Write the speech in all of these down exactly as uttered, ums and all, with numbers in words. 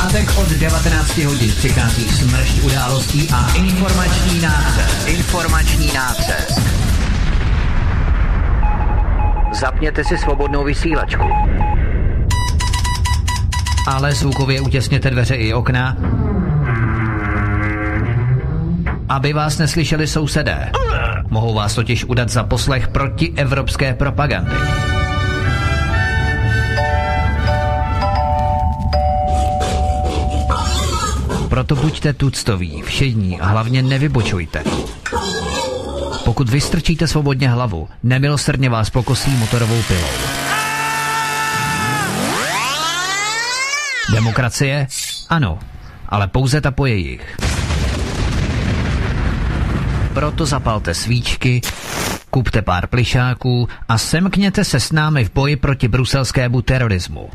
pátek od devatenácti hodin přichází smršť událostí a informační nácest. Informační nácest. Zapněte si svobodnou vysílačku. Ale zvukově utěsněte dveře i okna, aby vás neslyšeli sousedé. Mohou vás totiž udat za poslech protievropské propagandy. Proto buďte tuctoví, všední a hlavně nevybočujte. Pokud vystrčíte svobodně hlavu, nemilosrdně vás pokosí motorovou pilou. Demokracie? Ano, ale pouze ta po jejich. Proto zapalte svíčky, kupte pár plišáků a semkněte se s námi v boji proti bruselskému terorismu.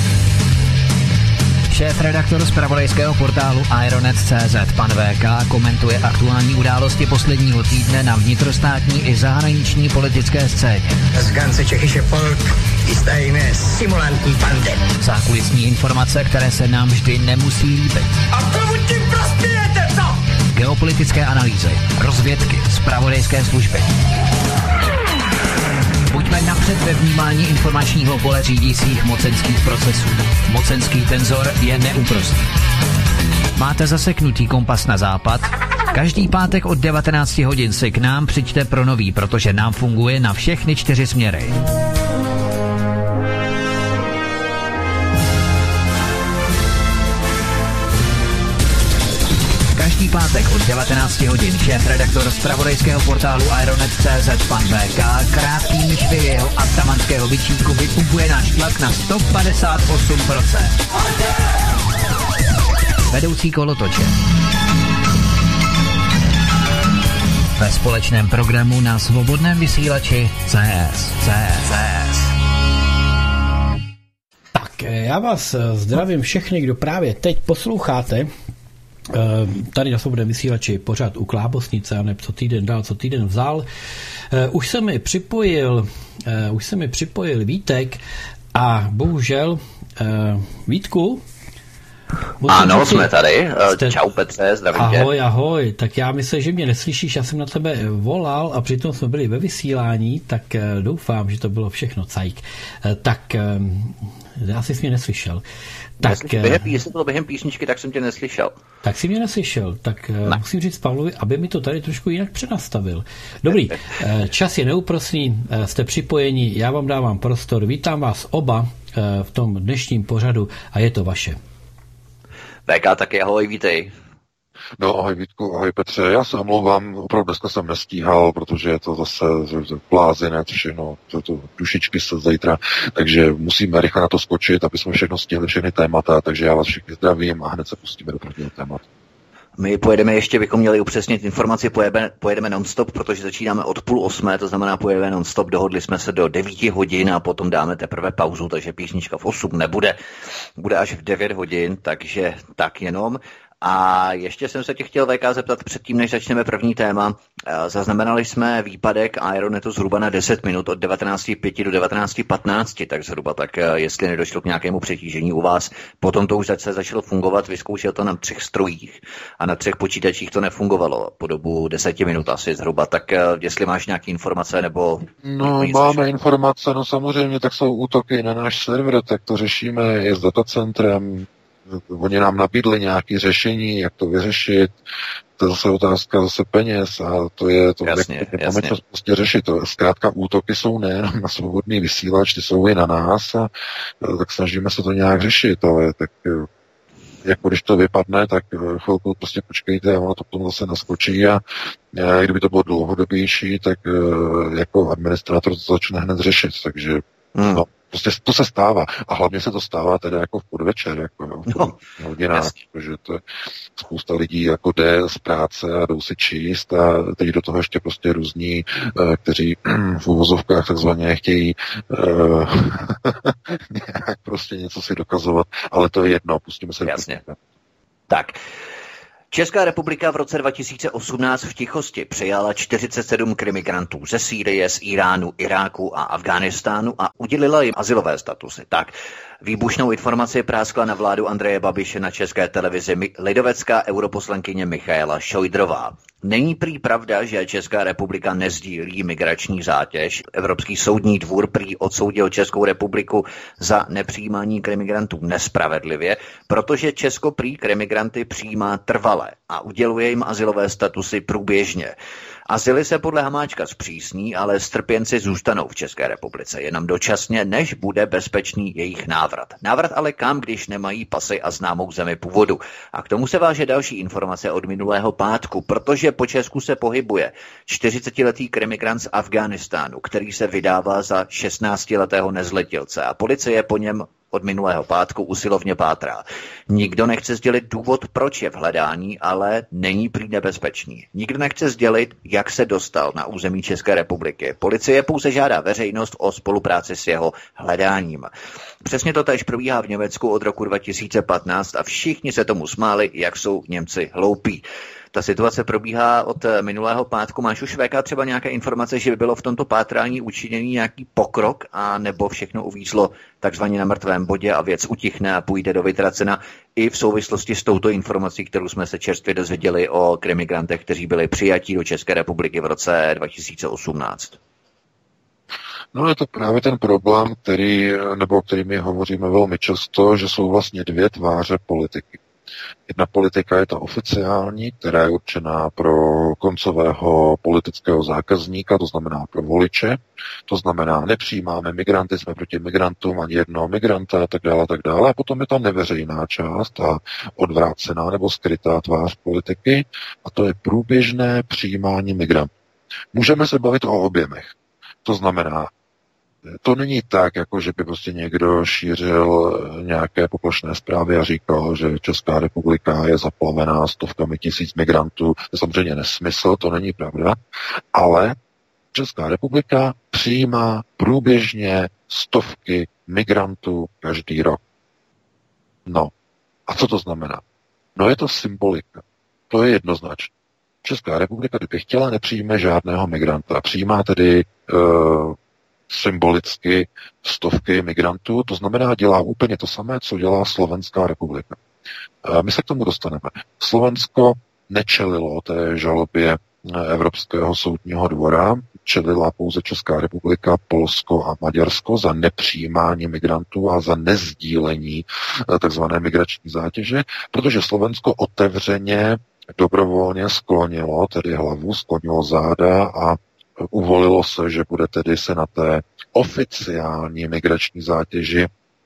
Šéf-redaktor zpravodajského portálu Ironet tečka cé zet pan vé ká komentuje aktuální události posledního týdne na vnitrostátní i zahraniční politické scéně. Z ganze Čechische Volk ist eine simulantní bande. Zákulisní informace, které se nám vždy nemusí líbit. A komu tím prospějete, co? Geopolitické analýzy, rozvědky, zpravodajské služby. Buďme napřed ve vnímání informačního pole řídících mocenských procesů. Mocenský tenzor je neúprostný. Máte zaseknutý kompas na západ? Každý pátek od devatenácti hodin si k nám přijďte pro nový, protože nám funguje na všechny čtyři směry. Každý pátek od devatenácti hodin šéf-redaktor zpravodajského portálu Ironet tečka cé zet pan vé ká krátkými švy jeho atamanského bičíku vypumpuje náš tlak na sto padesát osm procent. Vedoucí kolotoče. Ve společném programu na svobodném vysílači C S. C S. Tak, já vás zdravím všechny, kdo právě teď posloucháte. Tady na svobodném vysílači pořád u Klábosnice, a ne co týden dál, co týden vzal. Už se mi připojil, už se mi připojil Vítek a bohužel Vítku. Ano, jsme tady. Jste... Čau Petře, zdravím tě. Ahoj, ahoj. Tak já myslím, že mě neslyšíš, já jsem na tebe volal a přitom jsme byli ve vysílání, tak doufám, že to bylo všechno cajk. Tak já jsi mě neslyšel. Tak, během, jestli to bylo během písničky, tak jsem tě neslyšel. Tak jsi mě neslyšel, tak ne. Musím říct Pavlovi, aby mi to tady trošku jinak přenastavil. Dobrý, čas je neúprosný, jste připojeni, já vám dávám prostor, vítám vás oba v tom dnešním pořadu a je to vaše. vé ká taky, ahoj, vítej. No, ahoj Vítku, ahoj Petře, já se omlouvám, opravdu dneska jsem nestíhal, protože je to zase blázinec, všechno, to, to dušičky se zítra, takže musíme rychle na to skočit, aby jsme všechno stihli, všechny témata, takže já vás všichni zdravím a hned se pustíme do prvního tématu. My pojedeme ještě, bychom měli upřesnit informaci, pojedeme, pojedeme non-stop, protože začínáme od půl osmé, to znamená pojedeme non-stop, dohodli jsme se do devíti hodin a potom dáme teprve pauzu, takže písnička v osm nebude, bude až v devět hodin, takže tak jenom. A ještě jsem se tě chtěl vé ká zeptat předtím, než začneme první téma. Zaznamenali jsme výpadek Ironetu zhruba na deset minut od devatenáct pět do devatenáct patnáct, tak zhruba tak, jestli nedošlo k nějakému přetížení u vás. Potom to už se začalo fungovat, vyzkoušel to na třech strojích a na třech počítačích to nefungovalo po dobu deseti minut asi zhruba. Tak jestli máš nějaké informace nebo... No, máme informace, no samozřejmě, tak jsou útoky na náš server, tak to řešíme i s datacentrem. Oni nám nabídli nějaké řešení, jak to vyřešit. To je zase otázka zase peněz a to je to, jasně, jak jasně. máme čas prostě řešit. To, zkrátka útoky jsou nejenom na svobodný vysílač, ty jsou i na nás a tak snažíme se to nějak řešit, ale tak jako když to vypadne, tak chvilku prostě počkejte a ono to potom zase naskočí a kdyby to bylo dlouhodobější, tak jako administrátor to začne hned řešit, takže hmm. no. Prostě to se stává. A hlavně se to stává teda jako v podvečer, jako jo, v no, hodinách, protože to je spousta lidí jako jde z práce a jdou si číst a teď do toho ještě prostě různí, kteří v uvozovkách takzvaně chtějí uh, nějak prostě něco si dokazovat, ale to je jedno, pustíme se. Jasně. Tak. Česká republika v roce dva tisíce osmnáct v tichosti přijala čtyřicet sedm krimigrantů ze Sýrie, z Iránu, Iráku a Afghánistánu a udělila jim azylové statusy. Tak, Výbušnou informaci práskla na vládu Andreje Babiše na České televizi lidovecká europoslankyně Michaela Šojdrová. Není prý pravda, že Česká republika nezdílí migrační zátěž. Evropský soudní dvůr prý odsoudil Českou republiku za nepřijímání krimigrantů nespravedlivě, protože Česko prý krimigranty přijímá trvale a uděluje jim azylové statusy průběžně. Azyly se podle Hamáčka zpřísní, ale strpěnci zůstanou v České republice jenom dočasně, než bude bezpečný jejich návrat. Návrat ale kam, když nemají pasy a známou zemi původu. A k tomu se váže další informace od minulého pátku, protože po Česku se pohybuje čtyřicetiletý krimigrant z Afghánistánu, který se vydává za šestnáctiletého nezletilce a policie po něm od minulého pátku usilovně pátrá. Nikdo nechce sdělit důvod, proč je v hledání, ale není prý nebezpečný. Nikdo nechce sdělit, jak se dostal na území České republiky. Policie pouze žádá veřejnost o spolupráci s jeho hledáním. Přesně to též probíhá v Německu od roku dva tisíce patnáct a všichni se tomu smáli, jak jsou Němci hloupí. Ta situace probíhá od minulého pátku. Máš už V K třeba nějaké informace, že by bylo v tomto pátrání učiněný nějaký pokrok, a nebo všechno uvízlo takzvaně na mrtvém bodě a věc utichne a půjde do vytracena i v souvislosti s touto informací, kterou jsme se čerstvě dozvěděli o krimigrantech, kteří byli přijatí do České republiky v roce dva tisíce osmnáct? No je to právě ten problém, který, nebo o kterým my hovoříme velmi často, že jsou vlastně dvě tváře politiky. Jedna politika je ta oficiální, která je určená pro koncového politického zákazníka, to znamená pro voliče, to znamená nepřijímáme migranty, jsme proti migrantům, ani jednoho migranta a tak dále, a tak dále. A potom je ta neveřejná část, ta odvrácená nebo skrytá tvář politiky, a to je průběžné přijímání migrantů. Můžeme se bavit o objemech. To znamená, to není tak, jako že by prostě někdo šířil nějaké poplašné zprávy a říkal, že Česká republika je zaplavená stovkami tisíc migrantů. To je samozřejmě nesmysl, to není pravda, ale Česká republika přijímá průběžně stovky migrantů každý rok. No, a co to znamená? No je to symbolika. To je jednoznačné. Česká republika, kdyby chtěla, nepřijme žádného migranta. Přijímá tedy uh, symbolicky stovky migrantů, to znamená, dělá úplně to samé, co dělá Slovenská republika. My se k tomu dostaneme. Slovensko nečelilo té žalobě Evropského soudního dvora, čelila pouze Česká republika, Polsko a Maďarsko za nepřijímání migrantů a za nezdílení takzvané migrační zátěže, protože Slovensko otevřeně dobrovolně sklonilo, tedy hlavu, sklonilo záda a uvolilo se, že bude tedy se na té oficiální migrační zátěži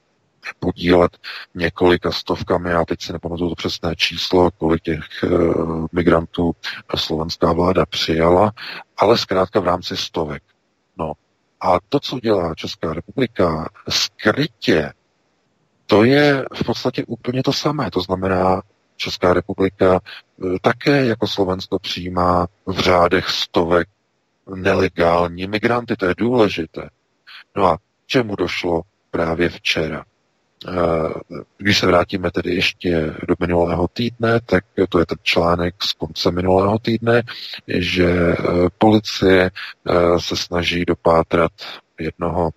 podílet několika stovkami, já teď si nepamatuju to přesné číslo, kolik těch e, migrantů slovenská vláda přijala, ale zkrátka v rámci stovek. No a to, co dělá Česká republika skrytě, to je v podstatě úplně to samé. To znamená, Česká republika e, také jako Slovensko přijímá v řádech stovek nelegální migranty, to je důležité. No a čemu došlo právě včera? Když se vrátíme tedy ještě do minulého týdne, tak to je ten článek z konce minulého týdne, že policie se snaží dopátrat jednoho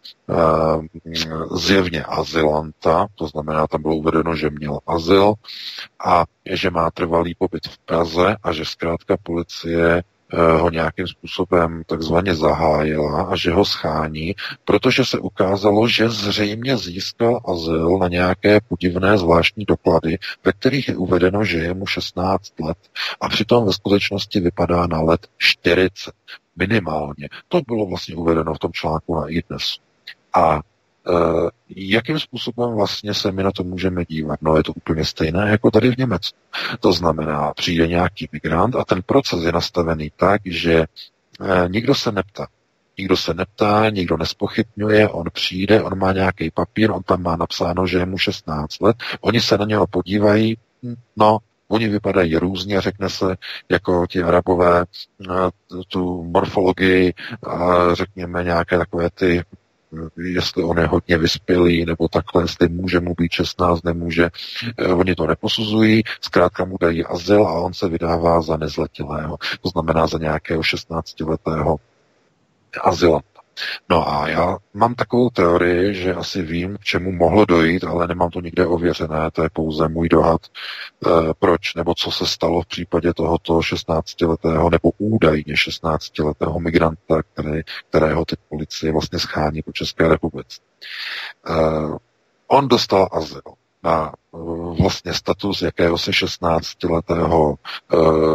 zjevně azylanta, to znamená, tam bylo uvedeno, že měl azyl a že má trvalý pobyt v Praze a že zkrátka policie ho nějakým způsobem takzvaně zahájila a že ho schání, protože se ukázalo, že zřejmě získal azyl na nějaké podivné zvláštní doklady, ve kterých je uvedeno, že je mu šestnáct let a přitom ve skutečnosti vypadá na let čtyřicet minimálně. To bylo vlastně uvedeno v tom článku na iDnes. A Uh, jakým způsobem vlastně se my na to můžeme dívat? No je to úplně stejné jako tady v Německu. To znamená, přijde nějaký migrant a ten proces je nastavený tak, že uh, nikdo se neptá. Nikdo se neptá, nikdo nespochybňuje, on přijde, on má nějaký papír, on tam má napsáno, že je mu šestnáct let, oni se na něho podívají, no, oni vypadají různě, řekne se, jako ti Arabové, uh, tu morfologii, uh, řekněme nějaké takové ty jestli on je hodně vyspělý, nebo takhle, jestli může mu být šestnáct, nemůže. Oni to neposuzují, zkrátka mu dají azyl a on se vydává za nezletilého. To znamená za nějakého šestnáctiletého azylanta. No a já mám takovou teorii, že asi vím, k čemu mohlo dojít, ale nemám to nikde ověřené, to je pouze můj dohad, e, proč nebo co se stalo v případě tohoto šestnáctiletého nebo údajně šestnáctiletého migranta, který, kterého teď policie vlastně schání po České republice. E, on dostal azyl na vlastně status jakéhosi šestnáctiletého e,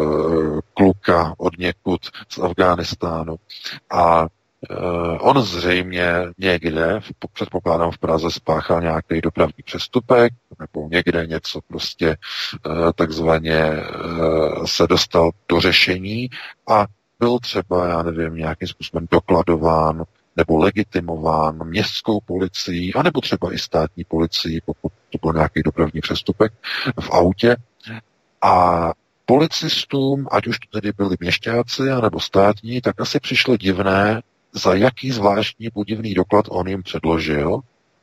kluka od někud z Afghánistánu a e, on zřejmě někde, předpokládám v Praze, spáchal nějaký dopravní přestupek nebo někde něco prostě e, takzvaně e, se dostal do řešení a byl třeba, já nevím, nějakým způsobem dokladován nebo legitimován městskou policií, anebo třeba i státní policií, pokud to byl nějaký dopravní přestupek v autě. A policistům, ať už to tedy byli měšťáci, anebo státní, tak asi přišlo divné, za jaký zvláštní podivný doklad on jim předložil,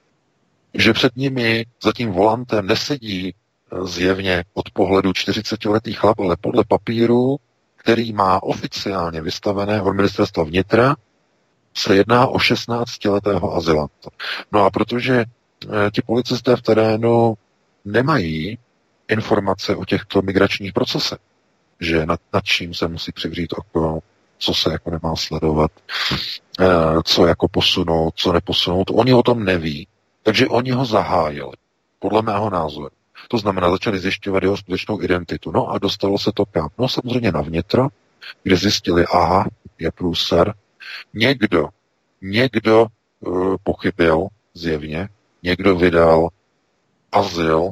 že před nimi za tím volantem nesedí zjevně od pohledu čtyřicetiletý chlap, ale podle papíru, který má oficiálně vystavené od ministerstva vnitra, se jedná o šestnáctiletého azylanta. No a protože e, ti policisté v terénu nemají informace o těchto migračních procesech, že nad, nad čím se musí přivřít oko, co se jako nemá sledovat, e, co jako posunout, co neposunout, oni o tom neví, takže oni ho zahájili, podle mého názoru. To znamená, začali zjišťovat jeho skutečnou identitu. No a dostalo se to kam? No samozřejmě na vnitro, kde zjistili, aha, je průser. Někdo, někdo uh, pochybil zjevně, někdo vydal azyl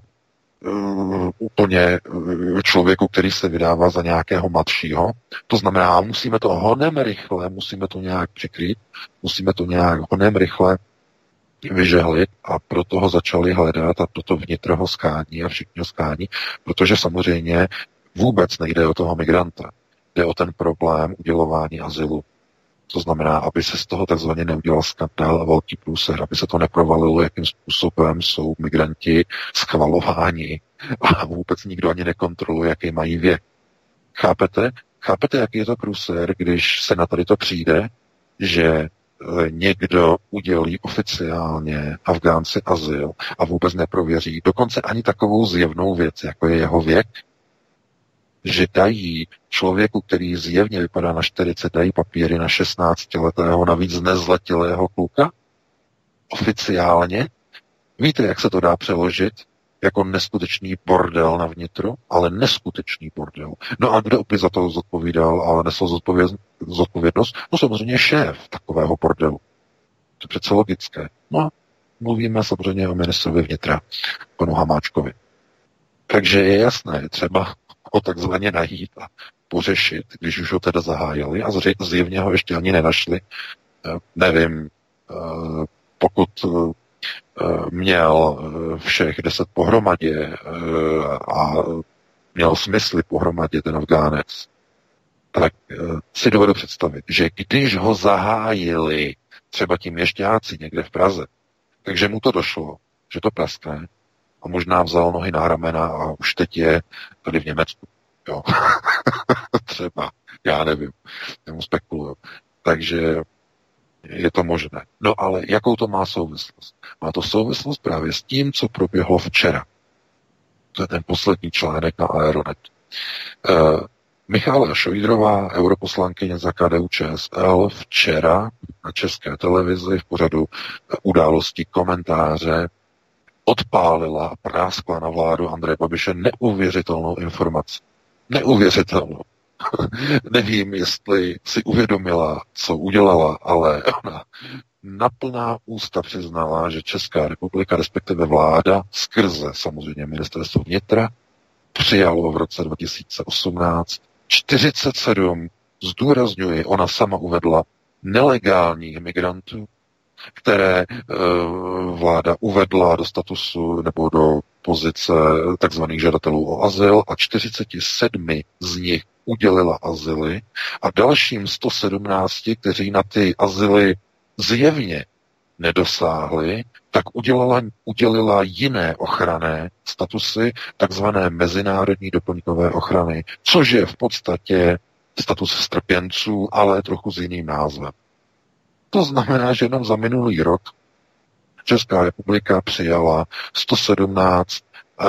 uh, úplně uh, člověku, který se vydává za nějakého mladšího. To znamená, musíme to honem rychle, musíme to nějak přikrýt, musíme to nějak honem rychle vyžehlit a proto ho začali hledat a proto vnitro ho skání a všichni ho skání, protože samozřejmě vůbec nejde o toho migranta. Jde o ten problém udělování azylu. To znamená, aby se z toho takzvaně neudělal skandál a velký průser, aby se to neprovalilo, jakým způsobem jsou migranti schvalováni a vůbec nikdo ani nekontroluje, jaký mají věk. Chápete? Chápete, jaký je to průser, když se na tady to přijde, že někdo udělí oficiálně Afgánci azyl a vůbec neprověří dokonce ani takovou zjevnou věc, jako je jeho věk, že dají člověku, který zjevně vypadá na čtyřicet, dají papíry na šestnáctiletého, navíc nezletilého kluka? Oficiálně? Víte, jak se to dá přeložit? Jako neskutečný bordel na vnitru, ale neskutečný bordel. No a kdo by za to zodpovídal, ale nesl zodpověd, zodpovědnost? No samozřejmě šéf takového bordelu. To je přece logické. No mluvíme samozřejmě o ministrovi vnitra, panu Hamáčkovi. Takže je jasné, třeba ho takzvaně najít a pořešit, když už ho teda zahájili a zjevně ho ještě ani nenašli. Nevím, pokud měl všech deset pohromadě a měl smysly pohromadě ten Afgánec, tak si dovedu představit, že když ho zahájili třeba ti měšťáci někde v Praze, takže mu to došlo, že to praskne a možná vzal nohy na ramena a už teď je tady v Německu. Jo. Třeba, já nevím, nemu spekuluju. Takže je to možné. No ale jakou to má souvislost? Má to souvislost právě s tím, co proběhlo včera. To je ten poslední článek na Aeronetu. E, Michála Šojdrová, europoslankyně za K D U Č S L, včera na České televizi v pořadu Události komentáře odpálila a práskla na vládu Andreje Babiše neuvěřitelnou informaci. Neuvěřitelnou. Nevím, jestli si uvědomila, co udělala, ale ona na plná ústa přiznala, že Česká republika, respektive vláda, skrze samozřejmě ministerstvo vnitra, přijalo v roce dva tisíce osmnáct čtyřicet sedm, zdůrazňuji, ona sama uvedla, nelegálních migrantů, které e, vláda uvedla do statusu nebo do pozice takzvaných žadatelů o azyl a čtyřicet sedm z nich udělila azyly a dalším sto sedmnácti, kteří na ty azyly zjevně nedosáhli, tak udělala, udělila jiné ochranné statusy, takzvané mezinárodní doplňkové ochrany, což je v podstatě status strpěnců, ale trochu s jiným názvem. To znamená, že jenom za minulý rok Česká republika přijala sto sedmnáct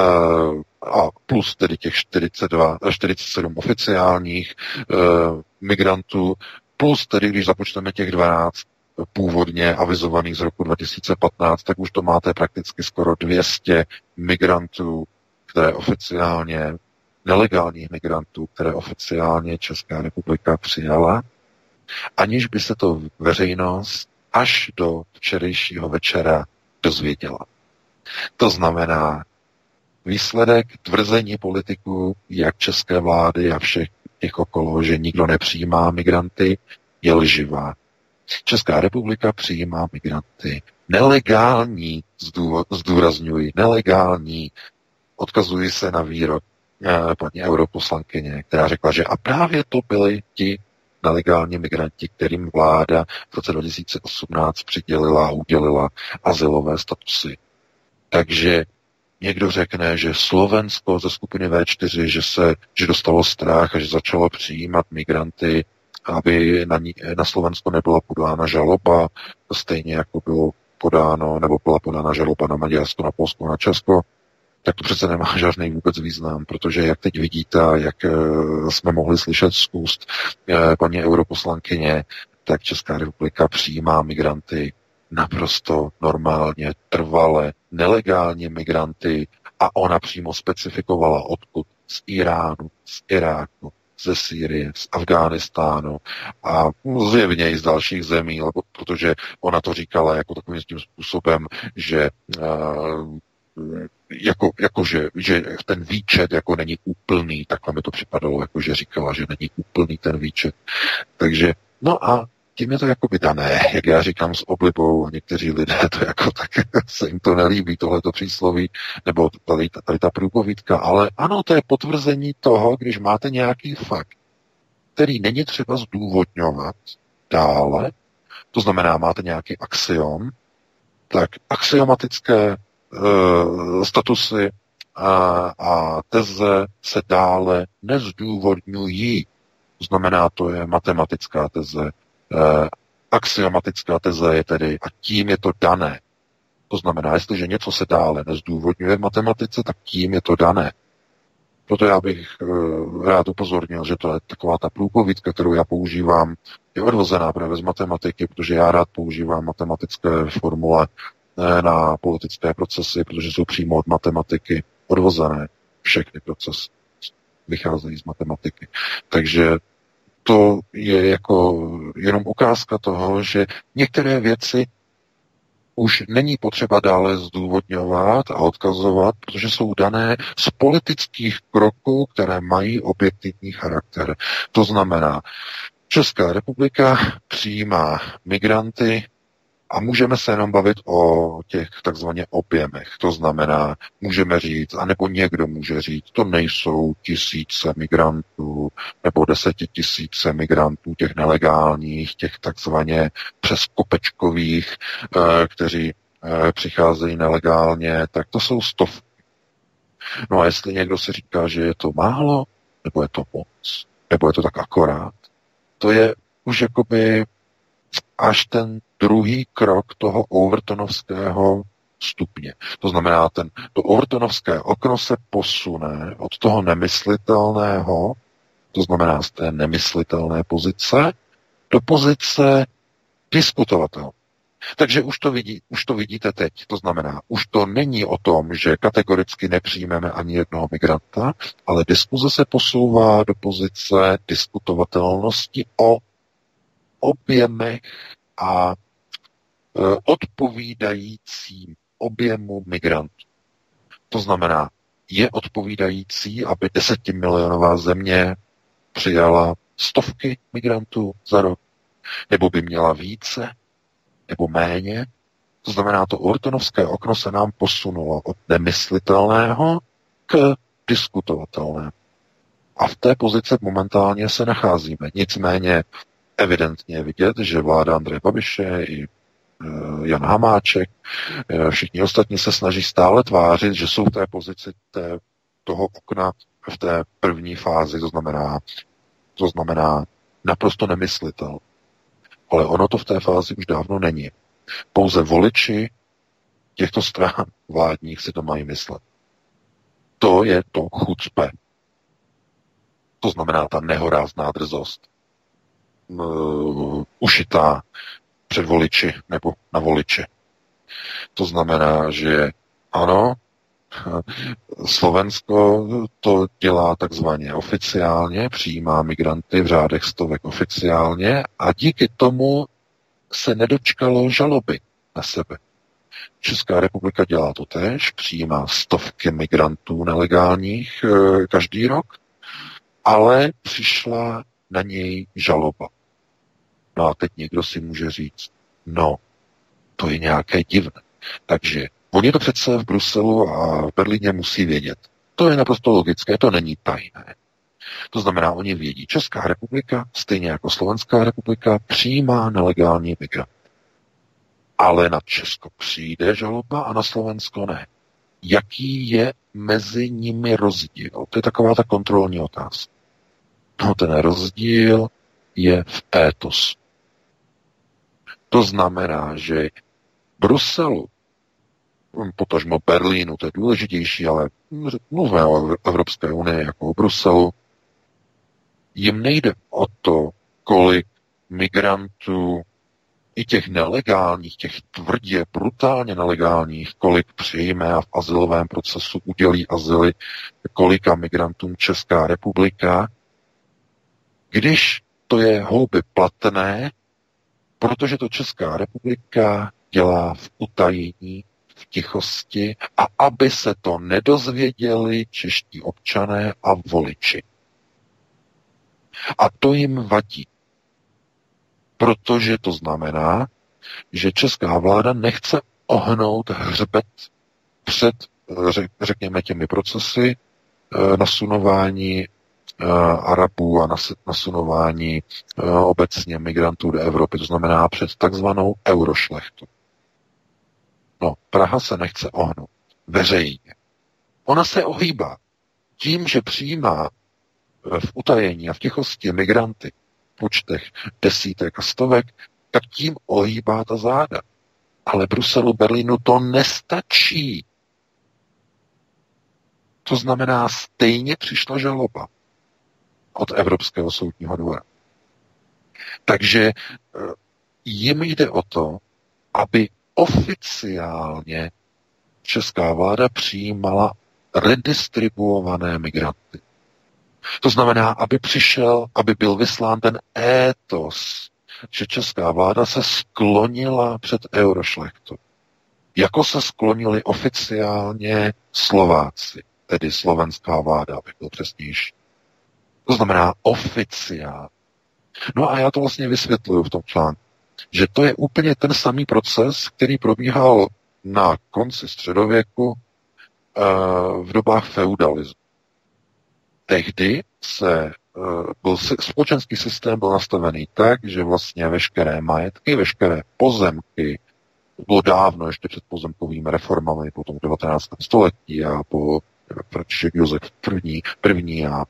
uh, a plus tedy těch čtyřicet dva, čtyřicet sedm oficiálních uh, migrantů, plus tedy, když započteme těch dvanáct původně avizovaných z roku dva tisíce patnáct, tak už to máte prakticky skoro dvě stě migrantů, které oficiálně, nelegálních migrantů, které oficiálně Česká republika přijala, aniž by se to veřejnost až do včerejšího večera dozvěděla. To znamená, výsledek tvrzení politiků, jak české vlády a všech těch okolo, že nikdo nepřijímá migranty, je lživá. Česká republika přijímá migranty nelegální, zdůrazňuji, nelegální, odkazuji se na výrok eh, paní europoslankyně, která řekla, že a právě to byli ti nelegální migranti, kterým vláda v roce dva tisíce osmnáct přidělila a udělila azylové statusy. Takže někdo řekne, že Slovensko ze skupiny vé čtyři, že se, že dostalo strach a že začalo přijímat migranty, aby na, ní, na Slovensko nebyla podána žaloba, stejně jako bylo podáno, nebo byla podána žaloba na Maďarsko, na Polsko, na Česko, tak to přece nemá žádný vůbec význam, protože jak teď vidíte, jak jsme mohli slyšet z úst paní europoslankyně, tak Česká republika přijímá migranty naprosto normálně, trvale, nelegální migranty a ona přímo specifikovala odkud z Iránu, z Iráku, ze Sýrie, z Afghánistánu a zjevně i z dalších zemí, lebo, protože ona to říkala jako takovým tím způsobem, že uh, jako, jako že, že ten výčet jako není úplný, takhle mi to připadalo, jako že říkala, že není úplný ten výčet. Takže, no a tím je to jako by dané, jak já říkám s oblibou, a někteří lidé to jako tak se jim to nelíbí, tohleto přísloví, nebo tady, tady ta průpovídka, ale ano, to je potvrzení toho, když máte nějaký fakt, který není třeba zdůvodňovat dále, to znamená, máte nějaký axiom, tak axiomatické uh, statusy a, a teze se dále nezdůvodňují. To znamená, to je matematická teze. Uh, axiomatická teze je tedy, a tím je to dané. To znamená, jestliže něco se dále nezdůvodňuje v matematice, tak tím je to dané. Proto já bych uh, rád upozornil, že to je taková ta průpovídka, kterou já používám, je odvozená právě z matematiky, protože já rád používám matematické formule uh, na politické procesy, protože jsou přímo od matematiky odvozené. Všechny procesy vycházejí z matematiky. Takže to je jako jenom ukázka toho, že některé věci už není potřeba dále zdůvodňovat a odkazovat, protože jsou dané z politických kroků, které mají objektivní charakter. To znamená, Česká republika přijímá migranty a můžeme se jenom bavit o těch takzvaně objemech. To znamená, můžeme říct, anebo někdo může říct, to nejsou tisíce migrantů nebo desetitisíce migrantů, těch nelegálních, těch takzvaně přeskopečkových, kteří přicházejí nelegálně, tak to jsou stovky. No a jestli někdo si říká, že je to málo, nebo je to moc, nebo je to tak akorát, to je už jakoby až ten druhý krok toho overtonovského stupně. To znamená, ten, to overtonovské okno se posune od toho nemyslitelného, to znamená z té nemyslitelné pozice, do pozice diskutovatelné. Takže už to, vidí, už to vidíte teď. To znamená, už to není o tom, že kategoricky nepřijmeme ani jednoho migranta, ale diskuze se posouvá do pozice diskutovatelnosti o objemech a e, odpovídajícím objemu migrantů. To znamená, je odpovídající, aby desetimilionová země přijala stovky migrantů za rok, nebo by měla více, nebo méně. To znamená, to ortonovské okno se nám posunulo od nemyslitelného k diskutovatelnému. A v té pozici momentálně se nacházíme. Nicméně evidentně vidět, že vláda Andreje Babiše i Jan Hamáček, všichni ostatní se snaží stále tvářit, že jsou v té pozici té, toho okna v té první fázi, to znamená, to znamená naprosto nemyslitel. Ale ono to v té fázi už dávno není. Pouze voliči těchto stran vládních si to mají myslet. To je to chucpe. To znamená ta nehorázná drzost. Uh, ušitá před voliči nebo na voliče. To znamená, že ano, Slovensko to dělá takzvaně oficiálně, přijímá migranty v řádech stovek oficiálně a díky tomu se nedočkalo žaloby na sebe. Česká republika dělá to též, přijímá stovky migrantů nelegálních e, každý rok, ale přišla na něj žaloba. No a teď někdo si může říct, no, to je nějaké divné. Takže oni to přece v Bruselu a v Berlíně musí vědět. To je naprosto logické, to není tajné. To znamená, oni vědí, Česká republika, stejně jako Slovenská republika, přijímá nelegální migranty. Ale na Česko přijde žaloba a na Slovensko ne. Jaký je mezi nimi rozdíl? To je taková ta kontrolní otázka. No, ten rozdíl je v étosu. To znamená, že Bruselu, potažmo Berlínu, to je důležitější, ale mluvíme o Evropské unii jako o Bruselu, jim nejde o to, kolik migrantů, i těch nelegálních, těch tvrdě, brutálně nelegálních, kolik přijme a v azylovém procesu udělí azyly kolika migrantům Česká republika, když to je houby platné, protože to Česká republika dělá v utajení, v tichosti a aby se to nedozvěděli čeští občané a voliči. A to jim vadí. Protože to znamená, že česká vláda nechce ohnout hřbet před, řekněme, těmi procesy nasunování Arabů a nasunování obecně migrantů do Evropy, to znamená před takzvanou eurošlechtu. No, Praha se nechce ohnout veřejně. Ona se ohýbá tím, že přijímá v utajení a v tichosti migranty v počtech desítek a stovek, tak tím ohýbá ta záda. Ale Bruselu, Berlínu to nestačí. To znamená, stejně přišla žaloba od Evropského soudního dvora. Takže jim jde o to, aby oficiálně česká vláda přijímala redistribuované migranty. To znamená, aby přišel, aby byl vyslán ten étos, že česká vláda se sklonila před eurošlechtou. Jako se sklonili oficiálně Slováci, tedy slovenská vláda, aby byl přesnější. To znamená oficiálně. No a já to vlastně vysvětluju v tom článku, že to je úplně ten samý proces, který probíhal na konci středověku v dobách feudalismu. Tehdy se byl společenský systém byl nastavený tak, že vlastně veškeré majetky, veškeré pozemky, to bylo dávno ještě před pozemkovými reformami, potom v devatenáctém století a po František Josef první, první a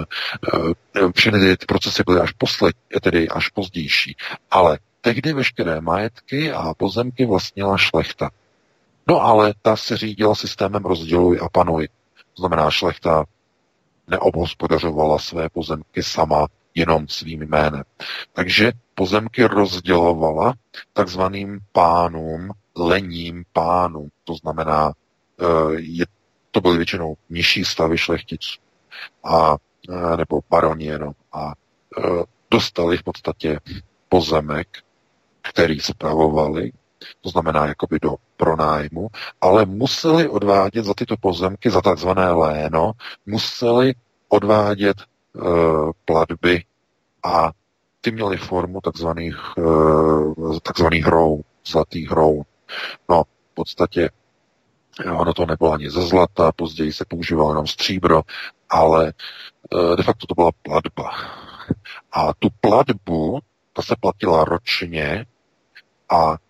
e, všechny ty, ty procesy byly až poslední, tedy až pozdější. Ale tehdy veškeré majetky a pozemky vlastnila šlechta. No ale ta se řídila systémem rozděluj a panuj. To znamená, šlechta neobhospodařovala své pozemky sama jenom svým jménem. Takže pozemky rozdělovala takzvaným pánům, lenním pánům. To znamená, je, to byly většinou nižší stavy šlechticů a, nebo baroni jenom a dostali v podstatě pozemek, který spravovali, to znamená jakoby do pronájmu, ale museli odvádět za tyto pozemky, za takzvané léno, museli odvádět e, platby a ty měly formu takzvaných, e, takzvaných hrou, zlatých hrou. No, v podstatě ono to nebylo ani ze zlata, později se používalo jenom stříbro, ale e, de facto to byla platba. A tu platbu, ta se platila ročně a e,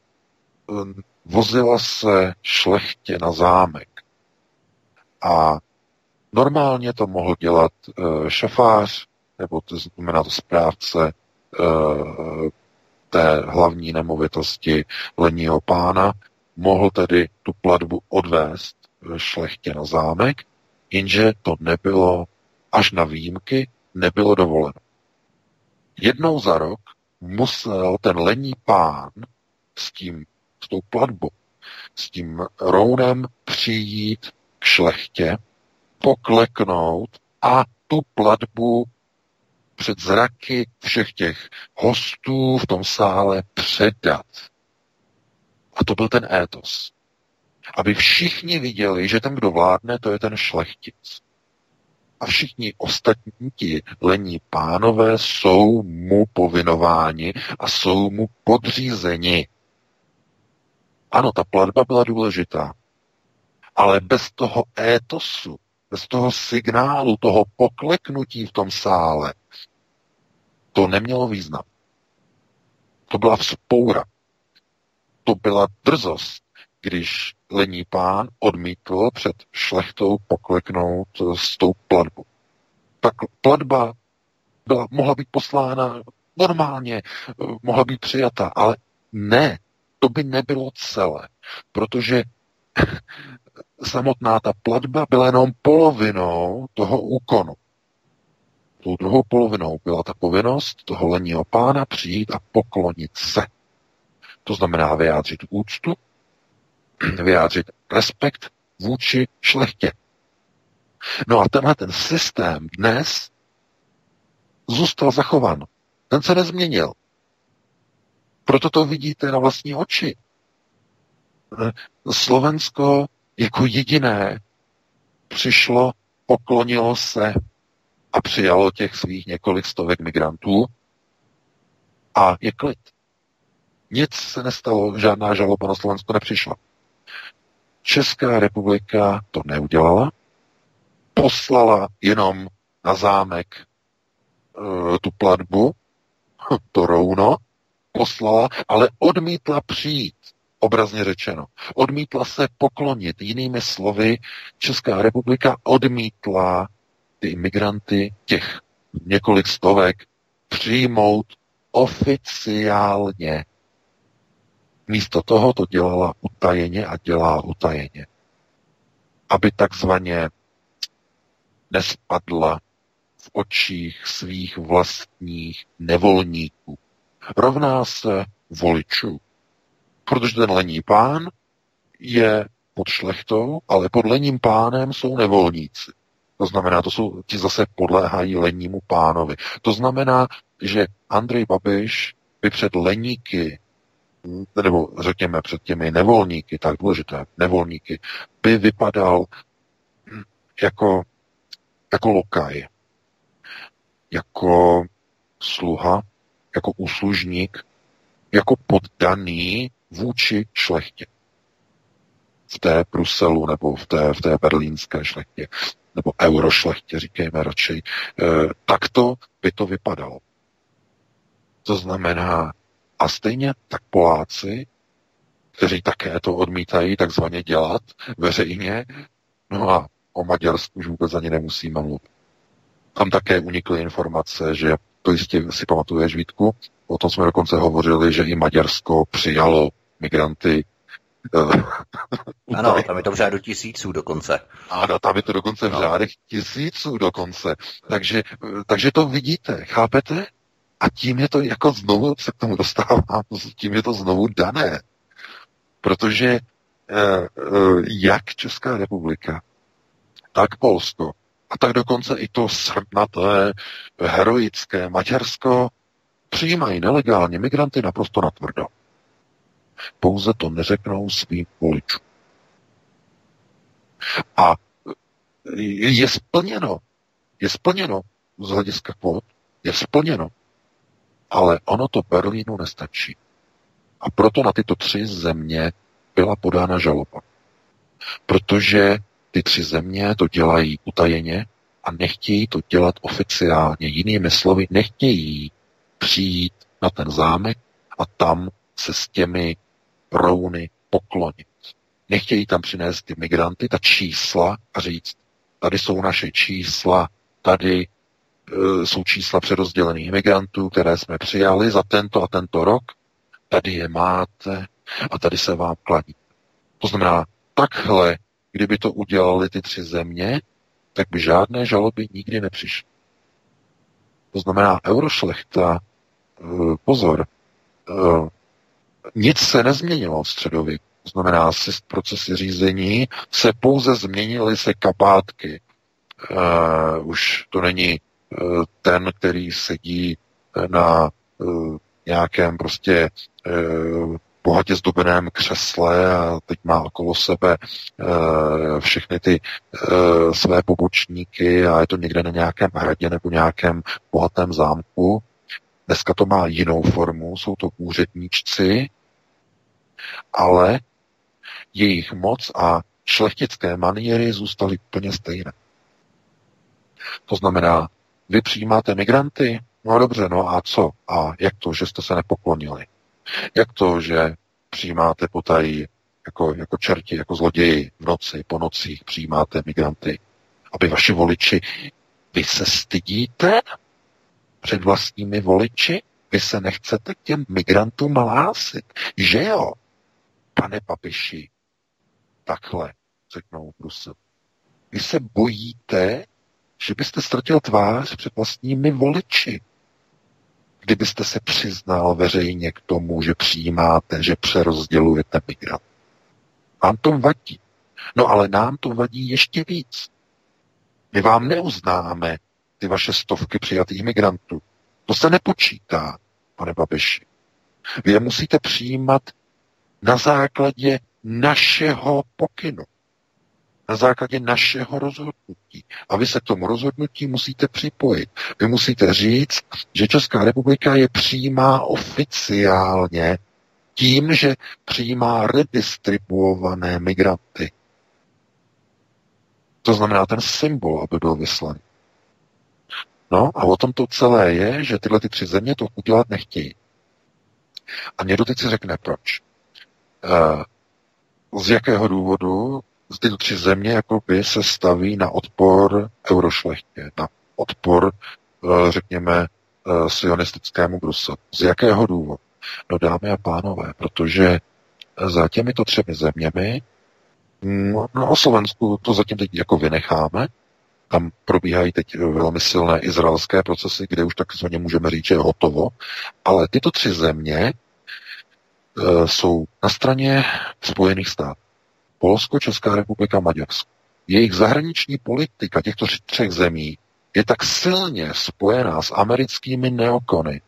vozila se šlechtě na zámek. A normálně to mohl dělat e, šafář, nebo to znamená to správce e, té hlavní nemovitosti lenního pána, mohl tedy tu platbu odvést šlechtě na zámek, jenže to nebylo, až na výjimky, nebylo dovoleno. Jednou za rok musel ten lenní pán s tím, s tou platbou, s tím rounem přijít k šlechtě, pokleknout a tu platbu před zraky všech těch hostů v tom sále předat. A to byl ten étos. Aby všichni viděli, že ten, kdo vládne, to je ten šlechtic. A všichni ostatní ti lenní pánové jsou mu povinováni a jsou mu podřízeni. Ano, ta platba byla důležitá, ale bez toho étosu, bez toho signálu, toho pokleknutí v tom sále, to nemělo význam. To byla vzpoura. To byla drzost, když lenní pán odmítl před šlechtou pokleknout s tou platbou. Tak platba byla, mohla být poslána normálně, mohla být přijata, ale ne, to by nebylo celé, protože samotná ta platba byla jenom polovinou toho úkonu. Tou druhou polovinou byla ta povinnost toho lenního pána přijít a poklonit se. To znamená vyjádřit úctu, vyjádřit respekt vůči šlechtě. No a tenhle ten systém dnes zůstal zachovan. Ten se nezměnil. Proto to vidíte na vlastní oči. Slovensko jako jediné přišlo, poklonilo se a přijalo těch svých několik stovek migrantů a je klid. Nic se nestalo, žádná žaloba na Slovensko nepřišla. Česká republika to neudělala, poslala jenom na zámek e, tu platbu, to rouno, poslala, ale odmítla přijít, obrazně řečeno. Odmítla se poklonit. Jinými slovy, Česká republika odmítla ty imigranty, těch několik stovek, přijmout oficiálně. Místo toho to dělala utajeně a dělá utajeně. Aby takzvaně nespadla v očích svých vlastních nevolníků. Rovná se voličů. Protože ten lenní pán je pod šlechtou, ale pod lenním pánem jsou nevolníci. To znamená, to jsou, ti zase podléhají lennímu pánovi. To znamená, že Andrej Babiš by před leníky, nebo řekněme před těmi nevolníky, tak důležité, nevolníky, by vypadal jako, jako lokaj, jako sluha, jako úslužník, jako poddaný vůči šlechtě. V té Bruselu nebo v té, v té berlínské šlechtě, nebo eurošlechtě, říkejme radši, e, takto by to vypadalo. To znamená, a stejně tak Poláci, kteří také to odmítají takzvaně dělat veřejně, no a o Maďarsku už vůbec ani nemusíme mluvit. Tam také unikly informace, že to jistě si pamatuješ, Vítku, o tom jsme dokonce hovořili, že i Maďarsko přijalo migranty. Ano, tam je to v řádu tisíců dokonce. Ano, tam je to dokonce v řádech tisíců dokonce. Takže, takže to vidíte, chápete? A tím je to jako znovu, se k tomu dostávám, tím je to znovu dané. Protože jak Česká republika, tak Polsko, a tak dokonce i to srdnaté, heroické Maďarsko přijímají nelegálně migranty naprosto natvrdo. Pouze to neřeknou svým voličům. A je splněno, je splněno z hlediska kvót, je splněno, ale ono to Berlínu nestačí. A proto na tyto tři země byla podána žaloba. Protože ty tři země to dělají utajeně a nechtějí to dělat oficiálně. Jinými slovy, nechtějí přijít na ten zámek a tam se s těmi rouny poklonit. Nechtějí tam přinést ty migranty, ta čísla a říct, tady jsou naše čísla, tady e, jsou čísla přerozdělených migrantů, které jsme přijali za tento a tento rok tady je máte a tady se vám klaní. To znamená, takhle, kdyby to udělali ty tři země, tak by žádné žaloby nikdy nepřišly. To znamená, eurošlechta, pozor, nic se nezměnilo v středověku. To znamená, procesy řízení se pouze změnily se kapátky. Uh, už to není uh, ten, který sedí na uh, nějakém prostě uh, bohatě zdobeném křesle a teď má okolo sebe uh, všechny ty uh, své pobočníky a je to někde na nějakém hradě nebo nějakém bohatém zámku. Dneska to má jinou formu, jsou to úředníčci, ale jejich moc a šlechtické maniery zůstaly úplně stejné. To znamená, vy přijímáte migranty, no dobře, no a co? A jak to, že jste se nepoklonili? Jak to, že přijímáte potají jako, jako čerti, jako zloději v noci, po nocích přijímáte migranty? Aby vaši voliči, vy se stydíte před vlastními voliči? Vy se nechcete k těm migrantům hlásit? Že jo? Pane Babiši, takhle řeknou v Bruselu. Vy se bojíte, že byste ztratil tvář před vlastními voliči. Kdybyste se přiznal veřejně k tomu, že přijímáte, že přerozdělujete migrant. Vám to vadí. No ale nám to vadí ještě víc. My vám neuznáme ty vaše stovky přijatých migrantů. To se nepočítá, pane Babiši. Vy je musíte přijímat na základě našeho pokynu. Na základě našeho rozhodnutí. A vy se k tomu rozhodnutí musíte připojit. Vy musíte říct, že Česká republika je přijímá oficiálně tím, že přijímá redistribuované migranty. To znamená ten symbol, aby byl vyslaný. No a o tom to celé je, že tyhle ty tři země to udělat nechtějí. A někdo teď si řekne, proč. E, z jakého důvodu z tyto tři země jakoby se staví na odpor eurošlechtě, na odpor, řekněme, sionistickému Bruselu. Z jakého důvodu? No dámy a pánové, protože za těmito třemi zeměmi, no o Slovensku to zatím teď jako vynecháme, tam probíhají teď velmi silné izraelské procesy, kde už takzvaně můžeme říct, že je hotovo, ale tyto tři země e, jsou na straně Spojených států. Polsko, Česká republika, Maďarsko. Jejich zahraniční politika těchto třech zemí je tak silně spojená s americkými neokony,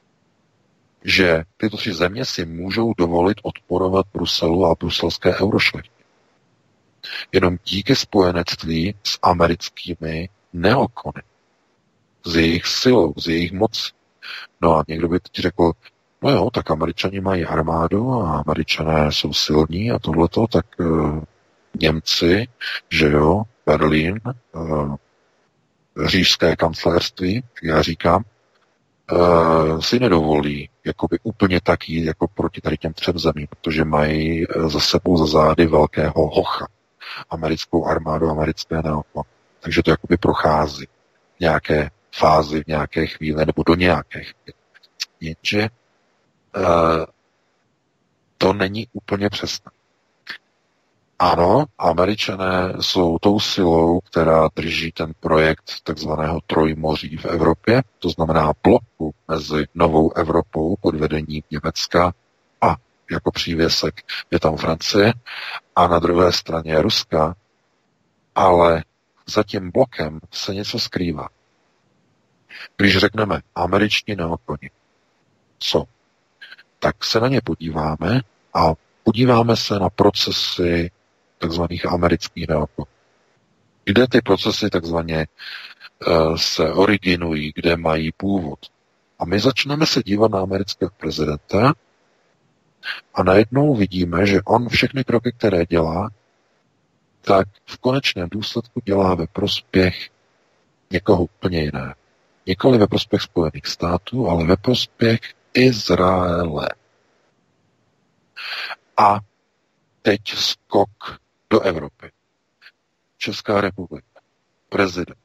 že tyto tři země si můžou dovolit odporovat Bruselu a bruselské eurošlechtě. Jenom díky spojenectví s americkými neokony, s jejich silou, s jejich mocí. No a někdo by teď řekl, no jo, tak Američani mají armádu a Američané jsou silní a tohleto, tak uh, Němci, že jo, Berlín, uh, říšské kancléřství, jak já říkám, uh, si nedovolí jakoby úplně tak jít jako proti tady těm třem zemím, protože mají uh, za sebou za zády velkého hocha. Americkou armádu, americké neokon. Takže to jakoby prochází v nějaké fázi, v nějaké chvíli, nebo do nějaké chvíli. Jenže Uh, to není úplně přesné. Ano, Američané jsou tou silou, která drží ten projekt takzvaného trojmoří v Evropě, to znamená bloku mezi novou Evropou pod vedením Německa a jako přívěsek je tam Francie a na druhé straně je Ruska, ale za tím blokem se něco skrývá. Když řekneme američtí neokoni, co? Tak se na ně podíváme a podíváme se na procesy takzvaných amerických neokonů. Kde ty procesy takzvaně uh, se originují, kde mají původ. A my začneme se dívat na amerického prezidenta a najednou vidíme, že on všechny kroky, které dělá, tak v konečném důsledku dělá ve prospěch někoho úplně jiného. Nikoli ve prospěch Spojených států, ale ve prospěch Izraele. A teď skok do Evropy. Česká republika. Prezident.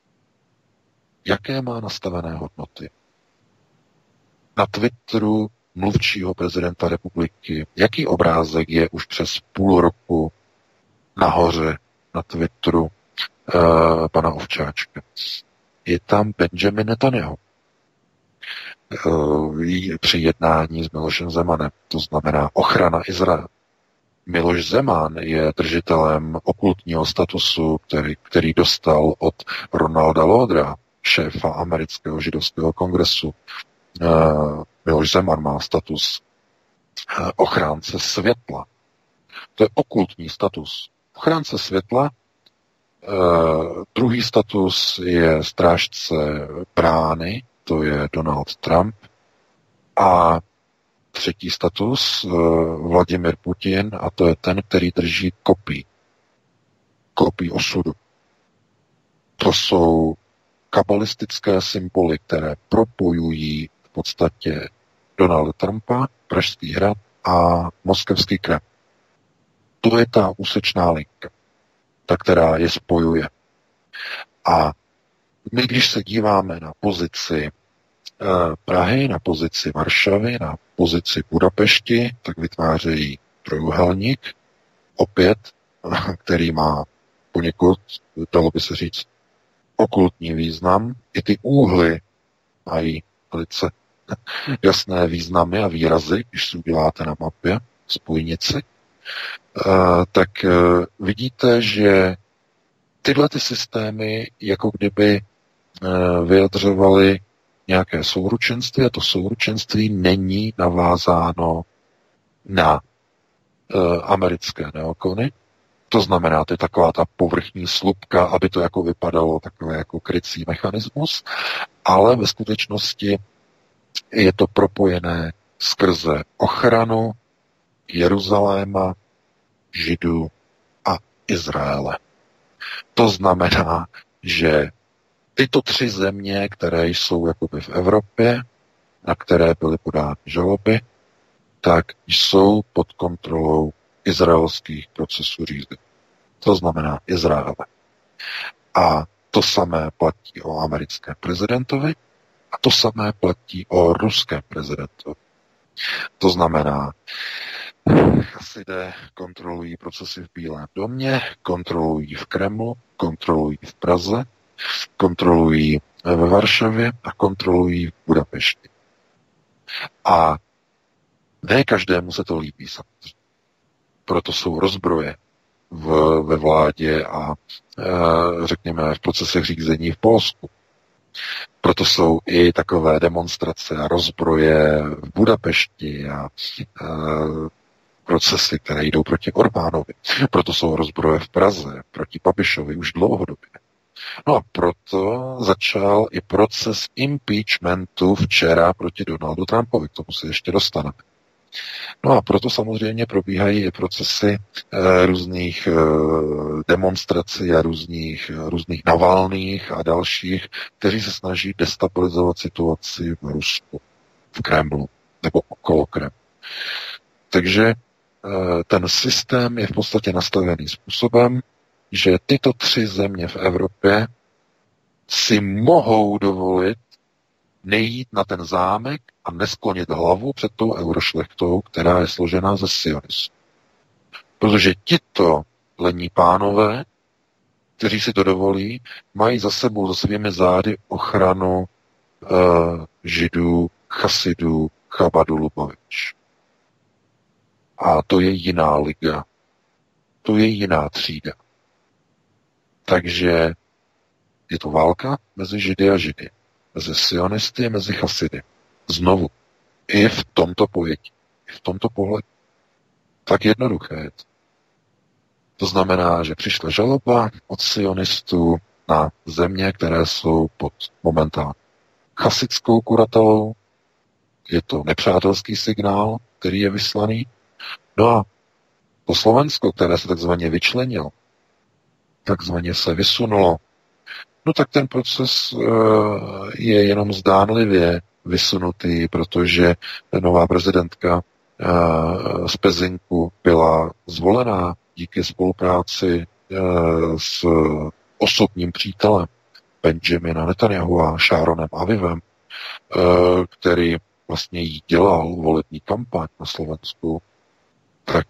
Jaké má nastavené hodnoty? Na Twitteru mluvčího prezidenta republiky. Jaký obrázek je už přes půl roku nahoře na Twitteru uh, pana Ovčáčka? Je tam Benjamin Netanyahu uh, při jednání s Milošem Zemanem. To znamená ochrana Izraele. Miloš Zeman je držitelem okultního statusu, který, který dostal od Ronalda Lodra, šéfa amerického židovského kongresu. Uh, Miloš Zeman má status uh, ochránce světla. To je okultní status. Ochránce světla. Uh, druhý status je strážce brány, to je Donald Trump. A třetí status uh, Vladimir Putin, a to je ten, který drží kopii. Kopii osudu. To jsou kabalistické symboly, které propojují v podstatě Donalda Trumpa, Pražský hrad a Moskevský Kreml. To je ta úsečná linka, ta, která je spojuje. A my, když se díváme na pozici eh, Prahy, na pozici Varšavy, na pozici Budapešti, tak vytvářejí trojúhelník, opět, který má poněkud, dalo by se říct, okultní význam. I ty úhly mají velice jasné významy a výrazy, když si uděláte na mapě spojnici, uh, tak uh, vidíte, že tyhle ty systémy jako kdyby uh, vyjadřovaly nějaké souručenství a to souručenství není navázáno na uh, americké neokony. To znamená, to je taková ta povrchní slupka, aby to jako vypadalo takové jako krycí mechanismus, ale ve skutečnosti je to propojené skrze ochranu Jeruzaléma, Židů a Izraele. To znamená, že tyto tři země, které jsou jakoby v Evropě, na které byly podány žaloby, tak jsou pod kontrolou izraelských procesů řízení. To znamená Izraele. A to samé platí o americkém prezidentovi a to samé platí o ruském prezidentovi. To znamená, Hasidé kontrolují procesy v Bílém domě, kontrolují v Kremlu, kontrolují v Praze, kontrolují ve Varšavě a kontrolují v Budapešti. A ne každému se to líbí samozřejmě. Proto jsou rozbroje v, ve vládě a e, řekněme v procesech řízení v Polsku. Proto jsou i takové demonstrace a rozbroje v Budapešti a e, procesy, které jdou proti Orbánovi. Proto jsou rozbroje v Praze proti Babišovi už dlouhodobě. No a proto začal i proces impeachmentu včera proti Donaldu Trumpovi. K tomu se ještě dostaneme. No a proto samozřejmě probíhají i procesy e, různých e, demonstrací a různých, různých Navalných a dalších, kteří se snaží destabilizovat situaci v Rusku, v Kremlu nebo okolo Kremlu. Takže e, ten systém je v podstatě nastavený způsobem, že tyto tři země v Evropě si mohou dovolit nejít na ten zámek a nesklonit hlavu před tou eurošlechtou, která je složená ze sionistů. Protože tito lení pánové, kteří si to dovolí, mají za sebou, za svými zády ochranu uh, židů, chasidů, Chabadu, Lubovič. A to je jiná liga. To je jiná třída. Takže je to válka mezi židy a židy. Mezi sionisty a mezi chasidy. Znovu. I v tomto pojetí. I v tomto pohledu. Tak jednoduché je to. To znamená, že přišla žaloba od sionistů na země, které jsou pod momentálně chasickou kuratelou. Je to nepřátelský signál, který je vyslaný. No a to Slovensko, které se takzvaně vyčlenilo, takzvaně se vysunulo, no tak ten proces uh, je jenom zdánlivě vysunutý, protože nová prezidentka uh, z Pezinku byla zvolená díky spolupráci uh, s osobním přítelem Benjamina Netanyahua, Sharonem Avivem, uh, který vlastně jí dělal volební kampaň na Slovensku, tak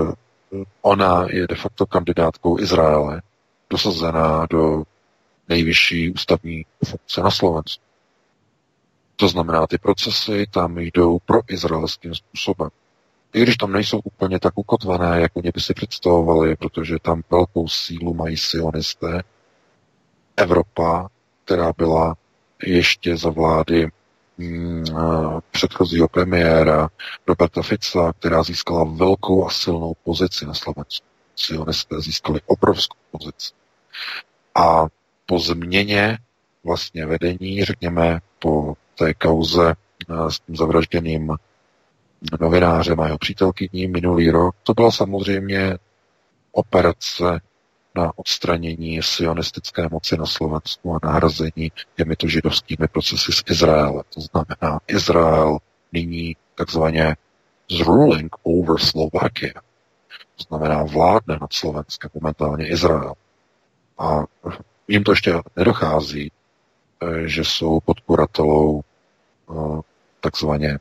ona je de facto kandidátkou Izraele, dosazená do nejvyšší ústavní funkce na Slovensku. To znamená, ty procesy tam jdou proizraelským způsobem. I když tam nejsou úplně tak ukotvené, jak oni by si představovali, protože tam velkou sílu mají sionisté. Evropa, která byla ještě za vlády mm, předchozího premiéra Roberta Fica, která získala velkou a silnou pozici na Slovensku. Sionisté získali obrovskou pozici. A po změně vlastně vedení, řekněme, po té kauze s tím zavražděným novinářem a jeho přítelkyní minulý rok, to byla samozřejmě operace na odstranění sionistické moci na Slovensku a nahrazení těmito židovskými procesy z Izraele. To znamená, Izrael nyní takzvaně is ruling over Slovakia. To znamená, vládne nad Slovenskem momentálně Izrael. A jim to ještě nedochází, že jsou podporatelou takzvaně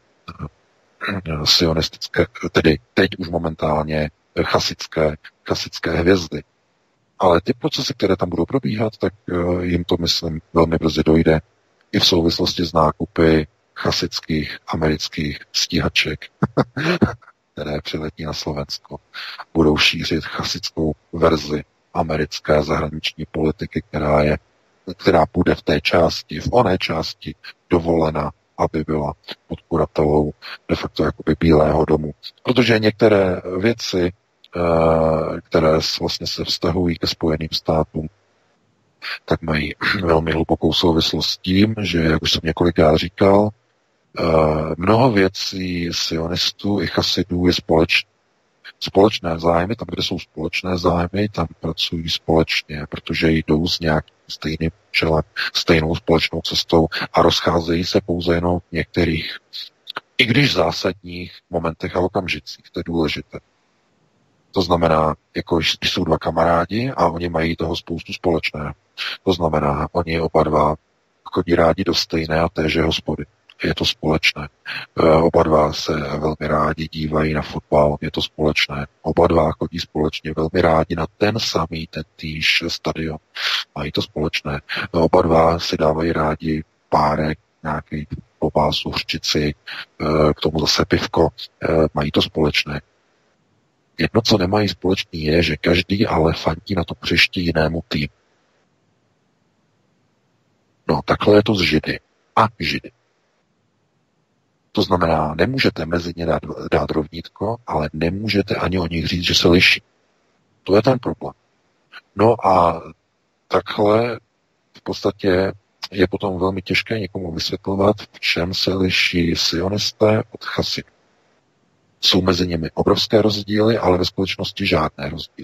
sionistické, tedy teď už momentálně chasické, chasické hvězdy. Ale ty procesy, které tam budou probíhat, tak jim to, myslím, velmi brzy dojde i v souvislosti s nákupy chasických amerických stíhaček, které přiletí na Slovensko. Budou šířit chasickou verzi americké zahraniční politiky, která je, která bude v té části, v oné části dovolena, aby byla podporatelou de facto jakoby Bílého domu. Protože některé věci, které vlastně se vztahují ke Spojeným státům, tak mají velmi hlubokou souvislost s tím, že, jak už jsem několikrát říkal, mnoho věcí sionistů i chasidů je společné. Společné zájmy, tam, kde jsou společné zájmy, tam pracují společně, protože jdou s nějakým stejným čelem, stejnou společnou cestou a rozcházejí se pouze jenom v některých, i když zásadních momentech a okamžicích. To je důležité. To znamená, jako když jsou dva kamarádi a oni mají toho spoustu společného. To znamená, oni oba dva chodí rádi do stejné a téže hospody. Je to společné. Oba dva se velmi rádi dívají na fotbal, je to společné. Oba dva chodí společně velmi rádi na ten samý, ten týž stadion. Mají to společné. Oba dva si dávají rádi párek, nějaký klobásu, hřčici, k tomu zase pivko. Mají to společné. Jedno, co nemají společný, je, že každý ale fandí na to příště jinému týmu. No, takhle je to s Židy a Židy. To znamená, nemůžete mezi ně dát, dát rovnítko, ale nemůžete ani o nich říct, že se liší. To je ten problém. No a takhle v podstatě je potom velmi těžké někomu vysvětlovat, v čem se liší sionisté od chasidů. Jsou mezi nimi obrovské rozdíly, ale ve skutečnosti žádné rozdíly.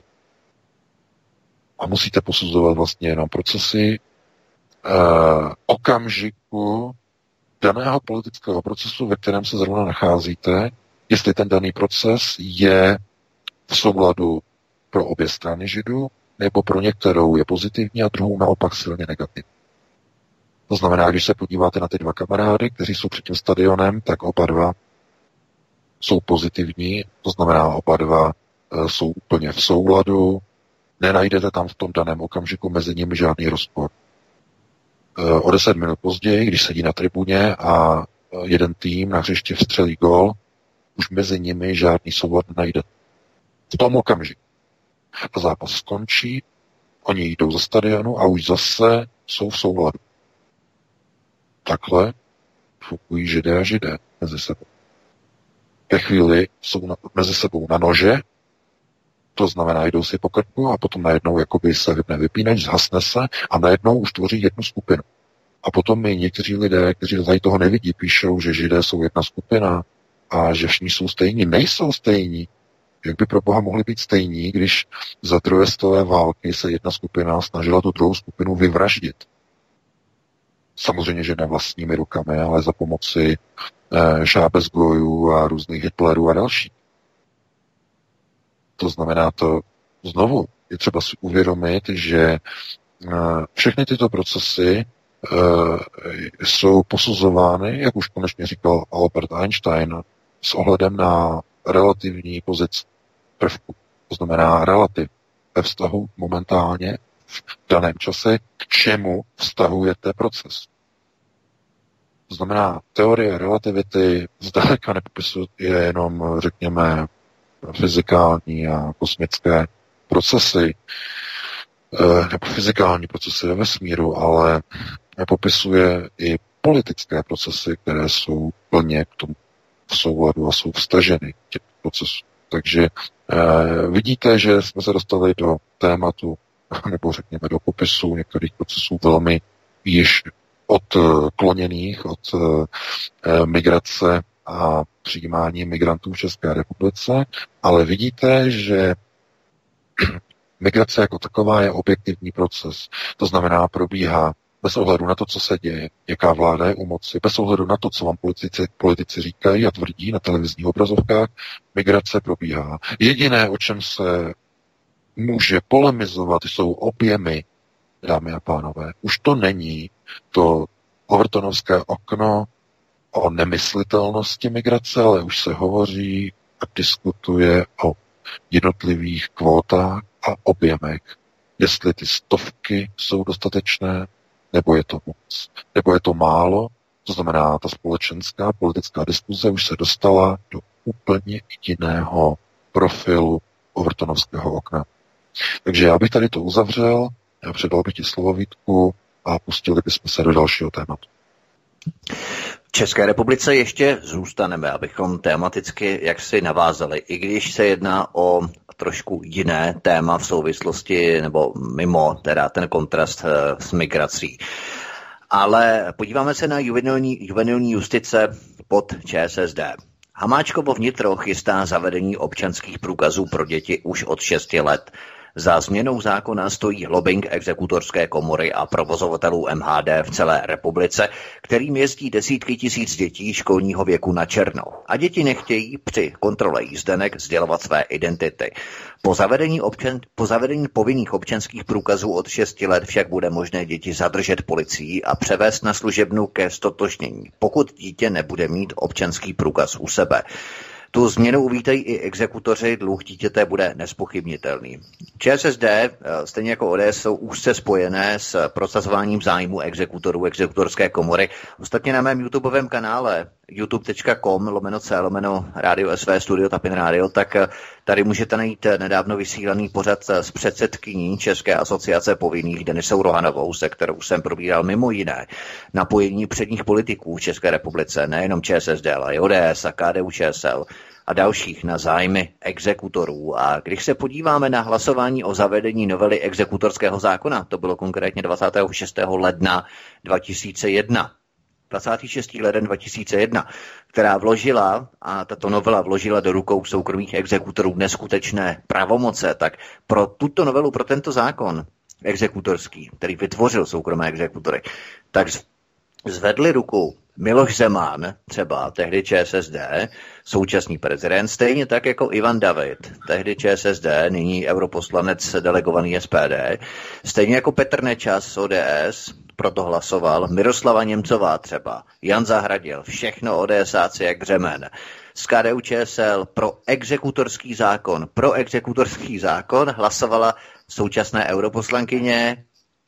A musíte posuzovat vlastně jenom procesy eh, okamžiku daného politického procesu, ve kterém se zrovna nacházíte, jestli ten daný proces je v souladu pro obě strany Židů, nebo pro některou je pozitivní a druhou naopak silně negativní. To znamená, když se podíváte na ty dva kamarády, kteří jsou před tím stadionem, tak oba dva jsou pozitivní, to znamená, oba dva e, jsou úplně v souladu, nenajdete tam v tom daném okamžiku mezi nimi žádný rozpor. E, o deset minut později, když sedí na tribuně a jeden tým na hřišti vstřelí gól, už mezi nimi žádný soulad nenajdete. V tom okamžiku. A zápas skončí, oni jdou za stadionu a už zase jsou v souladu. Takhle fungují Židé a Židé mezi sebou. Ve chvíli jsou na, mezi sebou na nože, to znamená, jdou si po krku a potom najednou jakoby se vypne vypínač, zhasne se a najednou už tvoří jednu skupinu. A potom mi někteří lidé, kteří tady toho nevidí, píšou, že Židé jsou jedna skupina a že všichni jsou stejní. Nejsou stejní. Jak by pro Boha mohli být stejní, když za druhé světové války se jedna skupina snažila tu druhou skupinu vyvraždit. Samozřejmě, že ne vlastními rukami, ale za pomoci eh, šábezgojů a různých Hitlerů a další. To znamená to, znovu je třeba si uvědomit, že eh, všechny tyto procesy jsou posuzovány, jak už konečně říkal Albert Einstein, s ohledem na relativní pozici prvku. To znamená relativ ve vztahu momentálně v daném čase, k čemu vztahujete proces. To znamená, teorie relativity zdaleka nepopisuje jenom, řekněme, fyzikální a kosmické procesy, nebo fyzikální procesy ve vesmíru, ale popisuje i politické procesy, které jsou plně k tomu v souladu a jsou vstaženy těch procesů. Takže eh, vidíte, že jsme se dostali do tématu, nebo řekněme do popisu některých procesů velmi již odkloněných od eh, migrace a přijímání migrantů v České republice, ale vidíte, že migrace jako taková je objektivní proces. To znamená, probíhá bez ohledu na to, co se děje, jaká vláda je u moci, bez ohledu na to, co vám politici, politici říkají a tvrdí na televizních obrazovkách, migrace probíhá. Jediné, o čem se může polemizovat, jsou objemy, dámy a pánové. Už to není to overtonovské okno o nemyslitelnosti migrace, ale už se hovoří a diskutuje o jednotlivých kvótách a objemech. Jestli ty stovky jsou dostatečné, nebo je to moc, nebo je to málo, to znamená, ta společenská politická diskuze už se dostala do úplně jiného profilu overtonovského okna. Takže já bych tady to uzavřel, já předal bych ti slovo, Vítku, a pustili bychom se do dalšího tématu. V České republice ještě zůstaneme, abychom tematicky jaksi navázali, i když se jedná o trošku jiné téma v souvislosti, nebo mimo teda ten kontrast s migrací. Ale podíváme se na juvenilní, juvenilní justice pod ČSSD. Hamáčkovo vnitro chystá zavedení občanských průkazů pro děti už od šesti let. Za změnou zákona stojí lobbying exekutorské komory a provozovatelů M H D v celé republice, kterým jezdí desítky tisíc dětí školního věku na černo. A děti nechtějí při kontrole jízdenek sdělovat své identity. Po zavedení, občan, po zavedení povinných občanských průkazů od šesti let však bude možné děti zadržet policií a převést na služebnu ke stotožnění, pokud dítě nebude mít občanský průkaz u sebe. Tu změnu uvítají i exekutoři, dluh dítěte bude nezpochybnitelný. ČSSD, stejně jako O D S, jsou úzce spojené s prosazováním zájmu exekutorů, exekutorské komory. Ostatně na mém YouTubeovém kanále youtube tečka com lomeno c lomeno Radio S V Studio Tapin Radio, tak tady můžete najít nedávno vysílaný pořad s předsedkyní České asociace povinných Denisou Rohanovou, se kterou jsem probíral mimo jiné napojení předních politiků v České republice, nejenom ČSSD, ale i O D S a K D U Č S L a dalších na zájmy exekutorů. A když se podíváme na hlasování o zavedení novely exekutorského zákona, to bylo konkrétně dvacátého šestého ledna dva tisíce jedna, dvacátého šestého leden dva tisíce jedna, která vložila, a tato novela vložila do rukou soukromých exekutorů neskutečné pravomoce, tak pro tuto novelu, pro tento zákon exekutorský, který vytvořil soukromé exekutory, tak zvedli ruku Miloš Zeman, třeba tehdy ČSSD, současný prezident, stejně tak jako Ivan David, tehdy ČSSD, nyní europoslanec delegovaný S P D, stejně jako Petr Nečas z O D S, proto hlasoval, Miroslava Němcová třeba, Jan Zahradil, všechno ODSáci jak břemen. Z K D U Č S L pro exekutorský zákon, pro exekutorský zákon hlasovala současná europoslankyně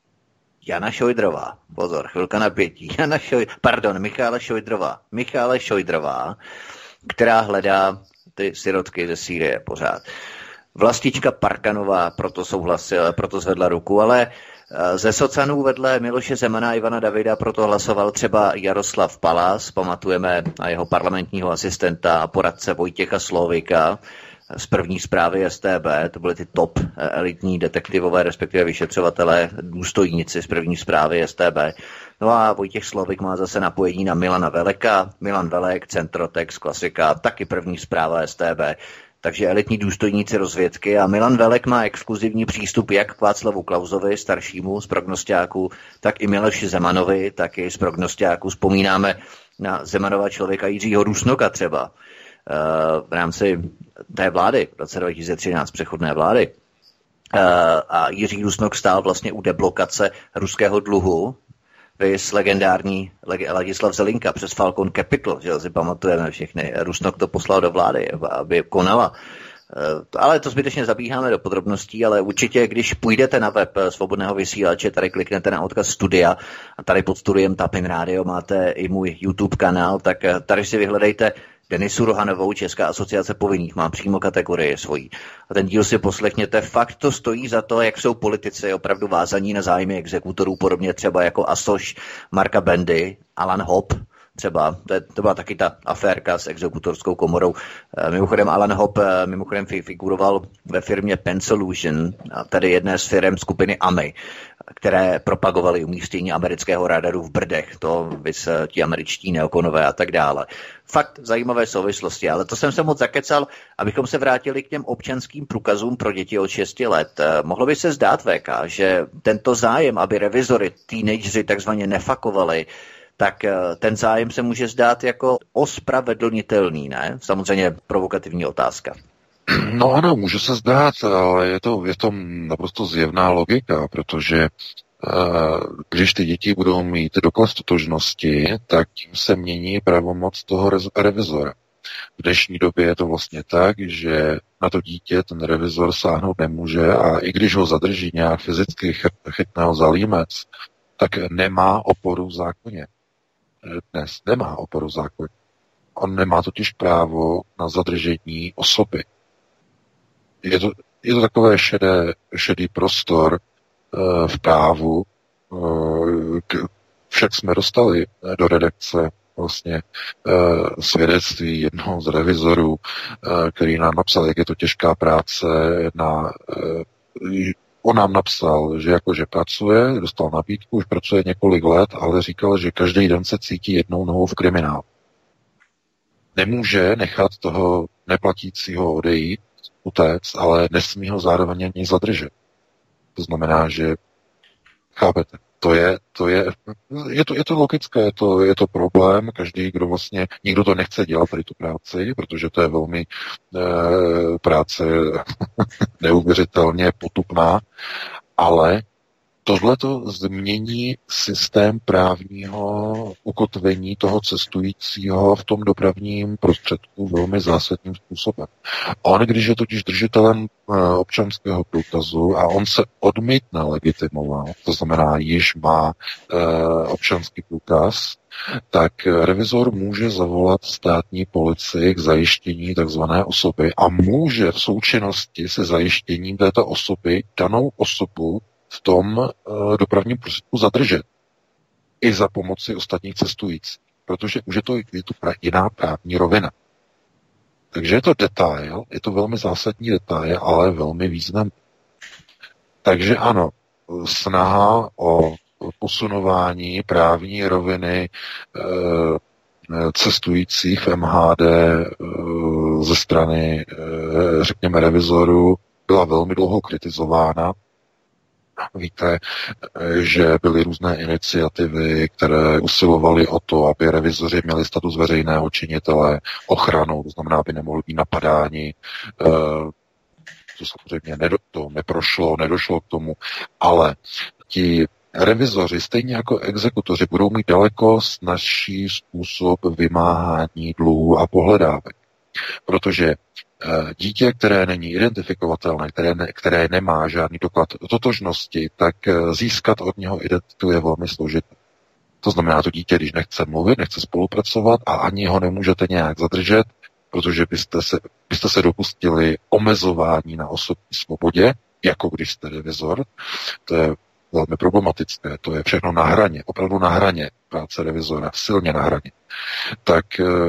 Jana Šojdrová. Pozor, chvilka napětí. Jana Šoj... Pardon, Michála Šojdrová. Michála Šojdrová, která hledá ty sirotky ze Sýrie pořád. Vlastička Parkanová proto souhlasila, proto zvedla ruku, ale ze socanů vedle Miloše Zemana a Ivana Davida proto hlasoval třeba Jaroslav Palás, pamatujeme na jeho parlamentního asistenta a poradce Vojtěcha Slovika z první zprávy S T B, to byly ty top elitní detektivové, respektive vyšetřovatelé, důstojníci z první zprávy S T B. No a Vojtěch Slovik má zase napojení na Milana Veleka, Milan Velek, Centrotex, klasika, taky první zpráva S T B. Takže elitní důstojníci rozvědky a Milan Velek má exkluzivní přístup jak k Václavu Klausovi, staršímu z prognostiáků, tak i Miloši Zemanovi, taky z prognostiáků. Vzpomínáme na Zemanova člověka Jiřího Rusnoka třeba v rámci té vlády v roce dva tisíce třináct, přechodné vlády. A Jiří Rusnok stál vlastně u deblokace ruského dluhu Vys legendární Ladislav Zelinka přes Falcon Capital, že si pamatujeme všechny. Rusnok to poslal do vlády, aby konala. Ale to zbytečně zabíháme do podrobností, ale určitě, když půjdete na web Svobodného vysílače, tady kliknete na odkaz studia a tady pod studiem Tapin Radio máte i můj YouTube kanál, tak tady si vyhledejte Denisu Rohanovou, Česká asociace povinných, má přímo kategorii svojí. A ten díl si poslechněte, fakt to stojí za to, jak jsou politici opravdu vázaní na zájmy exekutorů, podobně třeba jako Asoš Marka Bendy, Alan Hopp, třeba, to, je, to byla taky ta aférka s exekutorskou komorou. Mimochodem Alan Hopp mimochodem figuroval ve firmě Pensolution, tedy jedné z firm skupiny A M I, které propagovaly umístění amerického radaru v Brdech, to vys ti američtí neokonové a tak dále. Fakt zajímavé souvislosti, ale to jsem se moc zakecal, abychom se vrátili k těm občanským průkazům pro děti od šesti let. Mohlo by se zdát, V K, že tento zájem, aby revizory, teenageři takzvaně nefakovali, tak ten zájem se může zdát jako ospravedlnitelný, ne? Samozřejmě provokativní otázka. No ano, může se zdát, ale je to, je to naprosto zjevná logika, protože když ty děti budou mít doklad totožnosti, tak tím se mění pravomoc toho revizora. V dnešní době je to vlastně tak, že na to dítě ten revizor sáhnout nemůže a i když ho zadrží nějak fyzicky, chytne ho za límec, tak nemá oporu v zákoně. Dnes nemá oporu v zákoně. On nemá totiž právo na zadržení osoby. Je to, je to takové šedé, šedý prostor e, v právu. E, k, však jsme dostali do redakce vlastně e, svědectví jednoho z revizorů, e, který nám napsal, jak je to těžká práce na... E, on nám napsal, že jakože pracuje, dostal nabídku, už pracuje několik let, ale říkal, že každý den se cítí jednou nohou v kriminálu. Nemůže nechat toho neplatícího odejít, utéct, ale nesmí ho zároveň ani zadržet. To znamená, že chápete, to je, to je, je to, je to logické, je to, je to problém, každý, kdo vlastně, nikdo to nechce dělat tady tu práci, protože to je velmi e, práce neuvěřitelně potupná, ale tohleto změní systém právního ukotvení toho cestujícího v tom dopravním prostředku velmi zásadním způsobem. On, když je totiž držitelem občanského průkazu a on se odmítne legitimovat, to znamená, již má e, občanský průkaz, tak revizor může zavolat státní policii k zajištění takzvané osoby a může v součinnosti se zajištěním této osoby danou osobu v tom uh, dopravním prostředku zadržet. I za pomoci ostatních cestujících. Protože už je to, je to jiná právní rovina. Takže je to detail, je to velmi zásadní detail, ale velmi významný. Takže ano, snaha o posunování právní roviny uh, cestujících v M H D uh, ze strany, uh, řekněme, revizorů byla velmi dlouho kritizována. Víte, že byly různé iniciativy, které usilovaly o to, aby revizoři měli status veřejného činitele, ochranou, to znamená, aby nemohli být napadáni. To samozřejmě nedo, to neprošlo, nedošlo k tomu, ale ti revizoři, stejně jako exekutoři, budou mít daleko snazší způsob vymáhání dluhů a pohledávek. Protože dítě, které není identifikovatelné, které, ne, které nemá žádný doklad totožnosti, tak získat od něho identitu je velmi složité. To znamená, to dítě, když nechce mluvit, nechce spolupracovat a ani ho nemůžete nějak zadržet, protože byste se, byste se dopustili omezování na osobní svobodě, jako když jste revizor, to je velmi problematické, to je všechno na hraně, opravdu na hraně práce revizora, silně na hraně. Tak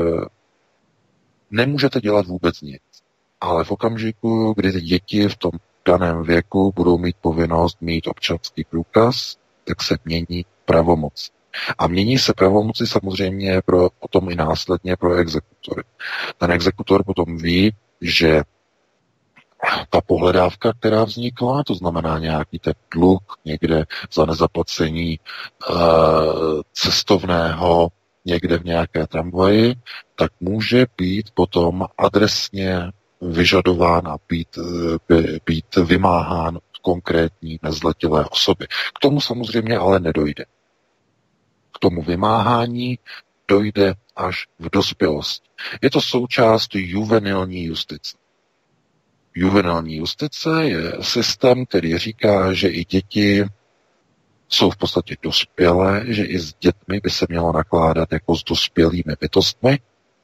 nemůžete dělat vůbec nic. Ale v okamžiku, kdy ty děti v tom daném věku budou mít povinnost mít občanský průkaz, tak se mění pravomoc. A mění se pravomoci samozřejmě pro, potom i následně pro exekutory. Ten exekutor potom ví, že ta pohledávka, která vznikla, to znamená nějaký ten dluh někde za nezaplacení e, cestovného někde v nějaké tramvaji, tak může být potom adresně vyžadován a být, by, být vymáhán konkrétní nezletilé osoby. K tomu samozřejmě ale nedojde. k tomu vymáhání dojde až v dospělosti. Je to součást juvenilní justice. Juvenilní justice je systém, který říká, že i děti jsou v podstatě dospělé, že i s dětmi by se mělo nakládat jako s dospělými bytostmi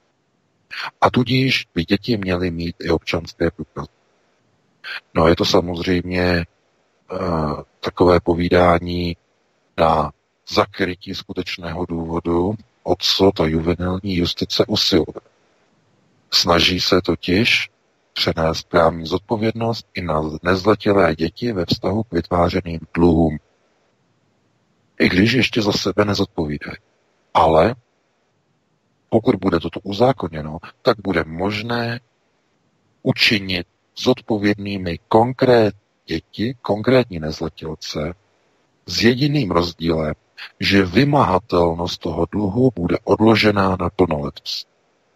a tudíž by děti měly mít i občanské průkazy. No je to samozřejmě uh, takové povídání na zakrytí skutečného důvodu, o co ta juvenilní justice usiluje. Snaží se totiž přenést právní zodpovědnost i na nezletilé děti ve vztahu k vytvářeným dluhům. I když ještě za sebe nezodpovídají. Ale pokud bude toto uzákoněno, tak bude možné učinit zodpovědnými konkrétní děti, konkrétní nezletilce, s jediným rozdílem, že vymahatelnost toho dluhu bude odložená na plnoletost.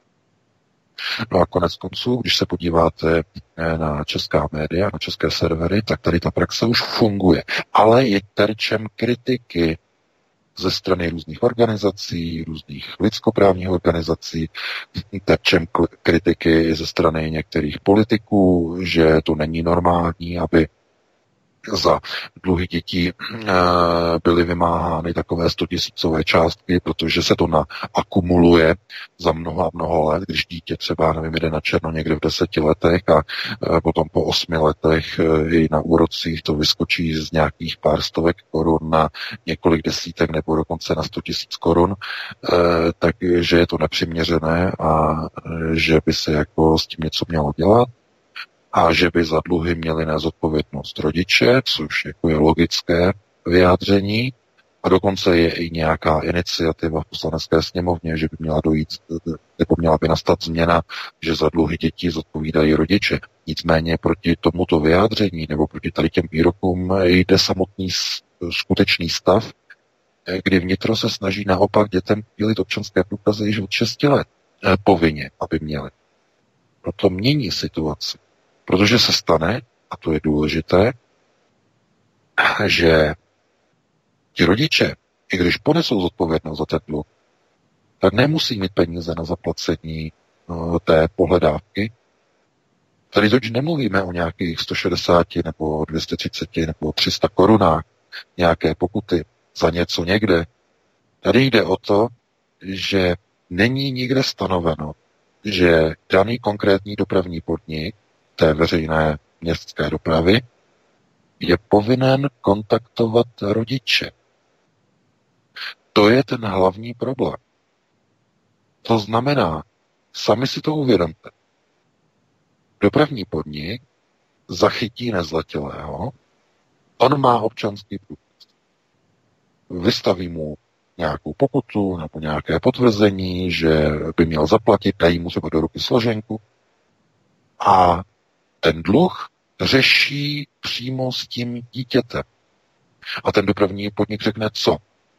No a konec konců, když se podíváte na česká média, na české servery, tak tady ta praxe už funguje. Ale je terčem kritiky ze strany různých organizací, různých lidskoprávních organizací, terčem kritiky ze strany některých politiků, že to není normální, aby za dluhy dětí byly vymáhány takové stotisícové částky, protože se to naakumuluje za mnoho a mnoho let, když dítě třeba, nevím, jde na černo někde v deseti letech a potom po osmi letech i na úrocích to vyskočí z nějakých pár stovek korun na několik desítek nebo dokonce na sto tisíc korun, takže je to nepřiměřené a že by se jako s tím něco mělo dělat. A že by za dluhy měli nést odpovědnost rodiče, což jako je logické vyjádření. A dokonce je i nějaká iniciativa v poslanecké sněmovně, že by měla dojít, nebo měla by nastat změna, že za dluhy dětí zodpovídají rodiče. Nicméně proti tomuto vyjádření nebo proti tady těm výrokům jde samotný skutečný stav, kdy vnitro se snaží naopak dětem dělit občanské průkazy již od šesti let. Povinně, aby měli. Proto mění situaci. Protože se stane, a to je důležité, že ti rodiče, i když ponesou zodpovědnost za ten dluh, tak nemusí mít peníze na zaplacení uh, té pohledávky. Tady totiž nemluvíme o nějakých sto šedesát nebo dvě stě třicet nebo tři sta korunách, nějaké pokuty za něco někde. Tady jde o to, že není nikde stanoveno, že daný konkrétní dopravní podnik té veřejné městské dopravy je povinen kontaktovat rodiče. To je ten hlavní problém. To znamená, sami si to uvědomte. Dopravní podnik zachytí nezletilého, on má občanský průkaz. Vystaví mu nějakou pokutu nebo nějaké potvrzení, že by měl zaplatit, dají mu třeba do ruky složenku a ten dluh řeší přímo s tím dítětem. A ten dopravní podnik řekne co?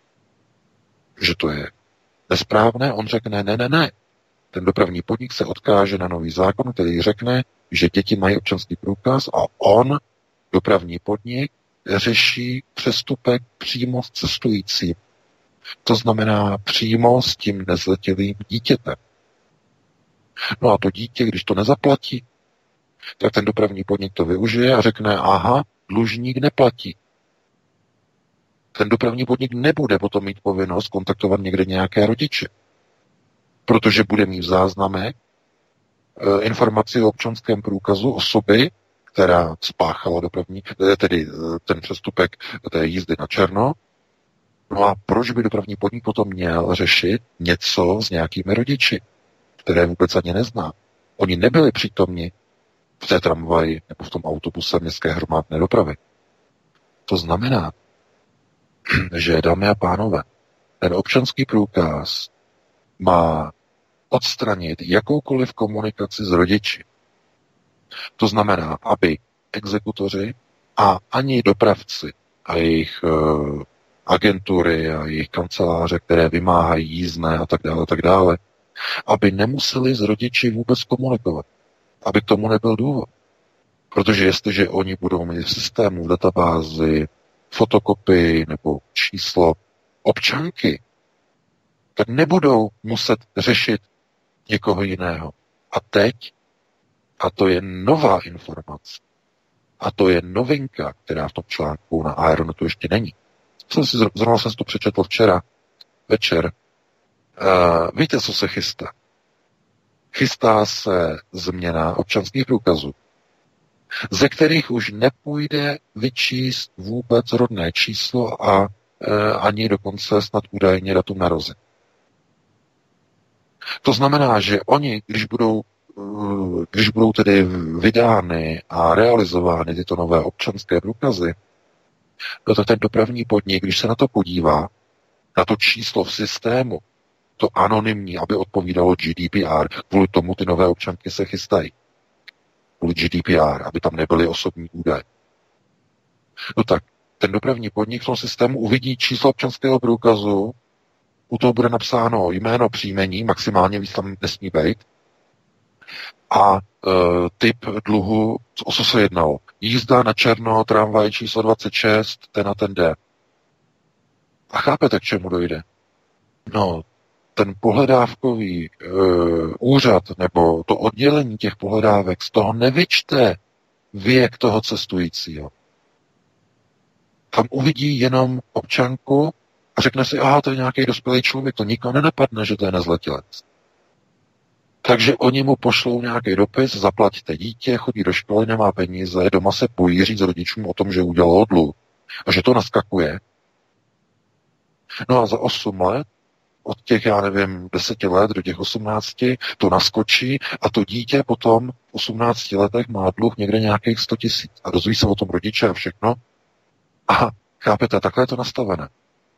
Že to je nesprávné? On řekne ne, ne, ne. Ten dopravní podnik se odkáže na nový zákon, který řekne, že děti mají občanský průkaz a on, dopravní podnik, řeší přestupek přímo s cestujícím. To znamená přímo s tím nezletilým dítětem. No a to dítě, když to nezaplatí, tak ten dopravní podnik to využije a řekne, aha, dlužník neplatí. Ten dopravní podnik nebude potom mít povinnost kontaktovat někde nějaké rodiče, protože bude mít v záznamech e, informaci o občanském průkazu osoby, která spáchala dopravní, tedy ten přestupek té jízdy na černo. No a proč by dopravní podnik potom měl řešit něco s nějakými rodiči, které vůbec ani nezná? Oni nebyli přítomni v té tramvaji nebo v tom autobuse městské hromadné dopravy. To znamená, že, dámy a pánové, ten občanský průkaz má odstranit jakoukoliv komunikaci s rodiči. To znamená, aby exekutoři a ani dopravci a jejich uh, agentury a jejich kanceláře, které vymáhají jízdné a tak dále, tak dále, aby nemuseli s rodiči vůbec komunikovat. Aby k tomu nebyl důvod. Protože jestliže oni budou mít v systému, v databázi fotokopii nebo číslo občanky tak nebudou muset řešit někoho jiného. A teď, a to je nová informace, a to je novinka, která v tom článku na Aeronetu ještě není. Jsem si, zrovna jsem si to přečetl včera večer. Uh, víte, co se chystá? Chystá se změna občanských průkazů, ze kterých už nepůjde vyčíst vůbec rodné číslo a e, ani dokonce snad údajně datum narození. To znamená, že oni, když budou, když budou tedy vydány a realizovány tyto nové občanské průkazy, to ten dopravní podnik, když se na to podívá, na to číslo v systému, to anonymní, aby odpovídalo G D P R, kvůli tomu ty nové občanky se chystají. Kvůli G D P R, aby tam nebyly osobní údaje. No tak, ten dopravní podnik v tom systému uvidí číslo občanského průkazu, u toho bude napsáno jméno, příjmení, maximálně víc tam nesmí být, a e, typ dluhu, o co se jednalo. Jízda na černo, tramvaj číslo dvacet šest, ten a ten D. A chápete, k čemu dojde? No, ten pohledávkový e, úřad nebo to oddělení těch pohledávek z toho nevyčte věk toho cestujícího. Tam uvidí jenom občanku a řekne si, aha, to je nějaký dospělý člověk, to nikoho nenapadne, že to je nezletilec. Takže oni mu pošlou nějaký dopis, zaplaťte dítě, chodí do školy, nemá peníze, doma se bojí říct rodičům o tom, že udělalo dluh a že to naskakuje. No a za osm let, od těch, já nevím, deseti let do těch osmnácti, to naskočí a to dítě potom v osmnácti letech má dluh někde nějakých sto tisíc a dozví se o tom rodiče a všechno. A chápete, takhle je to nastavené.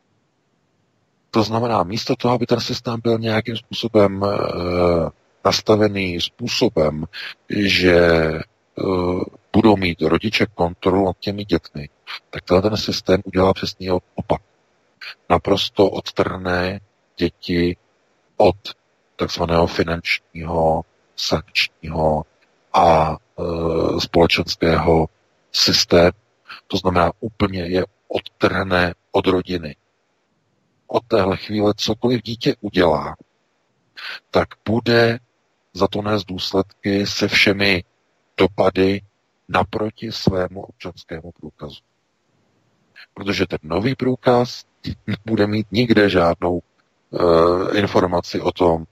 To znamená, místo toho, aby ten systém byl nějakým způsobem e, nastavený způsobem, že e, budou mít rodiče kontrolu nad těmi dětmi, tak tenhle ten systém udělá přesný opak. Naprosto odtrhne děti od takzvaného finančního, sankčního a e, společenského systému. To znamená, úplně je odtrhne od rodiny. Od téhle chvíle cokoliv dítě udělá, tak bude za to nést důsledky se všemi dopady naproti svému občanskému průkazu. Protože ten nový průkaz nebude mít nikde žádnou uh, informaci o tom,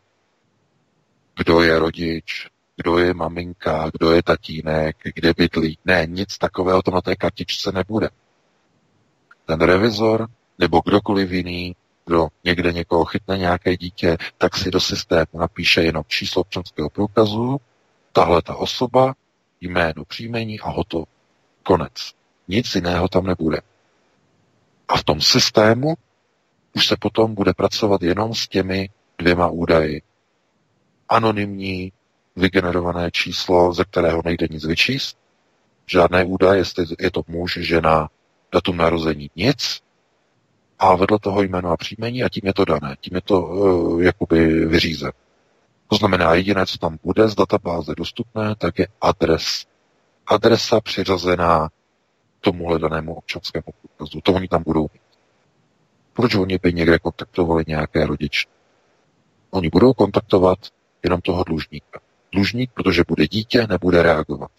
kdo je rodič, kdo je maminka, kdo je tatínek, kde bydlí. Ne, nic takového to na té kartičce nebude. Ten revizor nebo kdokoliv jiný, kdo někde někoho chytne nějaké dítě, tak si do systému napíše jenom číslo občanského průkazu, tahle ta osoba, jméno, příjmení a hotovo. Konec. Nic jiného tam nebude. A v tom systému už se potom bude pracovat jenom s těmi dvěma údaji. Anonymní, vygenerované číslo, ze kterého nejde nic vyčíst, žádné údaje, jestli je to muž, žena, datum narození, nic, a vedle toho jméno a příjmení a tím je to dané, tím je to uh, jakoby vyřízen. To znamená, jediné, co tam bude z databáze dostupné, tak je adres. Adresa přiřazená tomuhle danému občanskému průkazu. To oni tam budou mít. Proč oni by někde kontaktovali nějaké rodiče? Oni budou kontaktovat jenom toho dlužníka. Dlužník, protože bude dítě, nebude reagovat.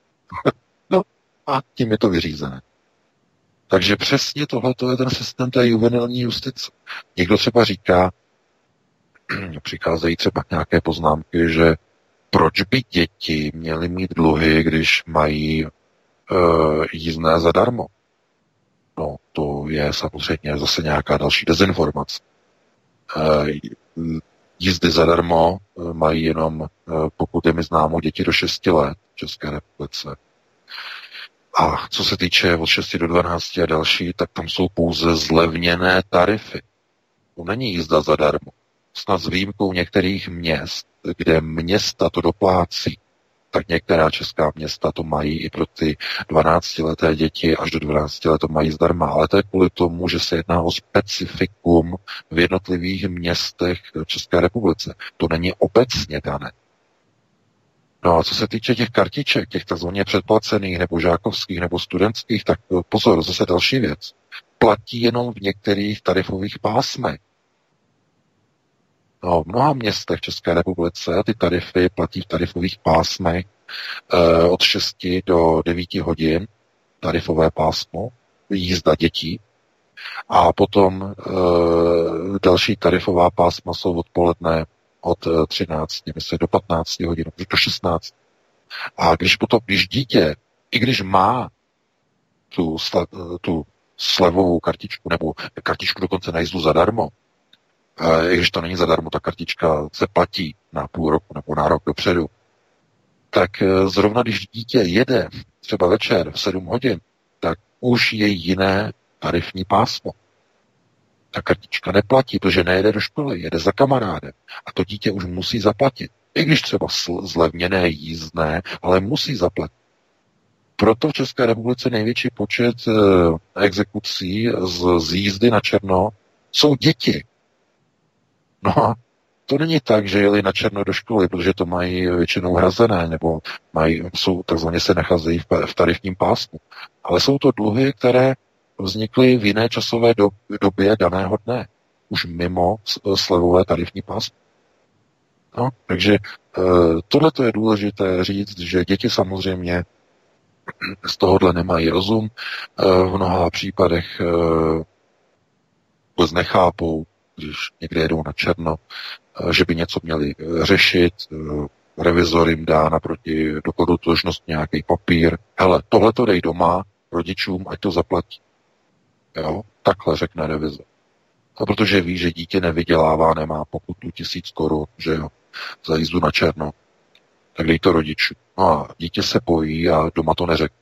No a tím je to vyřízené. Takže přesně tohle je ten systém té juvenilní justice. Někdo třeba říká, přicházejí třeba nějaké poznámky, že proč by děti měly mít dluhy, když mají uh, jízdné zadarmo? No, to je samozřejmě zase nějaká další dezinformace. Uh, jízdy zadarmo uh, mají jenom, uh, pokud je mi známo, děti do šesti let v České republice. A co se týče od šesti do dvanácti a další, tak tam jsou pouze zlevněné tarify. To není jízda zadarmo. Snad s výjimkou některých měst, kde města to doplácí, tak některá česká města to mají i pro ty dvanáctileté děti, až do dvanácti let to mají zdarma. Ale to je kvůli tomu, že se jedná o specifikum v jednotlivých městech v České republice. To není obecně dané. No a co se týče těch kartiček, těch takzvaně předplacených, nebo žákovských, nebo studentských, tak pozor, zase další věc. Platí jenom v některých tarifových pásmech. No, v mnoha městech v České republice ty tarify platí v tarifových pásmech eh, od šesti do devíti hodin, tarifové pásmo, jízda dětí, a potom e, další tarifová pásma jsou odpoledne od třinácti, myslím, do patnácti hodin, do šestnácti. A když potom, když dítě, i když má tu, tu slevovou kartičku, nebo kartičku dokonce na jízdu zadarmo, e, i když to není zadarmo, ta kartička se platí na půl roku nebo na rok dopředu, tak e, zrovna když dítě jede třeba večer v sedm hodin, tak už je jiné tarifní pásmo. Ta kartička neplatí, protože nejede do školy, jede za kamarádem. A to dítě už musí zaplatit. I když třeba zlevněné jízdné, ale musí zaplatit. Proto v České republice největší počet e, exekucí z, z jízdy na černo jsou děti. No a to není tak, že jeli na černo do školy, protože to mají většinou hrazené, nebo mají, jsou, takzvaně se nacházejí v, v tarifním pásmu. Ale jsou to dluhy, které vznikly v jiné časové do, době daného dne. Už mimo slevové tarifní pásmo. No, takže e, tohle je důležité říct, že děti samozřejmě z tohohle nemají rozum. E, v mnoha případech e, vůbec nechápou, když někde jedou na černo, e, že by něco měli řešit. E, revizor jim dá naproti dokladu totožnost nějaký papír. Hele, tohle to dej doma rodičům, ať to zaplatí. Jo? Takhle řekne revizor. A protože ví, že dítě nevydělává, nemá pokutu tisíc korun, že jo, za jízdu na černo, tak dej to rodičům. No a dítě se bojí a doma to neřekne.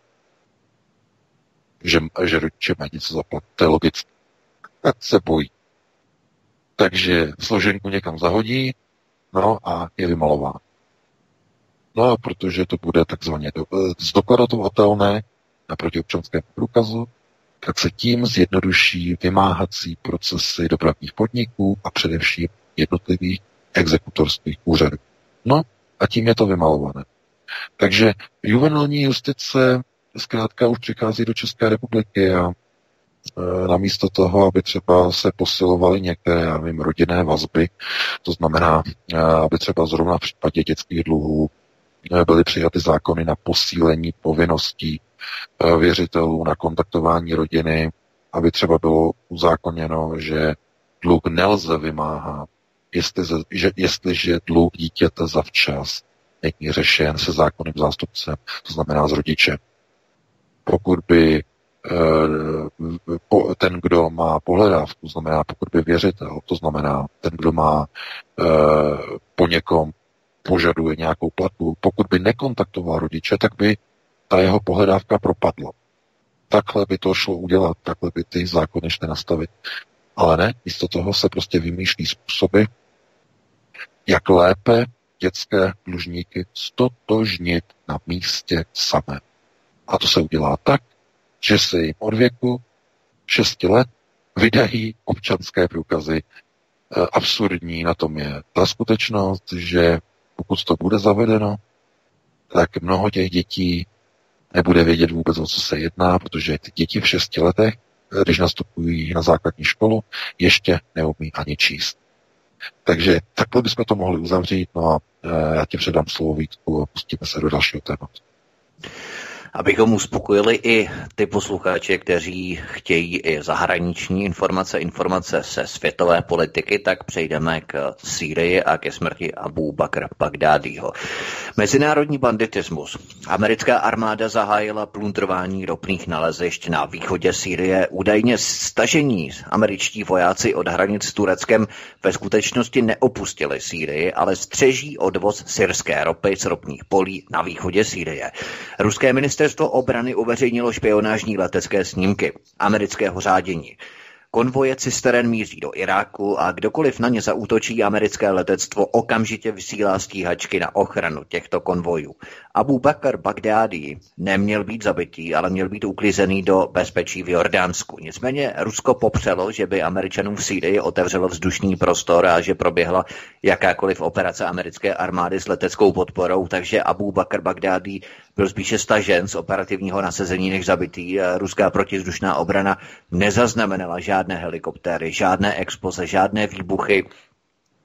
Že, že rodiče mají něco zaplatit. To je logické. Se bojí. Takže složenku někam zahodí, no a je vymalován. No a protože to bude takzvaně do, zdokladatelné naproti občanskému průkazu, tak se tím zjednoduší vymáhací procesy dopravních podniků a především jednotlivých exekutorských úřadů. No a tím je to vymalované. Takže juvenilní justice zkrátka už přichází do České republiky a e, namísto toho, aby třeba se posilovaly některé, já vím, rodinné vazby, to znamená, e, aby třeba zrovna v případě dětských dluhů e, byly přijaty zákony na posílení povinností věřitelů na kontaktování rodiny, aby třeba bylo uzákoněno, že dluh nelze vymáhat, jestliže, že, jestliže dluh dítěte zavčas není řešen se zákonným zástupcem, to znamená s rodičem. Pokud by ten, kdo má pohledávku, to znamená pokud by věřitel, to znamená ten, kdo má po někom požaduje nějakou platbu, pokud by nekontaktoval rodiče, tak by ta jeho pohledávka propadla. Takhle by to šlo udělat, takhle by ty zákony šly nastavit. Ale ne, místo toho se prostě vymýšlí způsoby, jak lépe dětské dlužníky stotožnit na místě samé. A to se udělá tak, že se jim od věku šesti let vydají občanské průkazy. Absurdní na tom je ta skutečnost, že pokud to bude zavedeno, tak mnoho těch dětí nebude vědět vůbec, o co se jedná, protože ty děti v šesti letech, když nastupují na základní školu, ještě neumí ani číst. Takže takhle bychom to mohli uzavřít, no a já ti předám slovo, Vítku, a pustíme se do dalšího tématu. Abychom uspokojili i ty posluchače, kteří chtějí i zahraniční informace, informace ze světové politiky, tak přejdeme k Sýrii a ke smrti Abu Bakra Bagdádího. Mezinárodní banditismus. Americká armáda zahájila plundrování ropných nalezišť na východě Sýrie. Údajně stažení američtí vojáci od hranic s Tureckem ve skutečnosti neopustili Sýrii, ale střeží odvoz syrské ropy z ropných polí na východě Sýrie. Ruské ministerstvo obrany uveřejnilo špionážní letecké snímky amerického řádění. Konvoje cisteren míří do Iráku a kdokoliv na ně zaútočí, americké letectvo okamžitě vysílá stíhačky na ochranu těchto konvojů. Abu Bakr Bagdádí neměl být zabitý, ale měl být uklizený do bezpečí v Jordánsku. Nicméně Rusko popřelo, že by Američanům v Sýrii otevřelo vzdušný prostor a že proběhla jakákoliv operace americké armády s leteckou podporou, takže Abu Bakr Bagdádí byl spíše stažen z operativního nasazení než zabitý. Ruská protizdušná obrana nezaznamenala žádné helikoptéry, žádné exploze, žádné výbuchy.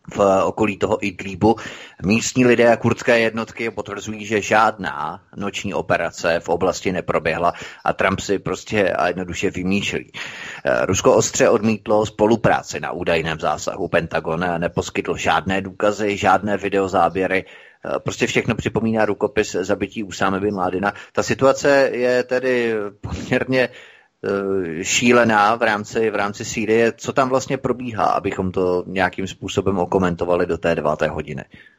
v okolí toho Idlíbu. Místní lidé a kurdské jednotky potvrzují, že žádná noční operace v oblasti neproběhla a Trump si prostě a jednoduše vymýšlí. Rusko ostře odmítlo spolupráci na údajném zásahu. Pentagon neposkytl žádné důkazy, žádné videozáběry, prostě všechno připomíná rukopis zabití Usámy bin Ládina. Ta situace je tedy poměrně šílená v rámci, v rámci Sýrie. Co tam vlastně probíhá, abychom to nějakým způsobem okomentovali do té deváté hodiny?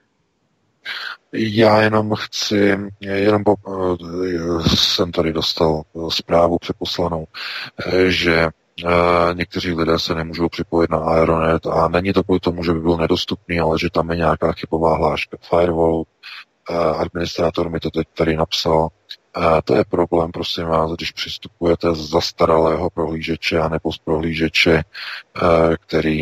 Já jenom chci, jenom po, jsem tady dostal zprávu přeposlanou, že někteří lidé se nemůžou připojit na Aeronet a není to kvůli tomu, že by byl nedostupný, ale že tam je nějaká chybová hláška. Firewall, administrátor mi to teď tady napsal. To je problém, prosím vás, když přistupujete z zastaralého prohlížeče anebo z prohlížeče, který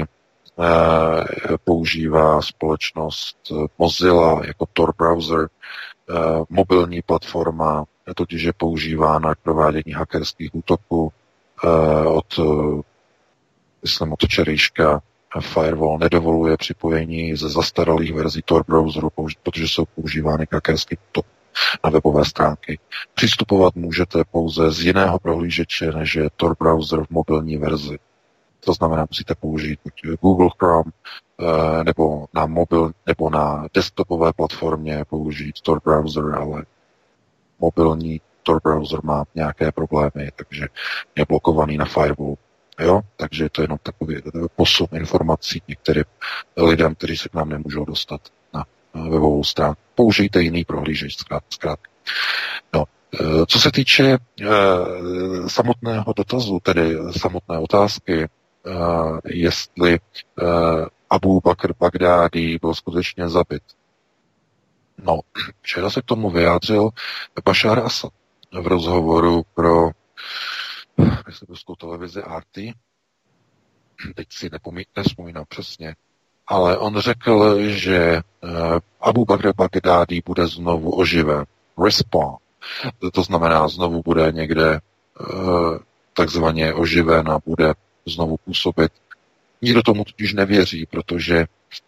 používá společnost Mozilla jako Tor browser, mobilní platforma, totiž je používána k provádění hackerských útoků od, myslím, od včerejška. Firewall nedovoluje připojení ze zastaralých verzí Tor browseru, protože jsou používány k hackerským útokům na webové stránky. Přistupovat můžete pouze z jiného prohlížeče, než je Tor browser v mobilní verzi. To znamená, musíte použít Google Chrome nebo na mobil, nebo na desktopové platformě použít Tor browser, ale mobilní Tor browser má nějaké problémy, takže je blokovaný na firewall. Jo? Takže to je jenom takový posun informací některým lidem, kteří se k nám nemůžou dostat na webovou stránku. Použijte jiný prohlížeč, zkrátka. No. Co se týče e, samotného dotazu, tedy samotné otázky, e, jestli e, Abu Bakr Bagdádi byl skutečně zabit. No, včera se k tomu vyjádřil Bašár Asad v rozhovoru pro ruskou televizi R T. Teď si nepomínám přesně. Ale on řekl, že Abu Bakr Bagdádi bude znovu oživen. Respawn. To znamená, znovu bude někde takzvaně oživen a bude znovu působit. Nikdo tomu totiž nevěří, protože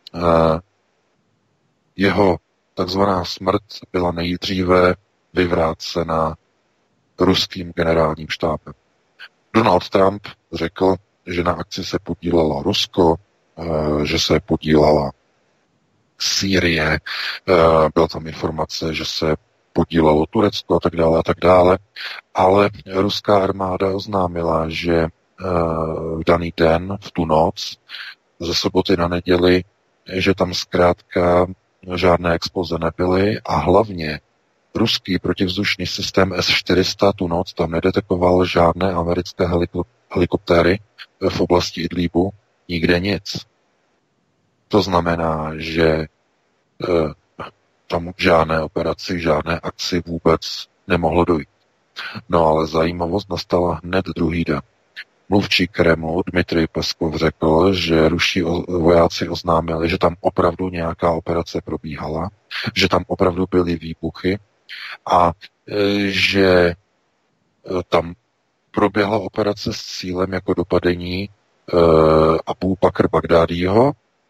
jeho takzvaná smrt byla nejdříve vyvrácena ruským generálním štábem. Donald Trump řekl, že na akci se podílelo Rusko, že se podílela Sýrie, byla tam informace, že se podílelo Turecko a tak dále a tak dále, ale ruská armáda oznámila, že v daný den, v tu noc, ze soboty na neděli, že tam zkrátka žádné exploze nebyly a hlavně ruský protivzdušný systém S čtyři sta tu noc tam nedetekoval žádné americké helikoptéry v oblasti Idlíbu, nikde nic. To znamená, že e, tam žádné operaci, žádné akci vůbec nemohlo dojít. No ale zajímavost nastala hned druhý den. Mluvčí Kremlu Dmitrij Peskov řekl, že ruští vojáci oznámili, že tam opravdu nějaká operace probíhala, že tam opravdu byly výbuchy a e, že e, tam proběhla operace s cílem jako dopadení e, Abu Bakr Bagdádiho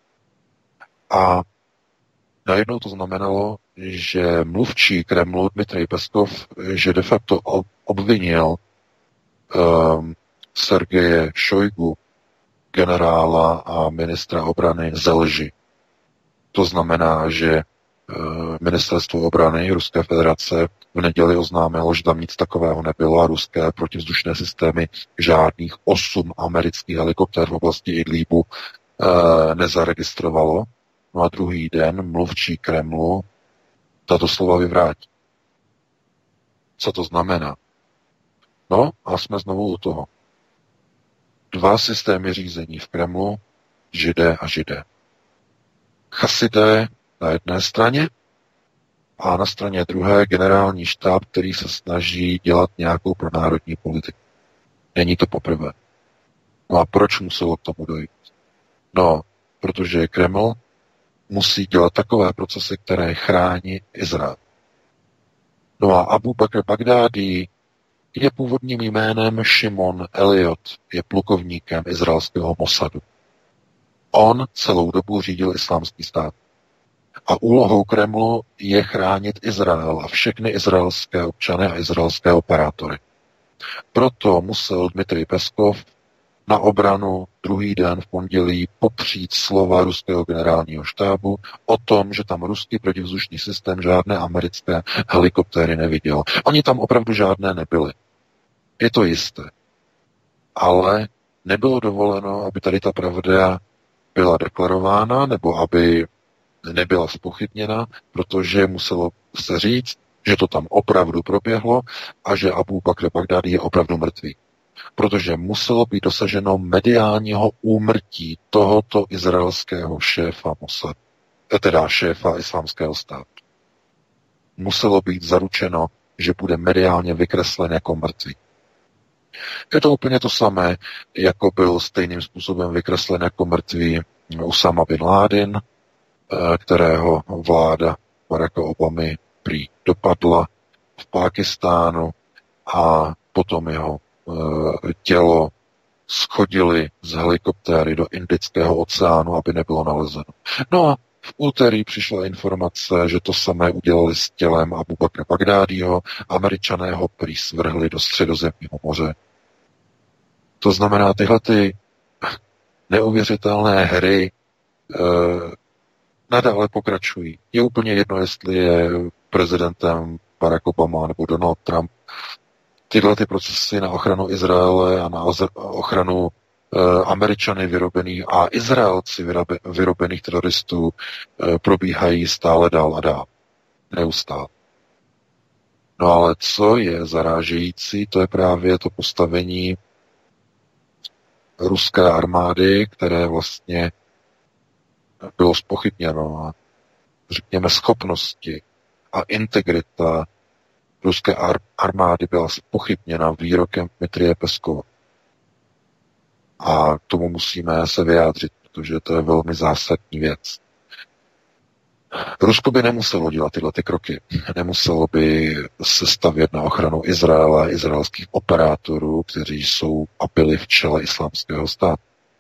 a najednou to znamenalo, že mluvčí Kremlu Dmitrij Peskov, že de facto obvinil e, Sergeje Šojgu, generála a ministra obrany ze lži. To znamená, že Ministerstvo obrany Ruské federace v neděli oznámilo, že tam nic takového nebylo a ruské protivzdušné systémy žádných osm amerických helikoptér v oblasti Idlíbu e, nezaregistrovalo. No a druhý den mluvčí Kremlu tato slova vyvrátí. Co to znamená? No a jsme znovu u toho. Dva systémy řízení v Kremlu, židé a židé. Chasidé na jedné straně a na straně druhé generální štáb, který se snaží dělat nějakou pronárodní politiku. Není to poprvé. No a proč muselo k tomu dojít? No, protože Kreml musí dělat takové procesy, které chrání Izrael. No a Abu Bakr Bagdádi je původním jménem Šimon Eliot, je plukovníkem izraelského Mossadu. On celou dobu řídil islámský stát. A úlohou Kremlu je chránit Izrael a všechny izraelské občany a izraelské operátory. Proto musel Dmitrij Peskov na obranu druhý den v pondělí popřít slova ruského generálního štábu o tom, že tam ruský protivzdušný systém žádné americké helikoptéry neviděl. Oni tam opravdu žádné nebyly. Je to jisté. Ale nebylo dovoleno, aby tady ta pravda byla deklarována, nebo aby nebyla zpochybněna, protože muselo se říct, že to tam opravdu proběhlo a že Abu Bakr Bagdadi je opravdu mrtvý. Protože muselo být dosaženo mediálního úmrtí tohoto izraelského šéfa Mossad, teda šéfa islámského státu. Muselo být zaručeno, že bude mediálně vykreslen jako mrtvý. Je to úplně to samé, jako byl stejným způsobem vykreslen jako mrtvý Usama bin Laden, kterého vláda Baracka Obamy prý dopadla v Pákistánu a potom jeho tělo schodili z helikoptéry do Indického oceánu, aby nebylo nalezeno. No a v úterý přišla informace, že to samé udělali s tělem Abu Bakra Bagdádiho, Američané ho prý svrhli do Středozemního moře. To znamená, tyhle ty neuvěřitelné hry e, nadále pokračují. Je úplně jedno, jestli je prezidentem Barack Obama nebo Donald Trump. Tyhle ty procesy na ochranu Izraele a na ochranu e, Američany vyrobených a Izraelci vyrobe, vyrobených teroristů e, probíhají stále dál a dál. Neustále. No ale co je zarážející, to je právě to postavení ruské armády, které vlastně bylo zpochybněno a řekněme schopnosti a integrita ruské ar- armády byla zpochybněna výrokem Dmitrije Peskova. A k tomu musíme se vyjádřit, protože to je velmi zásadní věc. Rusko by nemuselo dělat tyhle ty kroky. Nemuselo by se stavět na ochranu Izraela a izraelských operátorů, kteří jsou a byli v čele islámského státu.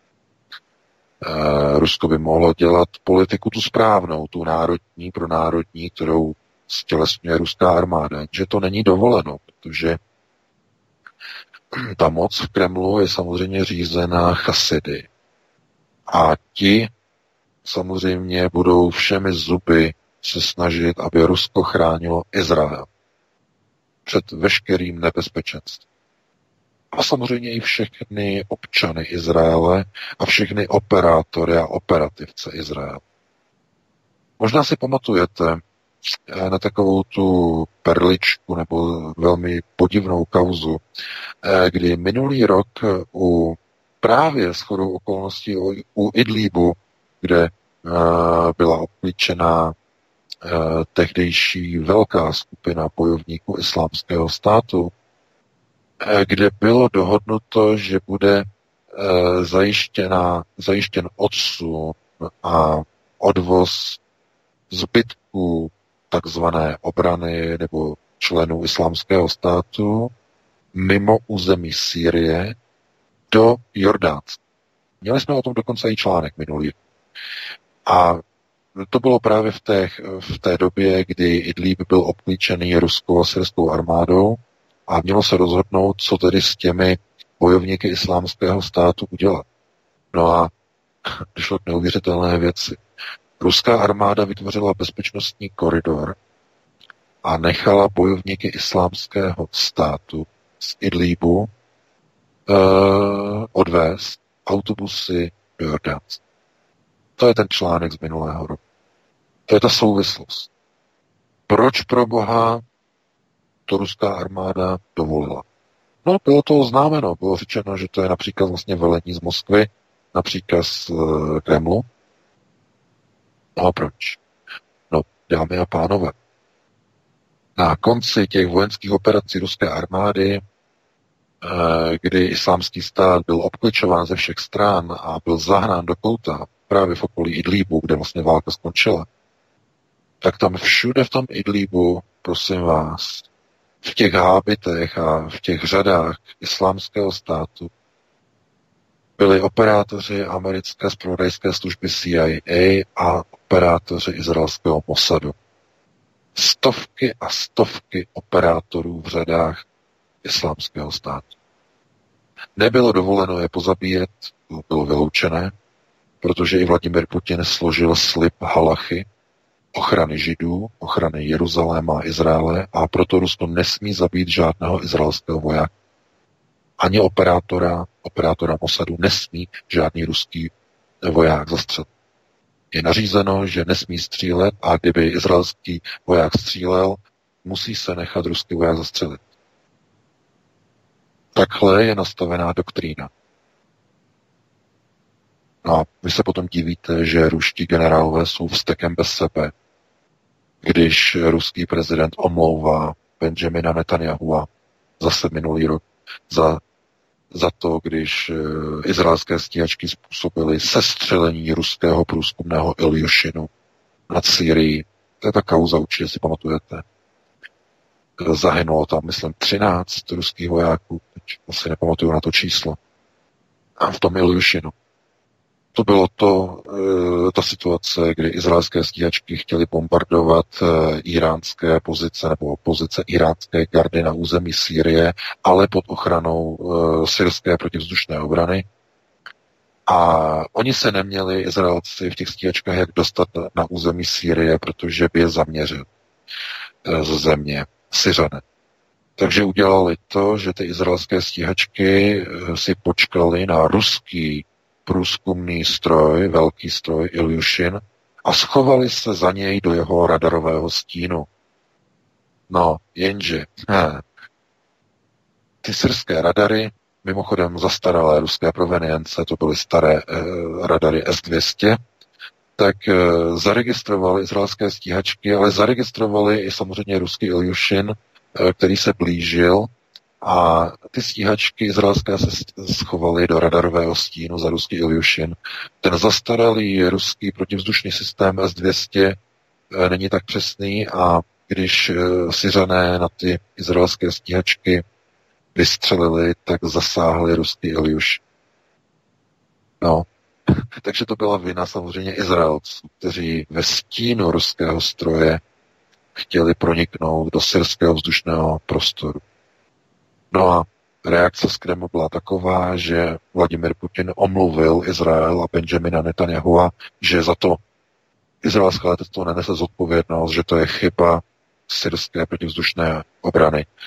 E, Rusko by mohlo dělat politiku tu správnou, tu národní, pro národní, kterou stělesňuje ruská armáda. Že to není dovoleno, protože ta moc v Kremlu je samozřejmě řízená chasidy. A ti samozřejmě budou všemi zuby se snažit, aby Rusko chránilo Izrael před veškerým nebezpečenstvím. A samozřejmě i všechny občany Izraele a všechny operátory a operativce Izraele. Možná si pamatujete na takovou tu perličku nebo velmi podivnou kauzu, kdy minulý rok u právě shodou okolností u Idlíbu, kde byla obklíčena tehdejší velká skupina bojovníků islámského státu, kde bylo dohodnuto, že bude zajištěna, zajištěn odsun a odvoz zbytků takzvané obrany nebo členů islámského státu mimo území Sýrie do Jordánska. Měli jsme o tom dokonce i článek minulý. A to bylo právě v té, v té době, kdy Idlíb byl obklíčený ruskou a syrskou armádou a mělo se rozhodnout, co tedy s těmi bojovníky islámského státu udělat. No a došlo k neuvěřitelné věci. Ruská armáda vytvořila bezpečnostní koridor a nechala bojovníky islámského státu z Idlíbu eh, odvést autobusy do Jordánska. To je ten článek z minulého roku. To je ta souvislost. Proč pro Boha to ruská armáda dovolila? No, bylo to oznámeno. Bylo řečeno, že to je například vlastně velení z Moskvy, například z uh, Kremlu. No a proč? No, dámy a pánové, na konci těch vojenských operací ruské armády, kdy islámský stát byl obkličován ze všech stran a byl zahnán do kouta právě v okolí Idlíbu, kde vlastně válka skončila, tak tam všude v tom Idlíbu, prosím vás, v těch hábitech a v těch řadách islámského státu byli operátoři americké zpravodajské služby C I A a operátoři izraelského Mossadu. Stovky a stovky operátorů v řadách islámského státu. Nebylo dovoleno je pozabíjet, bylo vyloučené, protože i Vladimir Putin složil slib halachy, ochrany Židů, ochrany Jeruzaléma a Izraele a proto Rusko nesmí zabít žádného izraelského vojáka. Ani operátora, operátora Mossadu nesmí žádný ruský voják zastřelit. Je nařízeno, že nesmí střílet a kdyby izraelský voják střílel, musí se nechat ruský voják zastřelit. Takhle je nastavená doktrína. A vy se potom divíte, že ruští generálové jsou vztekem bez sebe, když ruský prezident omlouvá Benjamina Netanyahua zase minulý rok za, za to, když izraelské stíhačky způsobily sestřelení ruského průzkumného Iljušinu nad Syrií. To je ta kauza, určitě si pamatujete. Zahynulo tam, myslím, třináct ruských vojáků, teď asi nepamatuju na to číslo. A v tom Iljušinu. To bylo to, ta situace, kdy izraelské stíhačky chtěly bombardovat iránské pozice nebo pozice iránské gardy na území Sýrie, ale pod ochranou syrské protivzdušné obrany. A oni se neměli, Izraelci, v těch stíhačkách, jak dostat na území Sýrie, protože by je zaměřil ze země Syřané. Takže udělali to, že ty izraelské stíhačky si počkali na ruský průzkumný stroj, velký stroj Iljušin a schovali se za něj do jeho radarového stínu. No, jenže he, ty syrské radary, mimochodem zastaralé ruské provenience, to byly staré eh, radary S dvě stě, tak eh, zaregistrovali izraelské stíhačky, ale zaregistrovali i samozřejmě ruský Iljušin, eh, který se blížil. A ty stíhačky izraelské se schovaly do radarového stínu za ruský Iljušin. Ten zastaralý ruský protivzdušný systém S dvě stě není tak přesný a když Syřané na ty izraelské stíhačky vystřelili, tak zasáhli ruský Iljušin. No, takže to byla vina samozřejmě Izraelců, kteří ve stínu ruského stroje chtěli proniknout do syrského vzdušného prostoru. No a reakce z Kremlu byla taková, že Vladimir Putin omluvil Izrael a Benjamina Netanyahua, že za to izraelské letectvo nenese zodpovědnost, že to je chyba syrské protivzdušné obrany. E,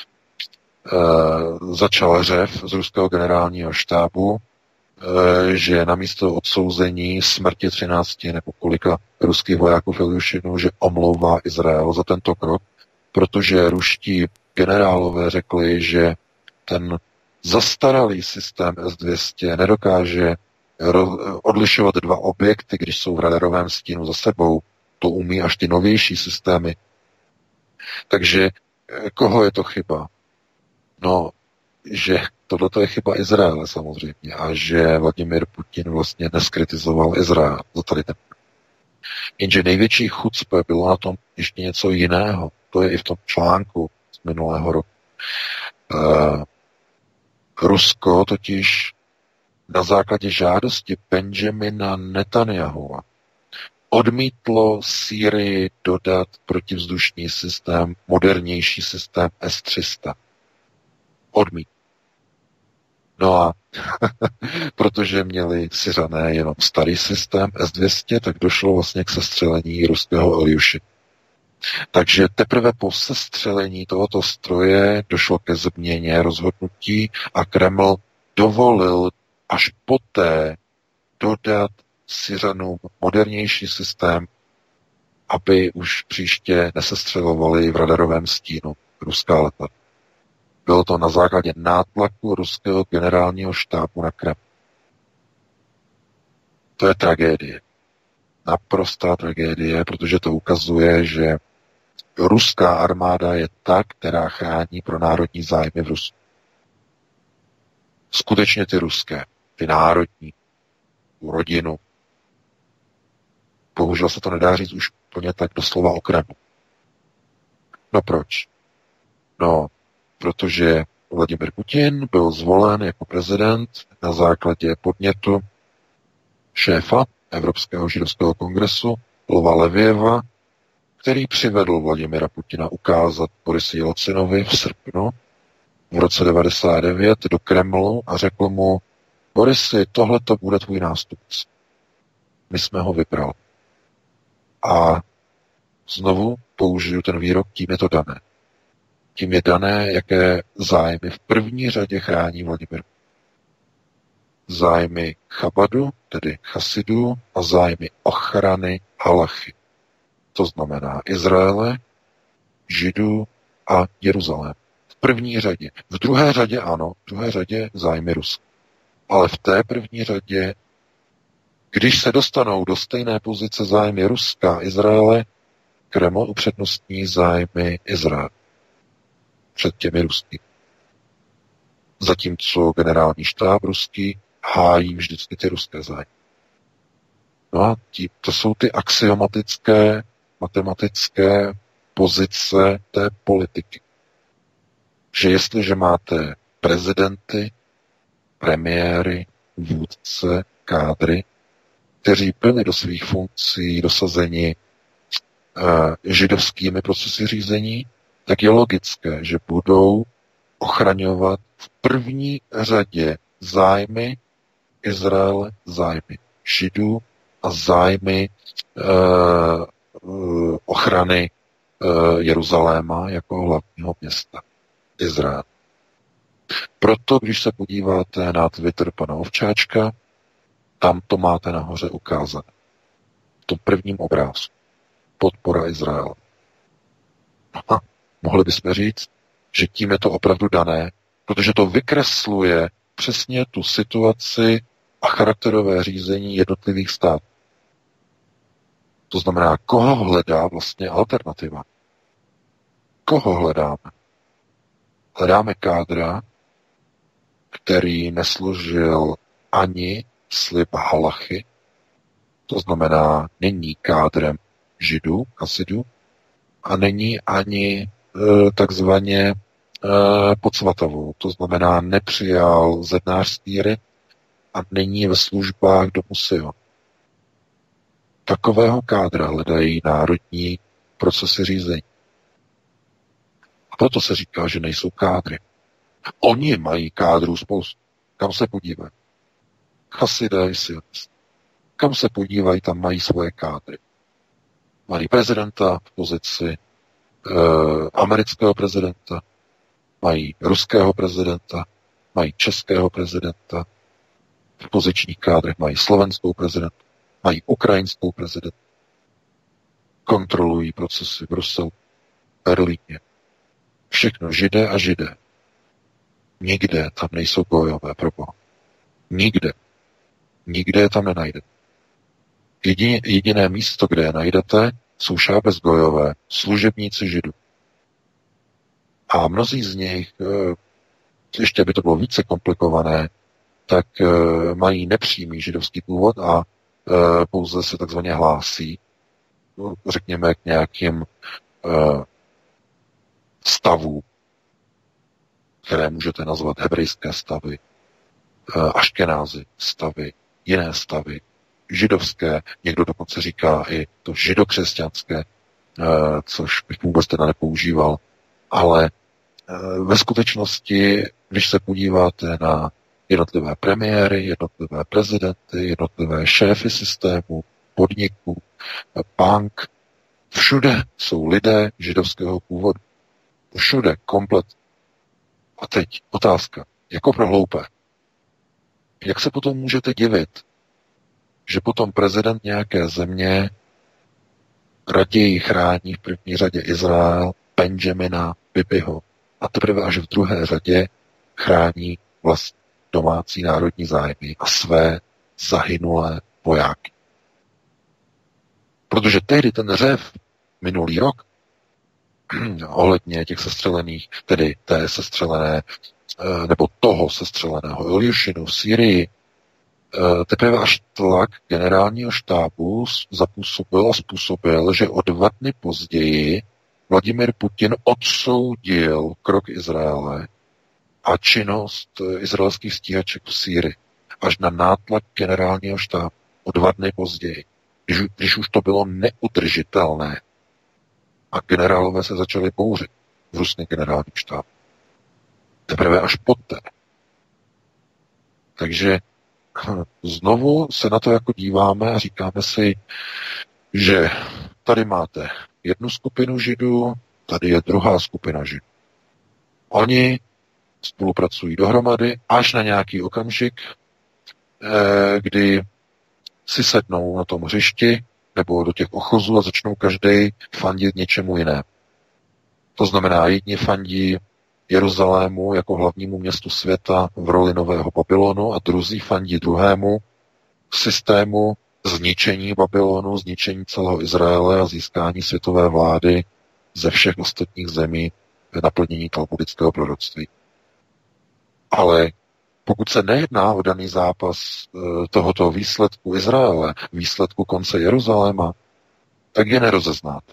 začal řev z ruského generálního štábu, e, že namísto odsouzení smrti třinácti nebo kolika ruských vojáků v Iljušinu, že omlouvá Izrael za tento krok, protože ruští generálové řekli, že ten zastaralý systém S dvě stě nedokáže odlišovat dva objekty, když jsou v radarovém stínu za sebou. To umí až ty novější systémy. Takže koho je to chyba? No, že tohleto je chyba Izraele samozřejmě a že Vladimir Putin vlastně neskritizoval Izrael za tady ten. Jenže největší chucpe bylo na tom ještě něco jiného. To je i v tom článku z minulého roku. Uh, Rusko totiž na základě žádosti Benjamina Netanyahua odmítlo Sýrii dodat protivzdušný systém, modernější systém S tři sta. Odmít. No a protože měli Syřané jenom starý systém S dvě stě, tak došlo vlastně k sestřelení ruského Iljušina. Takže teprve po sestřelení tohoto stroje došlo ke změně rozhodnutí a Kreml dovolil až poté dodat Syřanům modernější systém, aby už příště nesestřelovali v radarovém stínu ruská letadla. Bylo to na základě nátlaku ruského generálního štábu na Kreml. To je tragédie. Naprostá tragédie, protože to ukazuje, že ruská armáda je ta, která chrání pro národní zájmy v Rusku. Skutečně ty ruské, ty národní, tu rodinu. Bohužel se to nedá říct už plně tak doslova o Kremlu. No proč? No, protože Vladimir Putin byl zvolen jako prezident na základě podnětu šéfa Evropského židovského kongresu Lva Levieva, který přivedl Vladimira Putina ukázat Borisi Jelcinovi v srpnu v roce devadesát devět do Kremlu a řekl mu: Borisi, tohle to bude tvůj nástupce. My jsme ho vybrali. A znovu použiju ten výrok, tím je to dané. Tím je dané, jaké zájmy v první řadě chrání Vladimir. Zájmy Chabadu, tedy Chasidů, a zájmy ochrany halachy. To znamená Izraele, Židů a Jeruzalém. V první řadě. V druhé řadě ano, v druhé řadě zájmy Ruska. Ale v té první řadě, když se dostanou do stejné pozice zájmy Ruska a Izraele, Kreml upřednostní zájmy Izraele před těmi ruskými. Zatímco generální štáb ruský hájí vždycky ty ruské zájmy. No a tí, to jsou ty axiomatické, matematické pozice té politiky. Že jestliže máte prezidenty, premiéry, vůdce, kádry, kteří byli do svých funkcí dosazeni uh, židovskými procesy řízení, tak je logické, že budou ochraňovat v první řadě zájmy Izraele, zájmy Židů a zájmy uh, uh, ochrany uh, Jeruzaléma jako hlavního města Izrael. Proto, když se podíváte na Twitter pana Ovčáčka, tam to máte nahoře ukázané. V tom prvním obrázku. Podpora Izraele. Aha, mohli bychom říct, že tím je to opravdu dané, protože to vykresluje přesně tu situaci a charakterové řízení jednotlivých států. To znamená, koho hledá vlastně alternativa. Koho hledáme? Hledáme kádra, který nesložil ani slib halachy, to znamená, není kádrem Židů, Hasidů, a není ani e, takzvaně e, podsvatavou, to znamená, nepřijal zednářský ryt a není ve službách domu Sion. Takového kádra hledají národní procesy řízení. A proto se říká, že nejsou kádry. Oni mají kádrů spoustu. Kam se podívají? Chasidé, sionisté. Kam se podívají, tam mají svoje kádry. Mají prezidenta v pozici e, amerického prezidenta, mají ruského prezidenta, mají českého prezidenta, v pozičních kádrech mají slovenskou prezidentku, mají ukrajinskou prezidentku, kontrolují procesy v Bruselu, Berlíně. Všechno židé a židé. Nikde tam nejsou gojové, proboha. Nikde. Nikde je tam nenajdete. Jediné, jediné místo, kde je najdete, jsou šábez gojové, služebníci židů. A mnozí z nich, ještě by to bylo více komplikované, tak mají nepřímý židovský původ a pouze se takzvaně hlásí, řekněme, k nějakým stavům, které můžete nazvat hebrejské stavy, aškenázy stavy, jiné stavy, židovské, někdo dokonce říká i to židokřesťanské, což bych vůbec teda nepoužíval, ale ve skutečnosti, když se podíváte na jednotlivé premiéry, jednotlivé prezidenty, jednotlivé šéfy systému, podniků, bank, všude jsou lidé židovského původu. Všude, komplet. A teď otázka, jako pro hloupé. Jak se potom můžete divit, že potom prezident nějaké země raději chrání v první řadě Izrael, Benjamina, Bibiho a teprve až v druhé řadě chrání vlastně domácí národní zájmy a své zahynulé vojáky. Protože tehdy ten řev minulý rok ohledně těch sestřelených, tedy té sestřelené, nebo toho sestřeleného Iljušinu v Sýrii, teprve až tlak generálního štábu zapůsobil a způsobil, že o dva dny později Vladimir Putin odsoudil krok Izraele a činnost izraelských stíhaček v Sýrii až na nátlak generálního štábu o dva dny později, když, když už to bylo neudržitelné a generálové se začali bouřit v ruském generálním štábu. Teprve až poté. Takže znovu se na to jako díváme a říkáme si, že tady máte jednu skupinu Židů, tady je druhá skupina Židů. Oni spolupracují dohromady až na nějaký okamžik, kdy si sednou na tom hřišti nebo do těch ochozů a začnou každý fandit něčemu jinému. To znamená, jedni fandí Jeruzalému jako hlavnímu městu světa v roli nového Babylonu a druzí fandí druhému systému zničení Babylonu, zničení celého Izraele a získání světové vlády ze všech ostatních zemí v naplnění talmudického proroctví. Ale pokud se nejedná o daný zápas tohoto výsledku Izraele, výsledku konce Jeruzaléma, tak je nerozeznáte.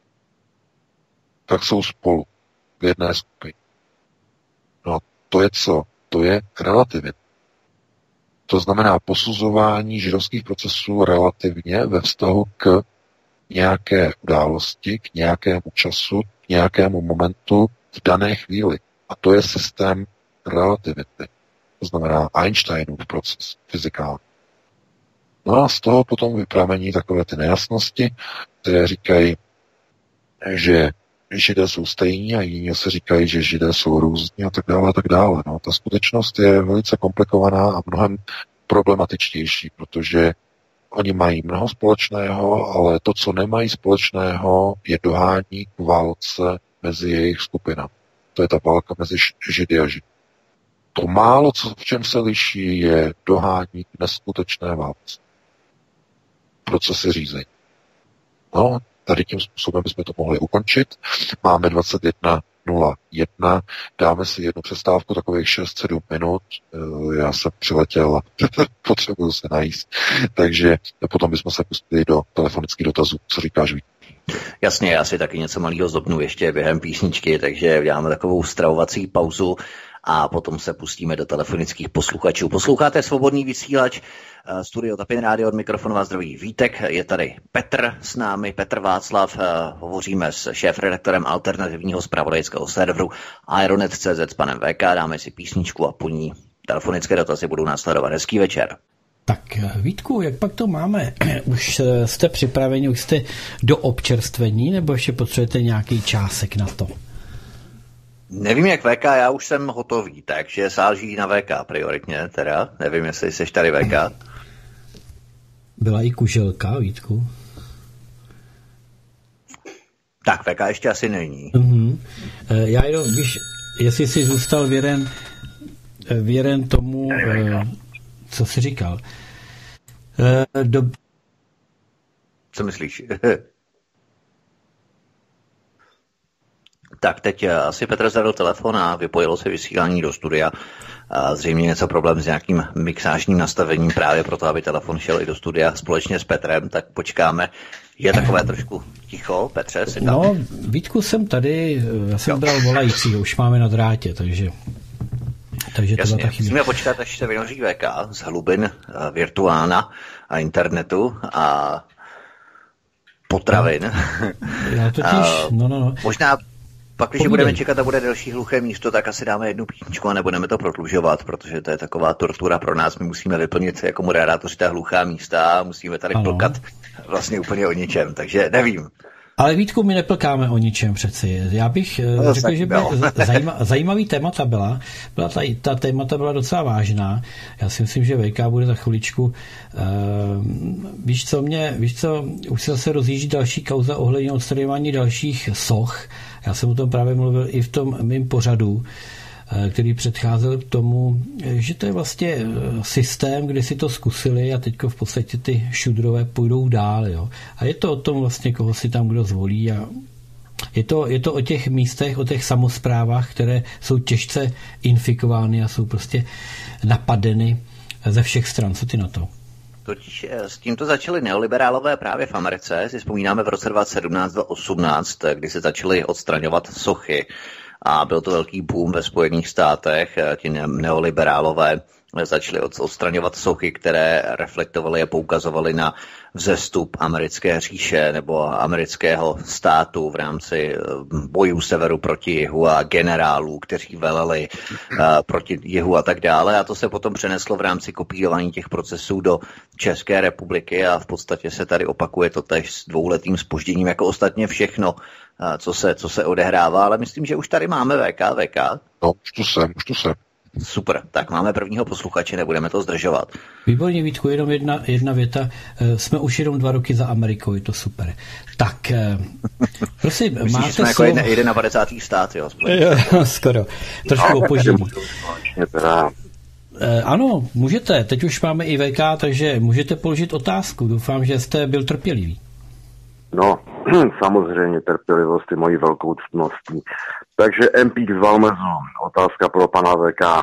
Tak jsou spolu v jedné skupině. No to je co? To je relativita. To znamená posuzování židovských procesů relativně ve vztahu k nějaké události, k nějakému času, k nějakému momentu v dané chvíli. A to je systém relativity. To znamená Einsteinův proces fyzikální. No a z toho potom vypramení takové ty nejasnosti, které říkají, že Židé jsou stejní a jiní se říkají, že Židé jsou různí a tak dále a tak dále. No, ta skutečnost je velice komplikovaná a mnohem problematičtější, protože oni mají mnoho společného, ale to, co nemají společného, je dohání k válce mezi jejich skupinami. To je ta válka mezi Židy a Židy. To málo, co v čem se liší, je dohání k neskutečné válce. Procesy řízení. No, tady tím způsobem bychom to mohli ukončit. Máme dvacet jedna nula jedna, dáme si jednu přestávku, takových šest sedm minut. Já jsem přiletěl a potřebuju se najíst. Takže potom bychom se pustili do telefonických dotazů. Co říkáš, Vít? Jasně, já si taky něco malého zobnu ještě během písničky, takže děláme takovou stravovací pauzu a potom se pustíme do telefonických posluchačů. Posloucháte Svobodný vysílač, studio Tapin Rádio, od mikrofonu vás zdraví Vítek, je tady Petr s námi, Petr Václav, hovoříme s šéfredaktorem alternativního zpravodajského serveru Aeronet tečka cé zet s panem V K, dáme si písničku a po ní telefonické dotazy budou následovat. Hezký večer. Tak Vítku, jak pak to máme? Už jste připraveni, už jste do občerstvení, nebo ještě potřebujete nějaký čásek na to? Nevím jak V K, já už jsem hotový, takže záleží na V K prioritně, teda. Nevím, jestli jsi tady V K. Byla i kuželka, Vítku? Tak, V K ještě asi není. Uh-huh. Já jenom, víš, jestli jsi zůstal věren, věren tomu, co jsi říkal. Do... Co myslíš? Tak teď asi Petr zavřel telefon a vypojilo se vysílání do studia. A zřejmě něco problém s nějakým mixážním nastavením právě proto, aby telefon šel i do studia společně s Petrem, tak počkáme. Je takové trošku ticho, Petře? Jsi tam? No, Vítku, jsem tady, já jsem jo. bral volajícího, už máme na drátě, takže... takže jasně, musíme počkat, až se vynoří V K z hlubin virtuálna a internetu a potravin. Já totiž, no, no, no. Možná pak, když budeme čekat a bude delší hluché místo, tak asi dáme jednu písničku a nebudeme to prodlužovat, protože to je taková tortura pro nás. My musíme vyplnit jako moderátoři ta hluchá místa a musíme tady plkat vlastně úplně o ničem, takže nevím. Ale Vítku, my neplkáme o ničem přeci. Já bych no, řekl, že by zajíma, zajímavý témata byla. byla ta, ta témata byla docela vážná. Já si myslím, že V K bude za chviličku. Uh, víš, co mě, víš co, už se zase rozjíždí další kauza ohledně odstraňování dalších soch. Já jsem o tom právě mluvil i v tom mým pořadu, který předcházel k tomu, že to je vlastně systém, kde si to zkusili a teďko v podstatě ty šudrové půjdou dál. Jo. A je to o tom vlastně, koho si tam kdo zvolí. A je to, je to o těch místech, o těch samosprávách, které jsou těžce infikovány a jsou prostě napadeny ze všech stran. Co ty na to? Totiž s tímto začali neoliberálové právě v Americe. Si vzpomínáme v roce dva tisíce sedmnáct dva tisíce osmnáct, kdy se začaly odstraňovat sochy a byl to velký boom ve Spojených státech. Ti neoliberálové začali odstraňovat sochy, které reflektovaly a poukazovaly na vzestup americké říše nebo amerického státu v rámci bojů severu proti jihu a generálů, kteří veleli uh, proti jihu a tak dále. A to se potom přeneslo v rámci kopírování těch procesů do České republiky a v podstatě se tady opakuje to též s dvouletým zpožděním, jako ostatně všechno, uh, co se, co se odehrává. Ale myslím, že už tady máme V K. V K. No, už tu jsem, už tu jsem. Super, tak máme prvního posluchače, nebudeme to zdržovat. Výborně, Vítku, jenom jedna, jedna věta. Jsme už jenom dva roky za Amerikou, je to super. Tak, prosím, Myslíš, máte že jsme slovo... jako jedna padesátý stát, jo? jo skoro, trošku opoždění. Teda... Ano, můžete, teď už máme i V K, takže můžete položit otázku. Doufám, že jste byl trpělivý. No, samozřejmě trpělivost je mojí velkou ctností. Takže M P z Valmezu, otázka pro pana V K.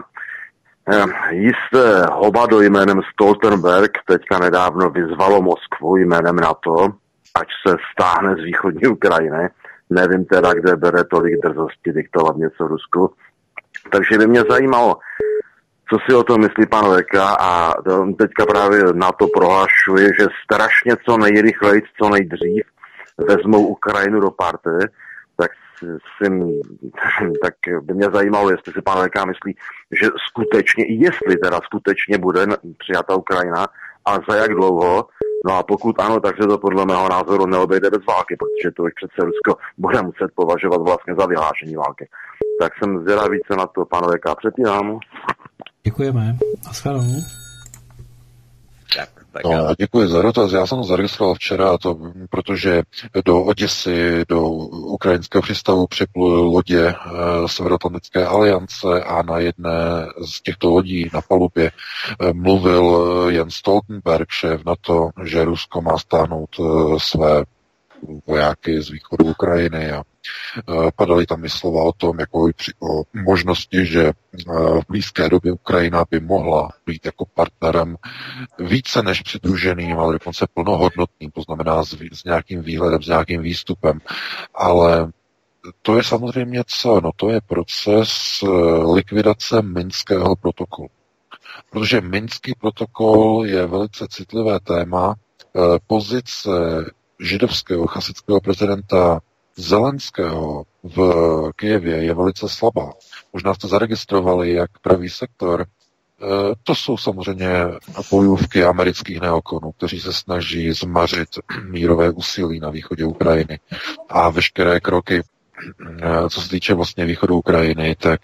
Jisté hovado jménem Stoltenberg teďka nedávno vyzvalo Moskvu jménem NATO, ať se stáhne z východní Ukrajiny. Nevím teda, kde bere tolik drzosti diktovat něco Rusku. Takže by mě zajímalo, co si o tom myslí pan V K, a teďka právě NATO prohlašuje, že strašně co nejrychleji, co nejdřív vezmou Ukrajinu do party, tak, si, tak by mě zajímalo, jestli si pan V K myslí, že skutečně, jestli teda skutečně bude přijata Ukrajina a za jak dlouho. No a pokud ano, tak se to podle mého názoru neobejde bez války, protože to už přece Rusko bude muset považovat vlastně za vyhlášení války. Tak jsem zvědavý, co na to pan V K přepínám. Děkujeme. A shledanou. Tak, tak no, děkuji za dotaz. Já jsem to zaregistroval včera, to, protože do Oděsy, do ukrajinského přístavu připluly lodě e, Severoatlantické aliance a na jedné z těchto lodí na palubě e, mluvil Jens Stoltenberg, šéf NATO, že Rusko má stáhnout e, své vojáky z východu Ukrajiny a padaly tam i slova o tom, jako o možnosti, že v blízké době Ukrajina by mohla být jako partnerem více než přidruženým, ale dokonce plnohodnotným, to znamená s, s nějakým výhledem, s nějakým výstupem. Ale to je samozřejmě co? No to je proces likvidace Minského protokolu. Protože Minský protokol je velice citlivé téma. Pozice židovského chasického prezidenta Zelenského v Kyjevě je velice slabá. Možná jste zaregistrovali, jak pravý sektor. To jsou samozřejmě bojůvky amerických neokonů, kteří se snaží zmařit mírové úsilí na východě Ukrajiny. A veškeré kroky, co se týče vlastně východu Ukrajiny, tak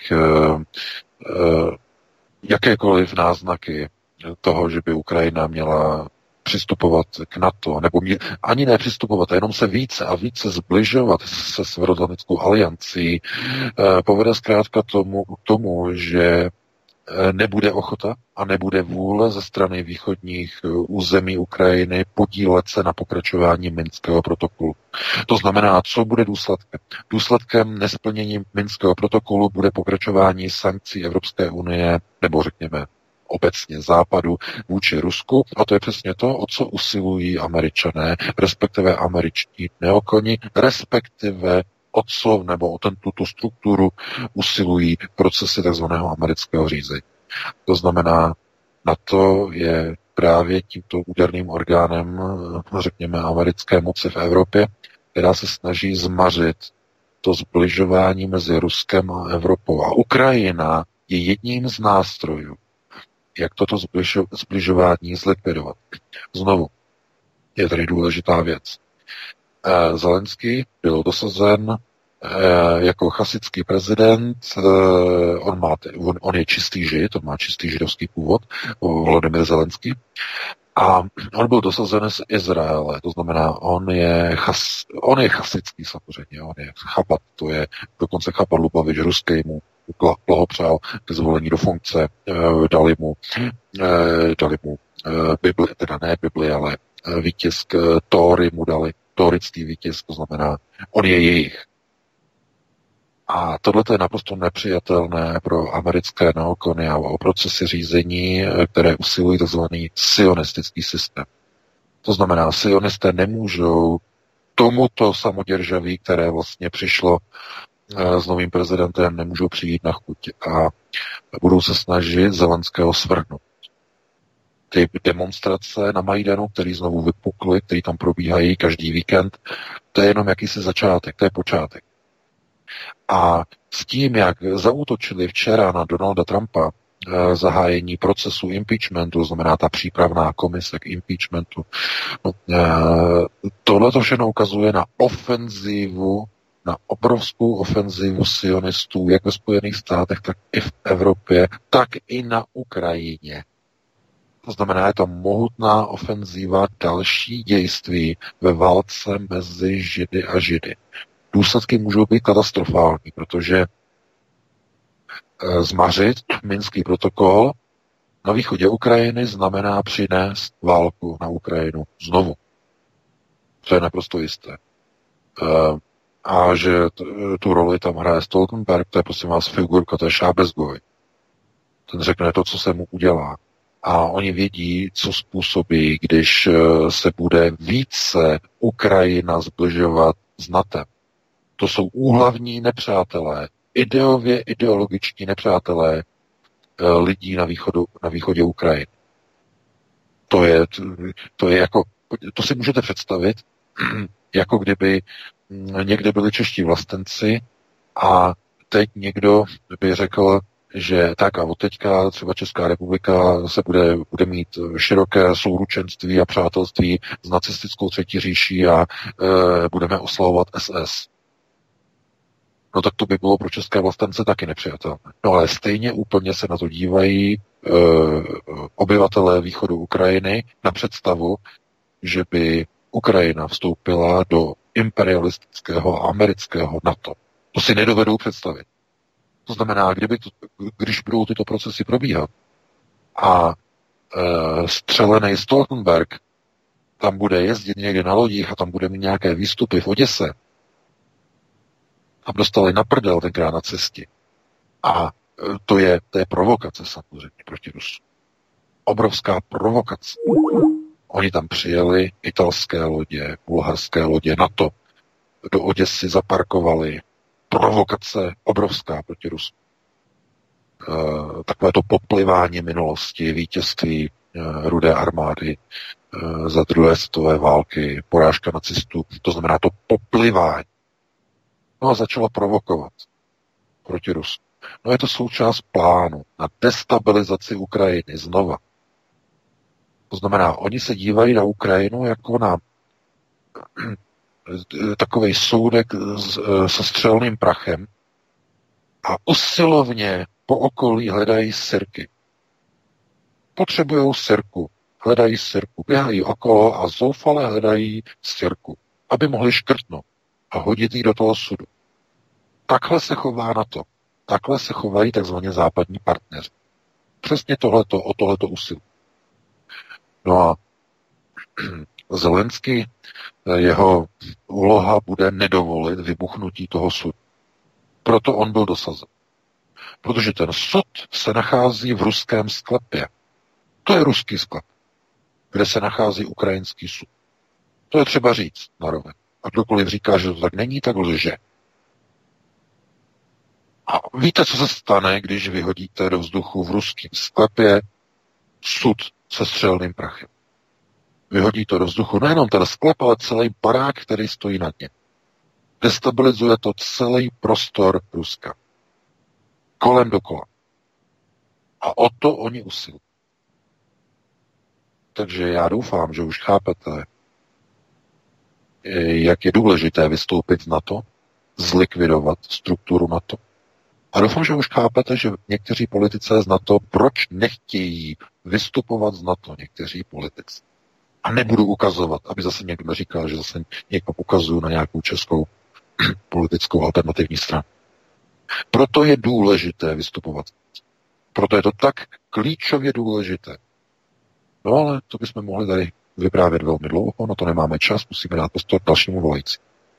jakékoliv náznaky toho, že by Ukrajina měla přistupovat k NATO, nebo mě, ani ne přistupovat, a jenom se více a více zbližovat se Severoatlantickou aliancí, eh, povede zkrátka tomu, tomu, že eh, nebude ochota a nebude vůle ze strany východních eh, území Ukrajiny podílet se na pokračování Minského protokolu. To znamená, co bude důsledkem? Důsledkem nesplnění Minského protokolu bude pokračování sankcí Evropské unie, nebo řekněme obecně západu vůči Rusku, a to je přesně to, o co usilují Američané, respektive američtí neokoni, respektive o co nebo o ten, tuto strukturu usilují procesy tzv. Amerického řízení. To znamená, NATO je právě tímto úderným orgánem, řekněme, americké moci v Evropě, která se snaží zmařit to zbližování mezi Ruskem a Evropou. A Ukrajina je jedním z nástrojů, jak toto zbližování zlikvidovat. Znovu, je tady důležitá věc. Zelenský byl dosazen jako chasický prezident, on, má, on, on je čistý žid, on má čistý židovský původ, Volodymyr Zelenský, a on byl dosazen z Izraele, to znamená, on je, chas, on je chasický samozřejmě, on je chapat, to je dokonce Chapat Lubavič, ruský mu blahopřál ke zvolení do funkce, dali mu, dali mu Bibli, teda ne Bibli, ale výtisk Tóry mu dali, tórický výtisk, to znamená, on je jejich. A tohle je naprosto nepřijatelné pro americké neokony a o procesy řízení, které usilují tzv. Sionistický systém. To znamená, sionisté nemůžou tomuto samoděržaví, které vlastně přišlo s novým prezidentem nemůžou přijít na chuť a budou se snažit Zelenského svrhnout. Ty demonstrace na Majdanu, které znovu vypukly, které tam probíhají každý víkend, to je jenom jakýsi začátek, to je počátek. A s tím, jak zaútočili včera na Donalda Trumpa, zahájení procesu impeachmentu, to znamená ta přípravná komise k impeachmentu, no, tohle to všechno ukazuje na ofenzivu, na obrovskou ofenzivu sionistů, jak ve Spojených státech, tak i v Evropě, tak i na Ukrajině. To znamená, je to mohutná ofenzíva, další dějství ve válce mezi Židy a Židy. Důsledky můžou být katastrofální, protože zmařit Minský protokol na východě Ukrajiny znamená přinést válku na Ukrajinu znovu. To je naprosto jisté. A že tu roli tam hraje Stoltenberg, to je prosím vás figurka, to je šábezgoj. Ten řekne to, co se mu udělá. A oni vědí, co způsobí, když se bude více Ukrajina zbližovat s NATOem. To jsou úhlavní nepřátelé, ideově ideologiční nepřátelé lidí na, východu, na východě Ukrajiny. To je, to je jako, to si můžete představit, jako kdyby někde byli čeští vlastenci a teď někdo by řekl, že tak a od teďka třeba Česká republika se bude, bude mít široké souručenství a přátelství s nacistickou třetí říší a e, budeme oslavovat S S. No tak to by bylo pro české vlastence taky nepřijatelné. No ale stejně úplně se na to dívají e, obyvatelé východu Ukrajiny na představu, že by Ukrajina vstoupila do imperialistického amerického NATO. To si nedovedou představit. To znamená, kdyby to, když budou tyto procesy probíhat a e, střelený Stoltenberg tam bude jezdit někde na lodích a tam bude mít nějaké výstupy v Oděse, a dostali na prdel tenkrát na cestě. A to je, to je provokace samozřejmě proti Rusu. Obrovská provokace. Oni tam přijeli italské lodě, bulharské lodě NATO, do Oděsy zaparkovali. Provokace obrovská proti Rusku. E, takové to poplivání minulosti, vítězství e, Rudé armády e, za druhé světové války, porážka nacistů, to znamená to poplivání. No a začala provokovat proti Rusku. No je to součást plánu na destabilizaci Ukrajiny znova. To znamená, oni se dívají na Ukrajinu jako na takovej soudek se střelným prachem a usilovně po okolí hledají sirky. Potřebujou sirku, hledají sirku, běhají okolo a zoufale hledají sirku, aby mohli škrtnout a hodit ji do toho sudu. Takhle se chová NATO. Takhle se chovají takzvaně západní partneři. Přesně tohleto, o tohleto usilu. No a Zelenský, jeho úloha bude nedovolit vybuchnutí toho sudu. Proto on byl dosazen. Protože ten sud se nachází v ruském sklepě. To je ruský sklep, kde se nachází ukrajinský sud. To je třeba říct naroveň. A kdokoliv říká, že to tak není, tak lže. A víte, co se stane, když vyhodíte do vzduchu v ruském sklepě sud se střelným prachem? Vyhodí to do vzduchu nejenom ten sklep, ale celý barák, který stojí nad něm. Destabilizuje to celý prostor Ruska. Kolem dokola. A o to oni usilují. Takže já doufám, že už chápete, jak je důležité vystoupit z NATO, zlikvidovat strukturu NATO. A doufám, že už chápete, že někteří politici z NATO, proč nechtějí vystupovat z NATO někteří politici. A nebudu ukazovat, aby zase někdo neříkal, že zase někdo ukazuju na nějakou českou politickou alternativní stranu. Proto je důležité vystupovat. Proto je to tak klíčově důležité. No ale to bychom mohli tady vyprávět velmi dlouho, na to nemáme čas, musíme dát prostor dalšímu volající.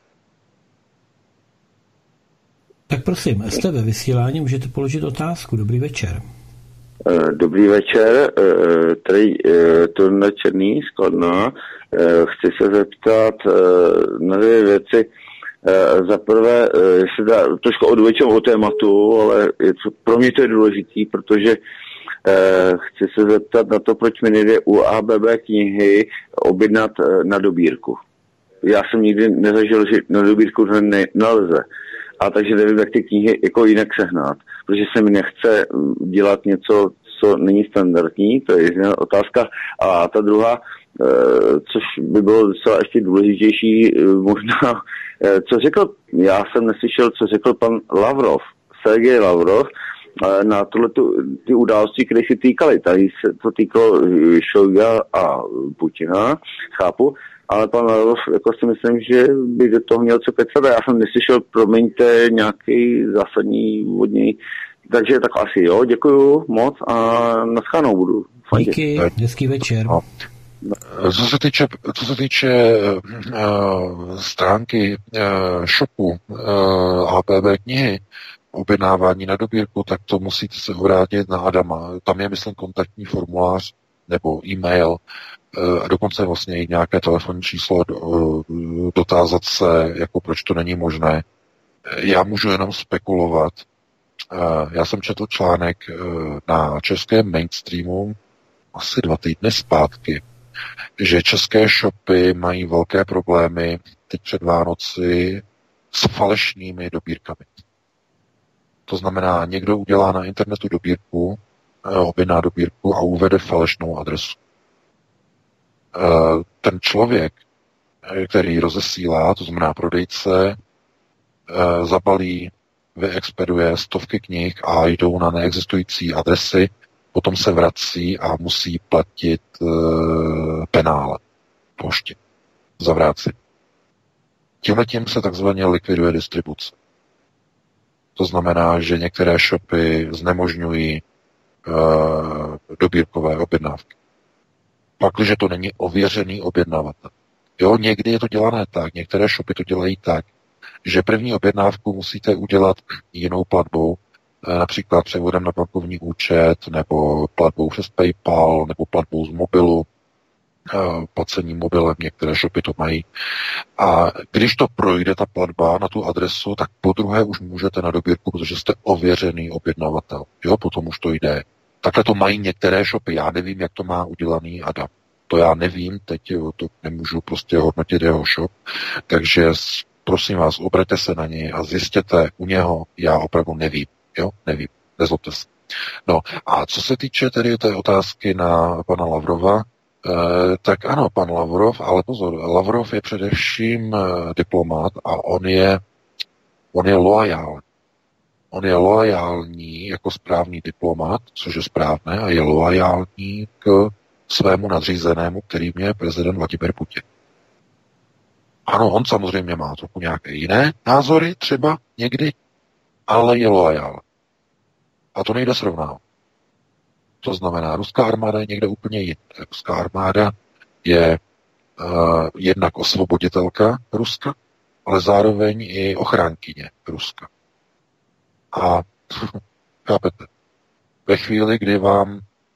Tak prosím, jste ve vysílání, můžete položit otázku. Dobrý večer. Dobrý večer, tady Turna Černý z Kladna. Chci se zeptat na dvě věci. E, za prvé, e, se dá trošku odvečím o tématu, ale je to, pro mě to je důležitý, protože e, chci se zeptat na to, proč mi nejde u A B B knihy objednat e, na dobírku. Já jsem nikdy nezažil, že na dobírku to ne, nelze. A takže nevím, jak ty knihy jako jinak sehnat, protože se mi nechce dělat něco, co není standardní, to je jedna otázka. A ta druhá, což by bylo docela ještě důležitější, možná, co řekl, já jsem neslyšel, co řekl pan Lavrov, Sergej Lavrov, na tohleto, ty události, které se týkaly. Tady se to týkalo Šojga a Putina, chápu, ale pan Lavrov, jako si myslím, že by do toho měl co kecat. Já jsem neslyšel, promiňte, nějaký zásadní od něj. Takže tak asi jo, děkuju moc a naschánou budu. Fajn. Díky, hezký večer. No. Co se týče, co se týče uh, stránky uh, shopu uh, A B B knihy, objednávání na dobírku, tak to musíte se obrátit na Adama. Tam je, myslím, kontaktní formulář nebo e-mail a dokonce vlastně i nějaké telefonní číslo dotázat se, jako proč to není možné. Já můžu jenom spekulovat. Já jsem četl článek na českém mainstreamu asi dva týdny zpátky, že české shopy mají velké problémy teď před Vánoci s falešnými dobírkami. To znamená, někdo udělá na internetu dobírku, objedná dobírku a uvede falešnou adresu. Ten člověk, který rozesílá, to znamená prodejce, zabalí, vyexpeduje stovky knih a jdou na neexistující adresy, potom se vrací a musí platit penále poště za vrácení. Tímhletím se takzvaně likviduje distribuce. To znamená, že některé shopy znemožňují uh, dobírkové objednávky. Pakliže to není ověřený objednavatel. Jo, někdy je to dělané tak, některé shopy to dělají tak, že první objednávku musíte udělat jinou platbou, například převodem na bankovní účet, nebo platbou přes PayPal, nebo platbou z mobilu, placení mobilem, některé shopy to mají. A když to projde, ta platba na tu adresu, tak po druhé už můžete na dobírku, protože jste ověřený objednavatel. Jo, potom už to jde. Takhle to mají některé shopy. Já nevím, jak to má udělaný Adam. To já nevím, teď jo, to nemůžu prostě hodnotit jeho shop. Takže prosím vás, obraťte se na něj a zjistěte u něho, já opravdu nevím. Jo, nevím. Nezlobte se. No a co se týče tedy té otázky na pana Lavrova, Eh, tak ano, pan Lavrov, ale pozor, Lavrov je především eh, diplomat a on je, on je loajální. On je loajální jako správný diplomat, což je správné, a je loajální k svému nadřízenému, kterým je prezident Vladimír Putin. Ano, on samozřejmě má trochu nějaké jiné názory, třeba někdy, ale je loajální. A to nejde srovnávat. To znamená, ruská armáda je někde úplně jinde. Ruská armáda je uh, jednak osvoboditelka Ruska, ale zároveň i ochránkyně Ruska. A chápete, ve chvíli, kdy vám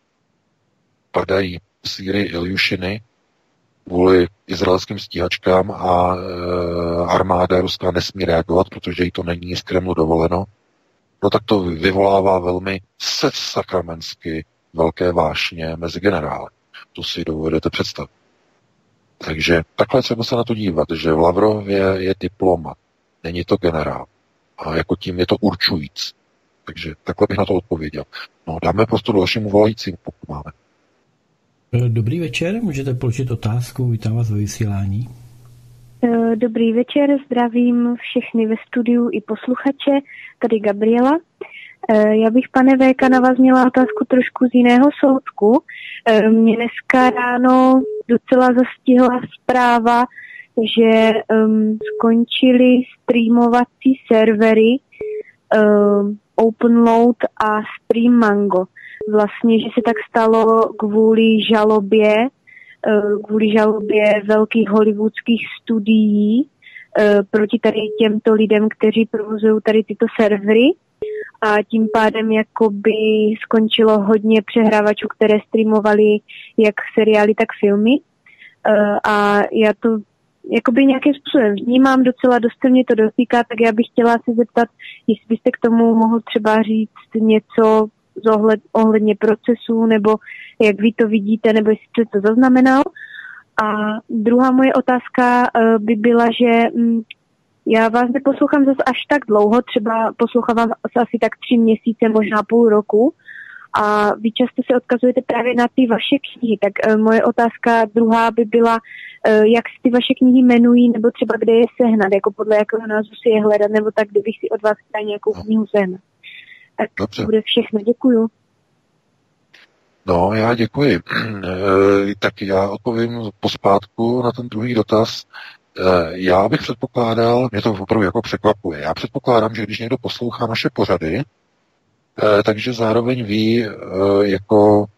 padají v Sýrii Iljušiny kvůli izraelským stíhačkám a uh, armáda ruská nesmí reagovat, protože jí to není z Kremlu dovoleno, no tak to vyvolává velmi sakramensky velké vášně mezi generály. To si dovedete představit. Takže takhle třeba se na to dívat, že Lavrov je, je diplomat, není to generál. A jako tím je to určující. Takže takhle bych na to odpověděl. No, dáme prostor dalšímu volajícímu, pokud máme. Dobrý večer, můžete položit otázku, vítám vás ve vysílání. Dobrý večer, zdravím všechny ve studiu i posluchače, tady Gabriela. Já bych, pane V K, na vás měla otázku trošku z jiného soudku. Mě dneska ráno docela zastihla zpráva, že um, skončily streamovací servery um, OpenLoad a Stream Mango. Vlastně, že se tak stalo kvůli žalobě, uh, kvůli žalobě velkých hollywoodských studií uh, proti tady těmto lidem, kteří provozují tady tyto servery. A tím pádem jakoby skončilo hodně přehrávačů, které streamovali jak seriály, tak filmy. Uh, a já to jakoby nějakým způsobem vnímám, docela dost se mě to dotýká, tak já bych chtěla se zeptat, jestli byste k tomu mohl třeba říct něco zohled, ohledně procesů, nebo jak vy to vidíte, nebo jestli jste to zaznamenal. A druhá moje otázka uh, by byla, že um, já vás neposlouchám zase až tak dlouho, třeba poslouchám vás asi tak tři měsíce, možná půl roku, a vy často se odkazujete právě na ty vaše knihy, tak uh, moje otázka druhá by byla, uh, jak si ty vaše knihy jmenují, nebo třeba kde je sehnat, jako podle jakého názvu si je hledat, nebo tak, kdybych si od vás chtěla nějakou knihu sehnat. Tak Dobře. To bude všechno, děkuju. No, já děkuji. E, tak já odpovím pospátku na ten druhý dotaz. E, já bych předpokládal, mě to opravdu jako překvapuje, já předpokládám, že když někdo poslouchá naše pořady, e, takže zároveň ví, e, jako,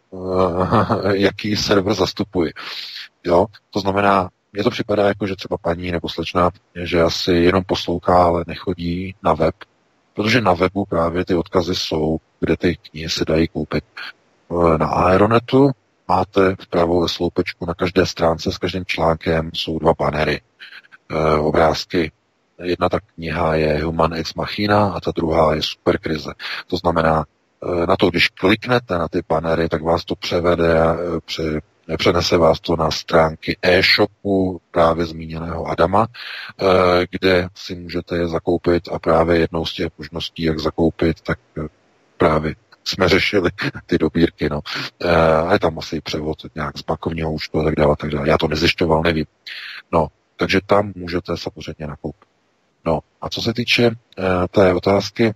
e, jaký server zastupuji. Jo? To znamená, mně to připadá jako, že třeba paní nebo slečna, že asi jenom poslouchá, ale nechodí na web, protože na webu právě ty odkazy jsou, kde ty knihy se dají koupit. Na Aeronetu máte vpravo ve sloupečku na každé stránce s každým článkem jsou dva banery, e, obrázky. Jedna ta kniha je Human ex machina a ta druhá je Superkrize. To znamená, e, na to, když kliknete na ty banery, tak vás to převede, e, pře, přenese vás to na stránky e-shopu právě zmíněného Adama, e, kde si můžete je zakoupit a právě jednou z těch možností, jak zakoupit, tak e, právě jsme řešili ty dobírky, no. E, a je tam asi převod nějak z bankovního účtu a tak dále, tak dále. Já to nezjišťoval, nevím. No, takže tam můžete samozřejmě nakoupit. No, a co se týče e, té otázky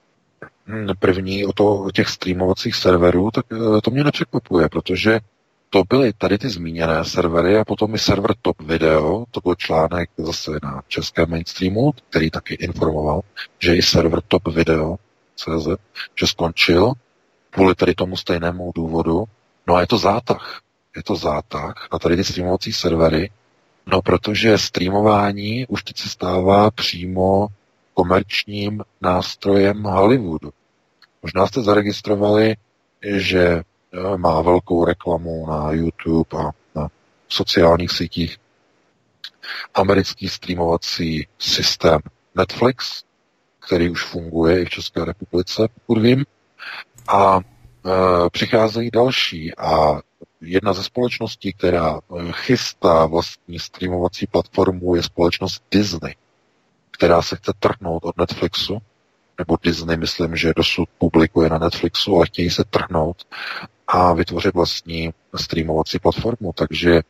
hm, první o, to, o těch streamovacích serverů, tak e, to mě nepřekvapuje, protože to byly tady ty zmíněné servery a potom i server Top Video, to byl článek zase na českém mainstreamu, který taky informoval, že i server Top Video C Z, že skončil kvůli tady tomu stejnému důvodu. No a je to zátah. Je to zátah na tady ty streamovací servery, no protože streamování už teď se stává přímo komerčním nástrojem Hollywoodu. Možná jste zaregistrovali, že má velkou reklamu na YouTube a na sociálních sítích americký streamovací systém Netflix, který už funguje i v České republice, pokud vím. A e, přicházejí další. A jedna ze společností, která chystá vlastní streamovací platformu, je společnost Disney, která se chce trhnout od Netflixu, nebo Disney, myslím, že dosud publikuje na Netflixu, ale chtějí se trhnout a vytvořit vlastní streamovací platformu. Takže e,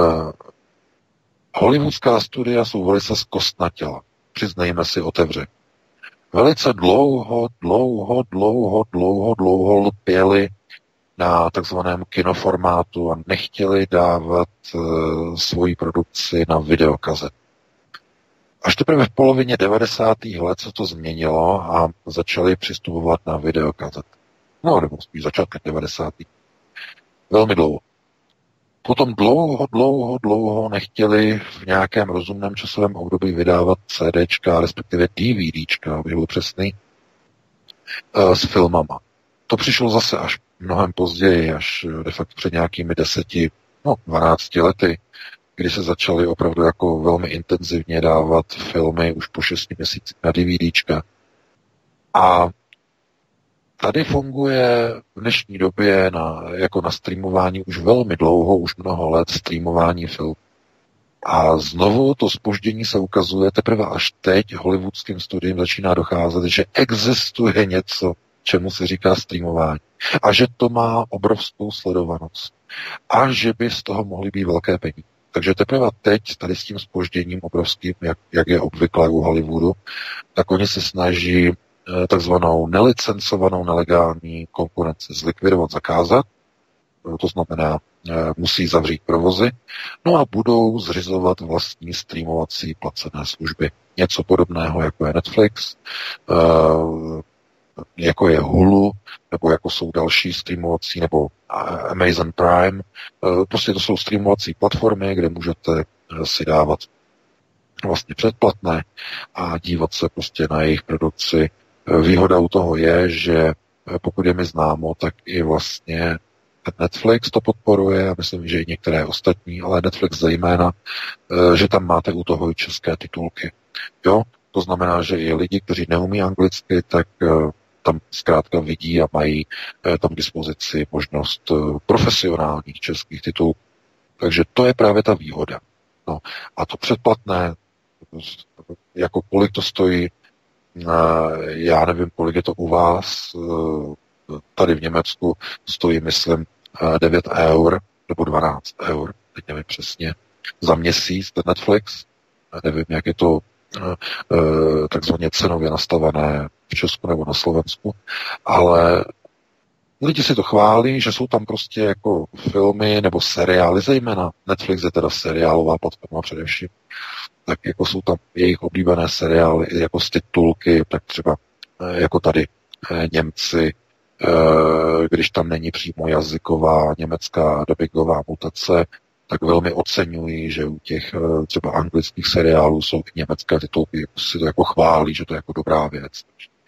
hollywoodská studia jsou velice zkostnatěla. Přiznejme si otevře. Velice dlouho, dlouho, dlouho, dlouho, dlouho lpěli na takzvaném kinoformátu a nechtěli dávat e, svoji produkci na videokazet. Až teprve v polovině devadesátých let se to změnilo a začali přistupovat na videokazet. No, nebo spíš začátkem devadesátých Velmi dlouho. Potom dlouho, dlouho, dlouho nechtěli v nějakém rozumném časovém období vydávat CDčka, respektive DVDčka, abych byl přesný, s filmama. To přišlo zase až mnohem později, až de facto před nějakými deseti, no, dvanácti lety, kdy se začaly opravdu jako velmi intenzivně dávat filmy už po šesti měsících na DVDčka. A tady funguje v dnešní době na, jako na streamování už velmi dlouho, už mnoho let streamování filmů. A znovu to zpoždění se ukazuje teprve až teď hollywoodským studiem začíná docházet, že existuje něco, čemu se říká streamování. A že to má obrovskou sledovanost. A že by z toho mohly být velké peníze. Takže teprve teď tady s tím zpožděním obrovským, jak, jak je obvyklé u Hollywoodu, tak oni se snaží takzvanou nelicencovanou nelegální konkurenci zlikvidovat, zakázat. To znamená, musí zavřít provozy. No a budou zřizovat vlastní streamovací placené služby. Něco podobného, jako je Netflix, jako je Hulu, nebo jako jsou další streamovací, nebo Amazon Prime. Prostě to jsou streamovací platformy, kde můžete si dávat vlastně předplatné a dívat se prostě na jejich produkci. Výhoda u toho je, že pokud je mi známo, tak i vlastně Netflix to podporuje, a myslím, že i některé ostatní, ale Netflix zejména, že tam máte u toho i české titulky. Jo? To znamená, že i lidi, kteří neumí anglicky, tak tam zkrátka vidí a mají tam k dispozici možnost profesionálních českých titulů. Takže to je právě ta výhoda. No. A to předplatné, jako kolik to stojí, já nevím, kolik je to u vás, tady v Německu stojí, myslím, devět eur nebo dvanáct eur, teď nevím přesně, za měsíc ten Netflix. Nevím, jak je to takzvaně cenově nastavené v Česku nebo na Slovensku, ale lidi si to chválí, že jsou tam prostě jako filmy nebo seriály, zejména Netflix je teda seriálová platforma především, tak jako jsou tam jejich oblíbené seriály jako z titulky, tak třeba jako tady Němci, když tam není přímo jazyková německá dubbingová mutace, tak velmi oceňují, že u těch třeba anglických seriálů jsou i německé titulky, si to jako chválí, že to je jako dobrá věc.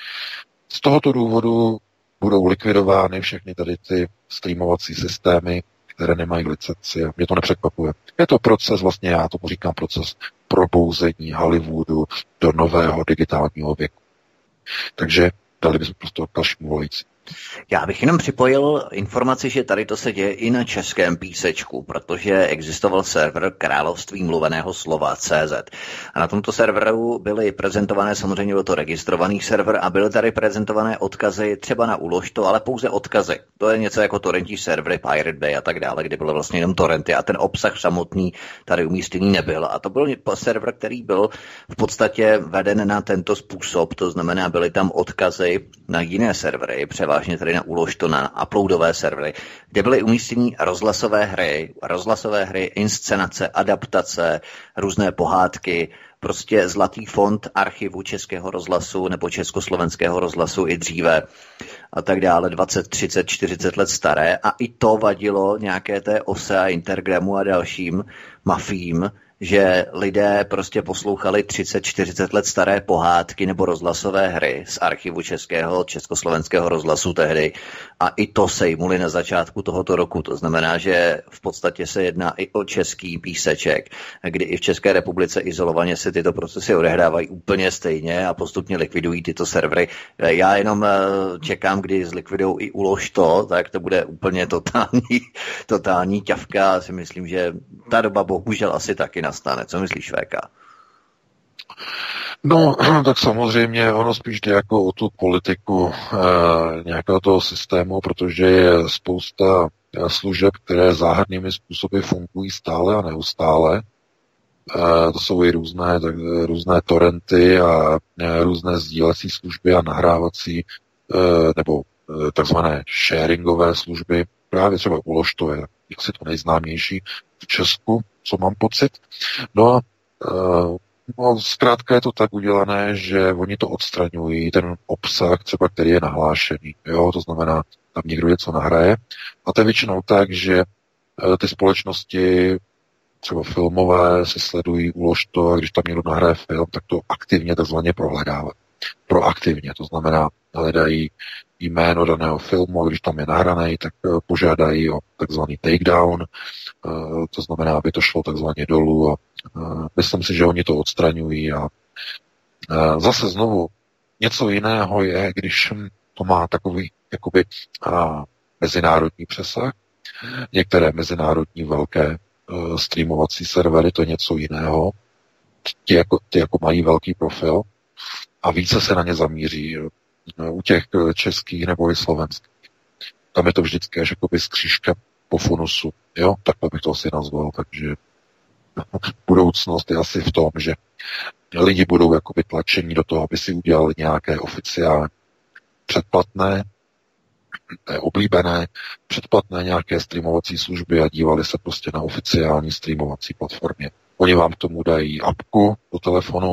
Z tohoto důvodu budou likvidovány všechny tady ty streamovací systémy, které nemají licenci. A mě to nepřekvapuje. Je to proces, vlastně já tomu říkám proces probouzení Hollywoodu do nového digitálního věku. Takže dali bychom prostě dalšímu volající. Já bych jenom připojil informaci, že tady to se děje i na českém písečku, protože existoval server Království mluveného slova tečka cé zet. A na tomto serveru byly prezentované, samozřejmě byl to registrovaný server, a byly tady prezentované odkazy třeba na Uložto, ale pouze odkazy. To je něco jako torrentí servery, Pirate Bay a tak dále, kde bylo vlastně jenom torrenty a ten obsah samotný tady umístěný nebyl. A to byl server, který byl v podstatě veden na tento způsob, to znamená, byly tam odkazy na jiné servery, převážně tady na Uložto, na uploadové servery, kde byly umístěny rozhlasové hry, rozhlasové hry, inscenace, adaptace, různé pohádky, prostě zlatý fond archivu Českého rozhlasu nebo Československého rozhlasu i dříve a tak dále, dvacet, třicet, čtyřicet let staré, a i to vadilo nějaké té ose a Intergramu a dalším mafiím, že lidé prostě poslouchali třicet, čtyřicet let staré pohádky nebo rozhlasové hry z archivu Českého, Československého rozhlasu tehdy, a i to sejmuli na začátku tohoto roku. To znamená, že v podstatě se jedná i o český píseček, kdy i v České republice izolovaně se tyto procesy odehrávají úplně stejně a postupně likvidují tyto servery. Já jenom čekám, kdy zlikvidují i Uložto, tak to bude úplně totální, totální ťavka. Já si myslím, že ta doba bohužel asi taky nastane. Co myslíš, V K? No, tak samozřejmě ono spíš jde jako o tu politiku e, nějakého toho systému, protože je spousta služeb, které záhadnými způsoby fungují stále a neustále. E, to jsou i různé, tak, různé torrenty a e, různé sdílecí služby a nahrávací e, nebo e, takzvané sharingové služby. Právě třeba Uložto je asi to nejznámější v Česku, co mám pocit. No a e, no, zkrátka je to tak udělané, že oni to odstraňují, ten obsah třeba, který je nahlášený. Jo? To znamená, tam někdo něco nahraje. A to je většinou tak, že e, ty společnosti třeba filmové si sledují Uložto, a když tam někdo nahraje film, tak to aktivně takzvaně prohledávají. Proaktivně, to znamená, hledají jméno daného filmu, a když tam je nahraný, tak požádají o takzvaný takedown, to znamená, aby to šlo takzvaně dolů, a myslím si, že oni to odstraňují. A zase znovu něco jiného je, když to má takový jakoby mezinárodní přesah. Některé mezinárodní velké streamovací servery, to je něco jiného. Ty jako, ty jako mají velký profil a více se na ně zamíří. U těch českých nebo i slovenských. Tam je to vždycky až jakoby skřížka po funusu. Jo, takhle bych to asi nazval. Takže budoucnost je asi v tom, že lidi budou jakoby tlačení do toho, aby si udělali nějaké oficiální předplatné, oblíbené, předplatné nějaké streamovací služby a dívali se prostě na oficiální streamovací platformě. Oni vám k tomu dají apku do telefonu,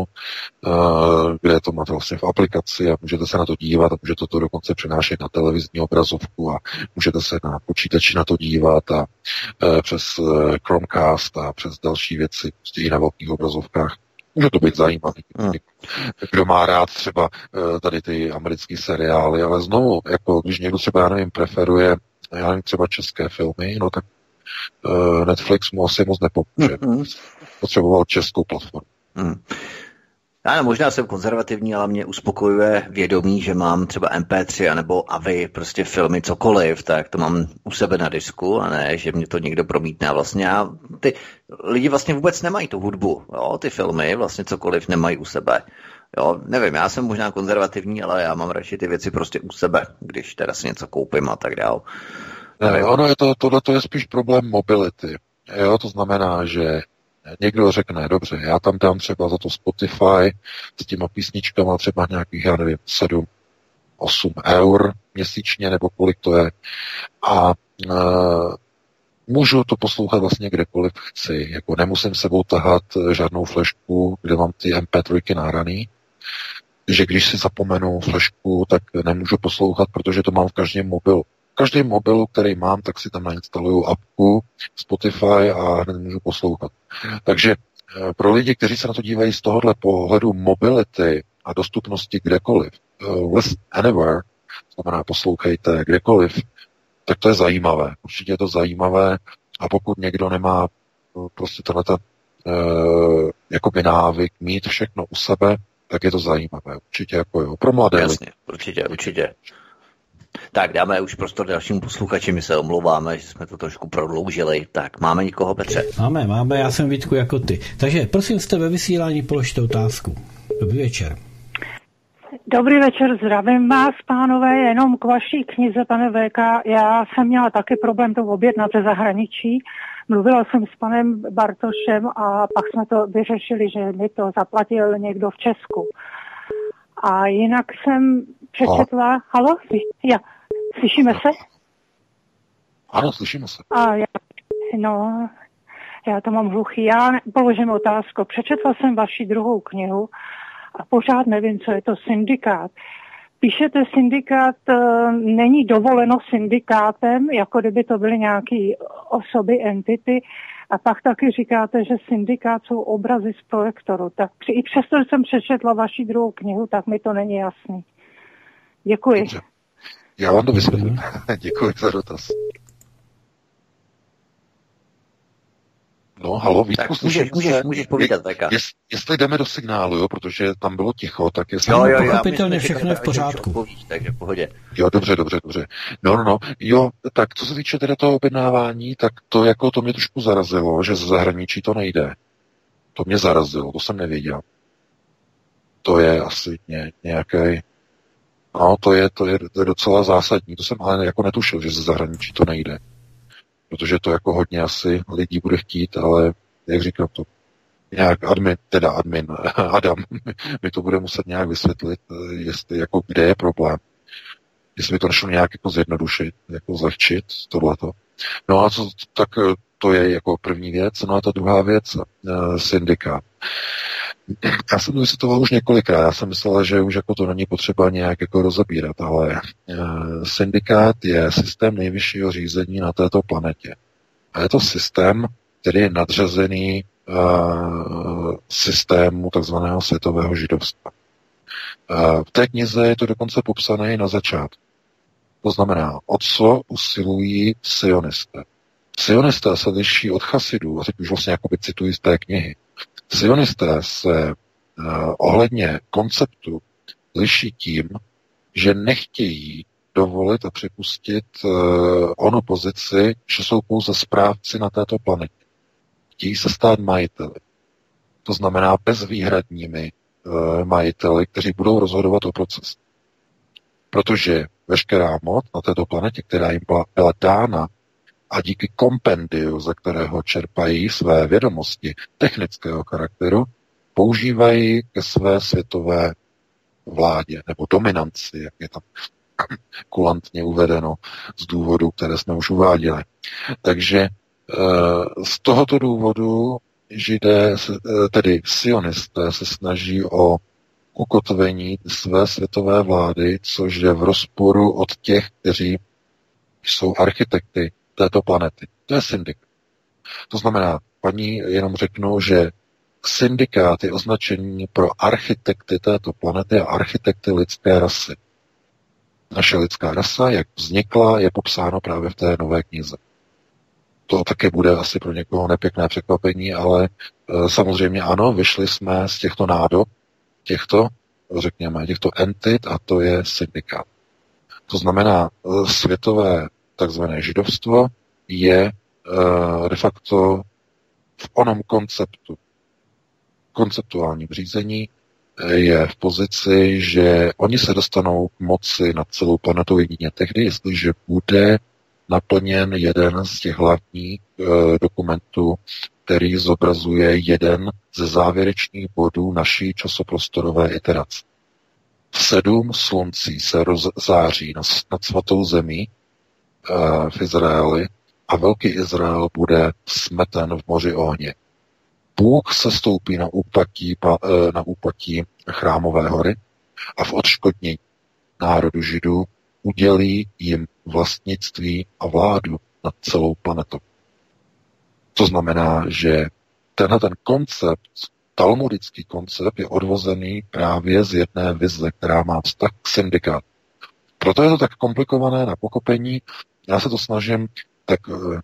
kde to máte vlastně v aplikaci, a můžete se na to dívat a můžete to dokonce přenášet na televizní obrazovku a můžete se na počítači na to dívat a přes Chromecast a přes další věci, prostě i na velkých obrazovkách. Může to být zajímavý. Hmm. Kdo má rád třeba tady ty americké seriály, ale znovu, jako když někdo třeba, já nevím, preferuje já nevím, třeba české filmy, no tak uh, Netflix mu asi moc nepomůže. Mm-hmm. Potřeboval českou platformu. Mm. Já možná jsem konzervativní, ale mě uspokojuje vědomí, že mám třeba em pé tři anebo A V I, prostě filmy, cokoliv, tak to mám u sebe na disku a ne, že mě to někdo promítne. A vlastně já, ty lidi vlastně vůbec nemají tu hudbu, jo, ty filmy vlastně cokoliv nemají u sebe. Jo, nevím, já jsem možná konzervativní, ale já mám radši ty věci prostě u sebe, když teda si něco koupím a tak dál. Ne, ono je to, tohle je spíš problém mobility. Jo, to znamená, že někdo řekne, dobře, já tam dám třeba za to Spotify s těma písničkama třeba nějakých, já nevím, sedm, osm eur měsíčně, nebo kolik to je. A e, můžu to poslouchat vlastně kdekoliv chci. Jako nemusím sebou tahat žádnou flešku, kde mám ty em pé tři nahraný. Že když si zapomenu flešku, tak nemůžu poslouchat, protože to mám v každém mobilu. V každém mobilu, který mám, tak si tam nainstaluju apku Spotify a hned můžu poslouchat. Takže pro lidi, kteří se na to dívají z tohohle pohledu mobility a dostupnosti kdekoliv, uh, listen anywhere, znamená poslouchejte kdekoliv, tak to je zajímavé. Určitě je to zajímavé a pokud někdo nemá uh, prostě tenhle uh, jakoby návyk mít všechno u sebe, tak je to zajímavé. Určitě jako jo. Pro mladé Jasně, lidi. určitě, určitě. Tak dáme už prostor dalšímu posluchači, my se omlouváme, že jsme to trošku prodloužili. Tak máme někoho, Petře? Máme, máme, já jsem Vítku jako ty. Takže prosím, jste ve vysílání, položte otázku. Dobrý večer. Dobrý večer, zdravím vás, pánové, jenom k vaší knize, pane V K. Já jsem měla taky problém to objednat ze zahraničí. Mluvila jsem s panem Bartošem a pak jsme to vyřešili, že mi to zaplatil někdo v Česku. A jinak jsem přečetla... Halo? Ja. Slyšíme se? Ano, slyšíme se. A já, no, já to mám hluchý. Já položím otázku. Přečetla jsem vaši druhou knihu a pořád nevím, co je to syndikát. Píšete syndikát, není dovoleno syndikátem, jako kdyby to byly nějaké osoby, entity, a pak taky říkáte, že syndikát jsou obrazy z projektoru. Tak při, i přesto, že jsem přečetla vaši druhou knihu, tak mi to není jasný. Děkuji. Dobře. Já vám to vysvětlím. Děkuji za dotaz. No, halo, Vítku, můžeš, můžeš, můžeš povídat, tak. Jest, jestli jdeme do signálu, jo, protože tam bylo ticho, tak jestli... Jo, jo, pochopitelně všechno je v pořádku. Povíš, takže v pohodě. Jo, dobře, dobře, dobře. No, no, no, jo, tak co se týče teda toho objednávání, tak to jako to mě trošku zarazilo, že ze zahraničí to nejde. To mě zarazilo, to jsem nevěděl. To je asi ně, nějaký... No, to je, to, je, to je docela zásadní, to jsem ale jako netušil, že ze zahraničí to nejde. Protože to jako hodně asi lidí bude chtít, ale jak říkám to, nějak admin, teda admin, Adam, mi to bude muset nějak vysvětlit, jestli jako kde je problém. Jestli by to nešlo nějak jako zjednodušit, jako zlehčit tohleto. No a co, tak to je jako první věc. No a ta druhá věc, uh, syndikát. Já jsem to vysvětloval už několikrát. Já jsem myslel, že už jako to není potřeba nějak jako rozebírat, ale uh, syndikát je systém nejvyššího řízení na této planetě. A je to systém, který je nadřazený uh, systému takzvaného světového židovstva. Uh, v té knize je to dokonce popsané na začátku. To znamená, o co usilují sionisté. Sionisté se liší od chasidů, a teď už vlastně jakoby cituji z té knihy. Sionisté se uh, ohledně konceptu liší tím, že nechtějí dovolit a připustit uh, onu pozici, že jsou pouze správci na této planetě. Chtějí se stát majiteli. To znamená bezvýhradními uh, majiteli, kteří budou rozhodovat o procesu. Protože veškerá moc na této planetě, která jim byla, byla dána, a díky kompendiu, ze kterého čerpají své vědomosti technického charakteru, používají ke své světové vládě, nebo dominanci, jak je tam kulantně uvedeno z důvodu, které jsme už uváděli. Takže z tohoto důvodu židé, tedy sionisté, se snaží o ukotvení své světové vlády, což je v rozporu od těch, kteří jsou architekty této planety. To je syndikát. To znamená, paní jenom řeknu, že syndikát je označení pro architekty této planety a architekty lidské rasy. Naše lidská rasa, jak vznikla, je popsáno právě v té nové knize. To také bude asi pro někoho nepěkné překvapení, ale e, samozřejmě ano, vyšli jsme z těchto nádob, těchto, řekněme, těchto entit a to je syndikát. To znamená, e, světové takzvané židovstvo je e, de facto v onom konceptu, konceptuálním řízení je v pozici, že oni se dostanou k moci nad celou planetou jedině tehdy, jestliže bude naplněn jeden z těch hlavních e, dokumentů, který zobrazuje jeden ze závěrečných bodů naší časoprostorové iterace. Sedm sluncí se rozzáří nad, nad svatou zemí e, v Izraeli a velký Izrael bude smeten v moři ohně. Bůh se stoupí na úpatí, na úpatí Chrámové hory a v odškodnění národu Židů udělí jim vlastnictví a vládu nad celou planetou. To znamená, že tenhle ten koncept, talmudický koncept, je odvozený právě z jedné vize, která má vztah k syndikátu. Proto je to tak komplikované na pochopení. Já se to snažím tak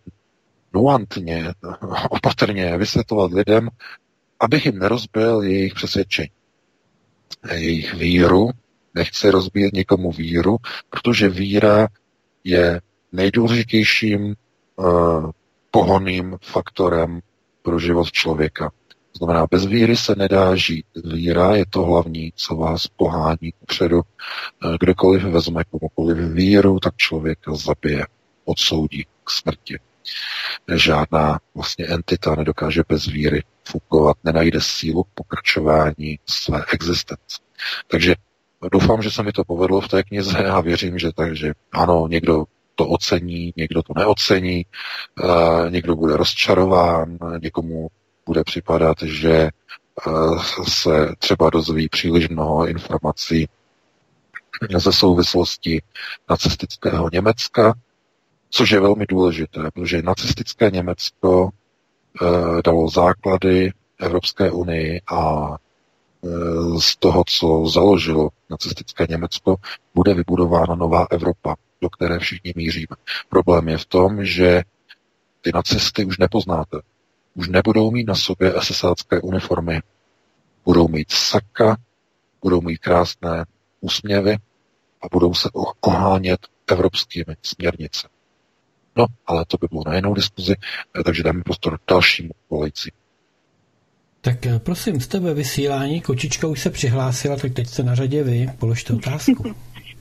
nuantně, opatrně vysvětlovat lidem, abych jim nerozbil jejich přesvědčení, jejich víru. Nechci rozbíjet nikomu víru, protože víra je nejdůležitějším uh, pohonným faktorem pro život člověka. To znamená, bez víry se nedá žít. Víra je to hlavní, co vás pohání kupředu. Kdokoliv vezme komukoliv víru, tak člověka zabije, odsoudí k smrti. Žádná vlastně entita nedokáže bez víry fungovat, nenajde sílu k pokračování své existence. Takže doufám, že se mi to povedlo v té knize a věřím, že takže ano, někdo to ocení, někdo to neocení, uh, někdo bude rozčarován, někomu bude připadat, že uh, se třeba dozví příliš mnoho informací ze souvislosti nacistického Německa, což je velmi důležité, protože nacistické Německo uh, dalo základy Evropské unii a z toho, co založilo nacistické Německo, bude vybudována nová Evropa, do které všichni míříme. Problém je v tom, že ty nacisty už nepoznáte. Už nebudou mít na sobě esesácké uniformy. Budou mít saka, budou mít krásné úsměvy a budou se ohánět evropskými směrnicemi. No, ale to by bylo na jinou diskuzi, takže dáme prostor dalšímu volající. Tak prosím, jste ve vysílání, Kočička už se přihlásila, tak teď jste na řadě vy, položte otázku.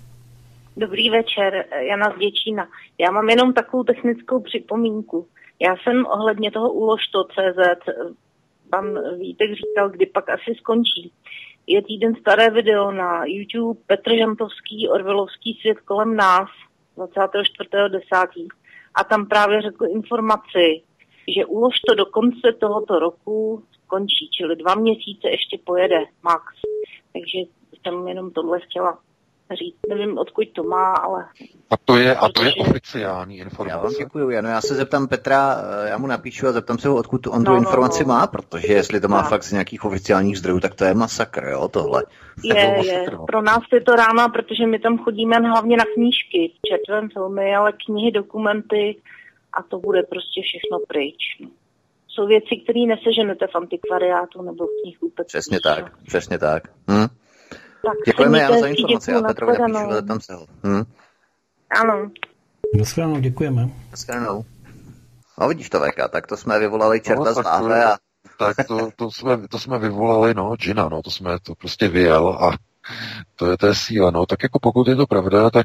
Dobrý večer, Jana z Děčína. Já mám jenom takovou technickou připomínku. Já jsem ohledně toho uložto tečka cé zet, pan Vítek říkal, kdy pak asi skončí. Je týden staré video na YouTube Petr Žantovský, Orwellovský svět kolem nás, dvacátého čtvrtého desátého A tam právě řekl informaci, že uložto do konce tohoto roku končí, čili dva měsíce ještě pojede max. Takže jsem jenom tohle chtěla říct. Nevím, odkud to má, ale... A to je, a to je oficiální informace. Já vám děkuju, Jano. Já se zeptám Petra, já mu napíšu a zeptám se ho, odkud on tu no, informaci no, no. má, protože jestli to má no. fakt z nějakých oficiálních zdrojů, tak to je masakr, jo, tohle. Je, je. Masakr, no. Pro nás je to rána, protože my tam chodíme hlavně na knížky. Četujeme filmy, ale knihy, dokumenty a to bude prostě všechno pryč. Jsou věci, které neseženete v antikvariátu nebo v knihkupectví. Přesně tak, přesně tak. Hm? tak děkujeme Jano za informaci a Petrovi napíšu, tam se ho. Hm? Ano. Naschledanou, děkujeme. Naschledanou. No vidíš to, Veka, tak to jsme vyvolali čerta no, z láhve a... Tak to, to, jsme, to jsme vyvolali, no, džina, no, to jsme to prostě vyjel a to je, to je síla, no, tak jako pokud je to pravda, tak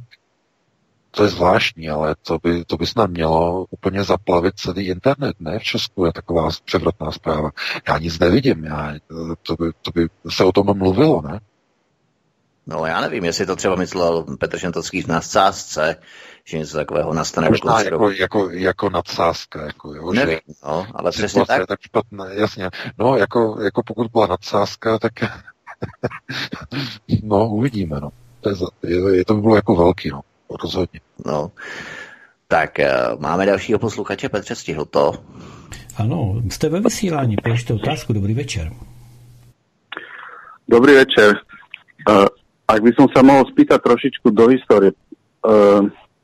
to je zvláštní, ale to by, to by snad mělo úplně zaplavit celý internet, ne? V Česku je taková převratná zpráva. Já nic nevidím, já, to, by, to by se o tom mluvilo, ne? No já nevím, jestli to třeba myslel Petr Žantovský v nadsázce, že něco takového nastane. Možná jako, jako, jako nadsázka, jako, jo, nevím, že no, ale přesně tak. tak špatné, jasně. No, jako, jako pokud byla nadsázka, tak no, uvidíme, no. To, je, je, to by bylo jako velký, no. Rozhodně. No, tak uh, máme dalšího posluchače, Petře, stihl to. Ano, jste ve vysílání, položte otázku, dobrý večer. Dobrý večer. Uh, ak by som sa mohol spýtať trošičku do histórie. uh,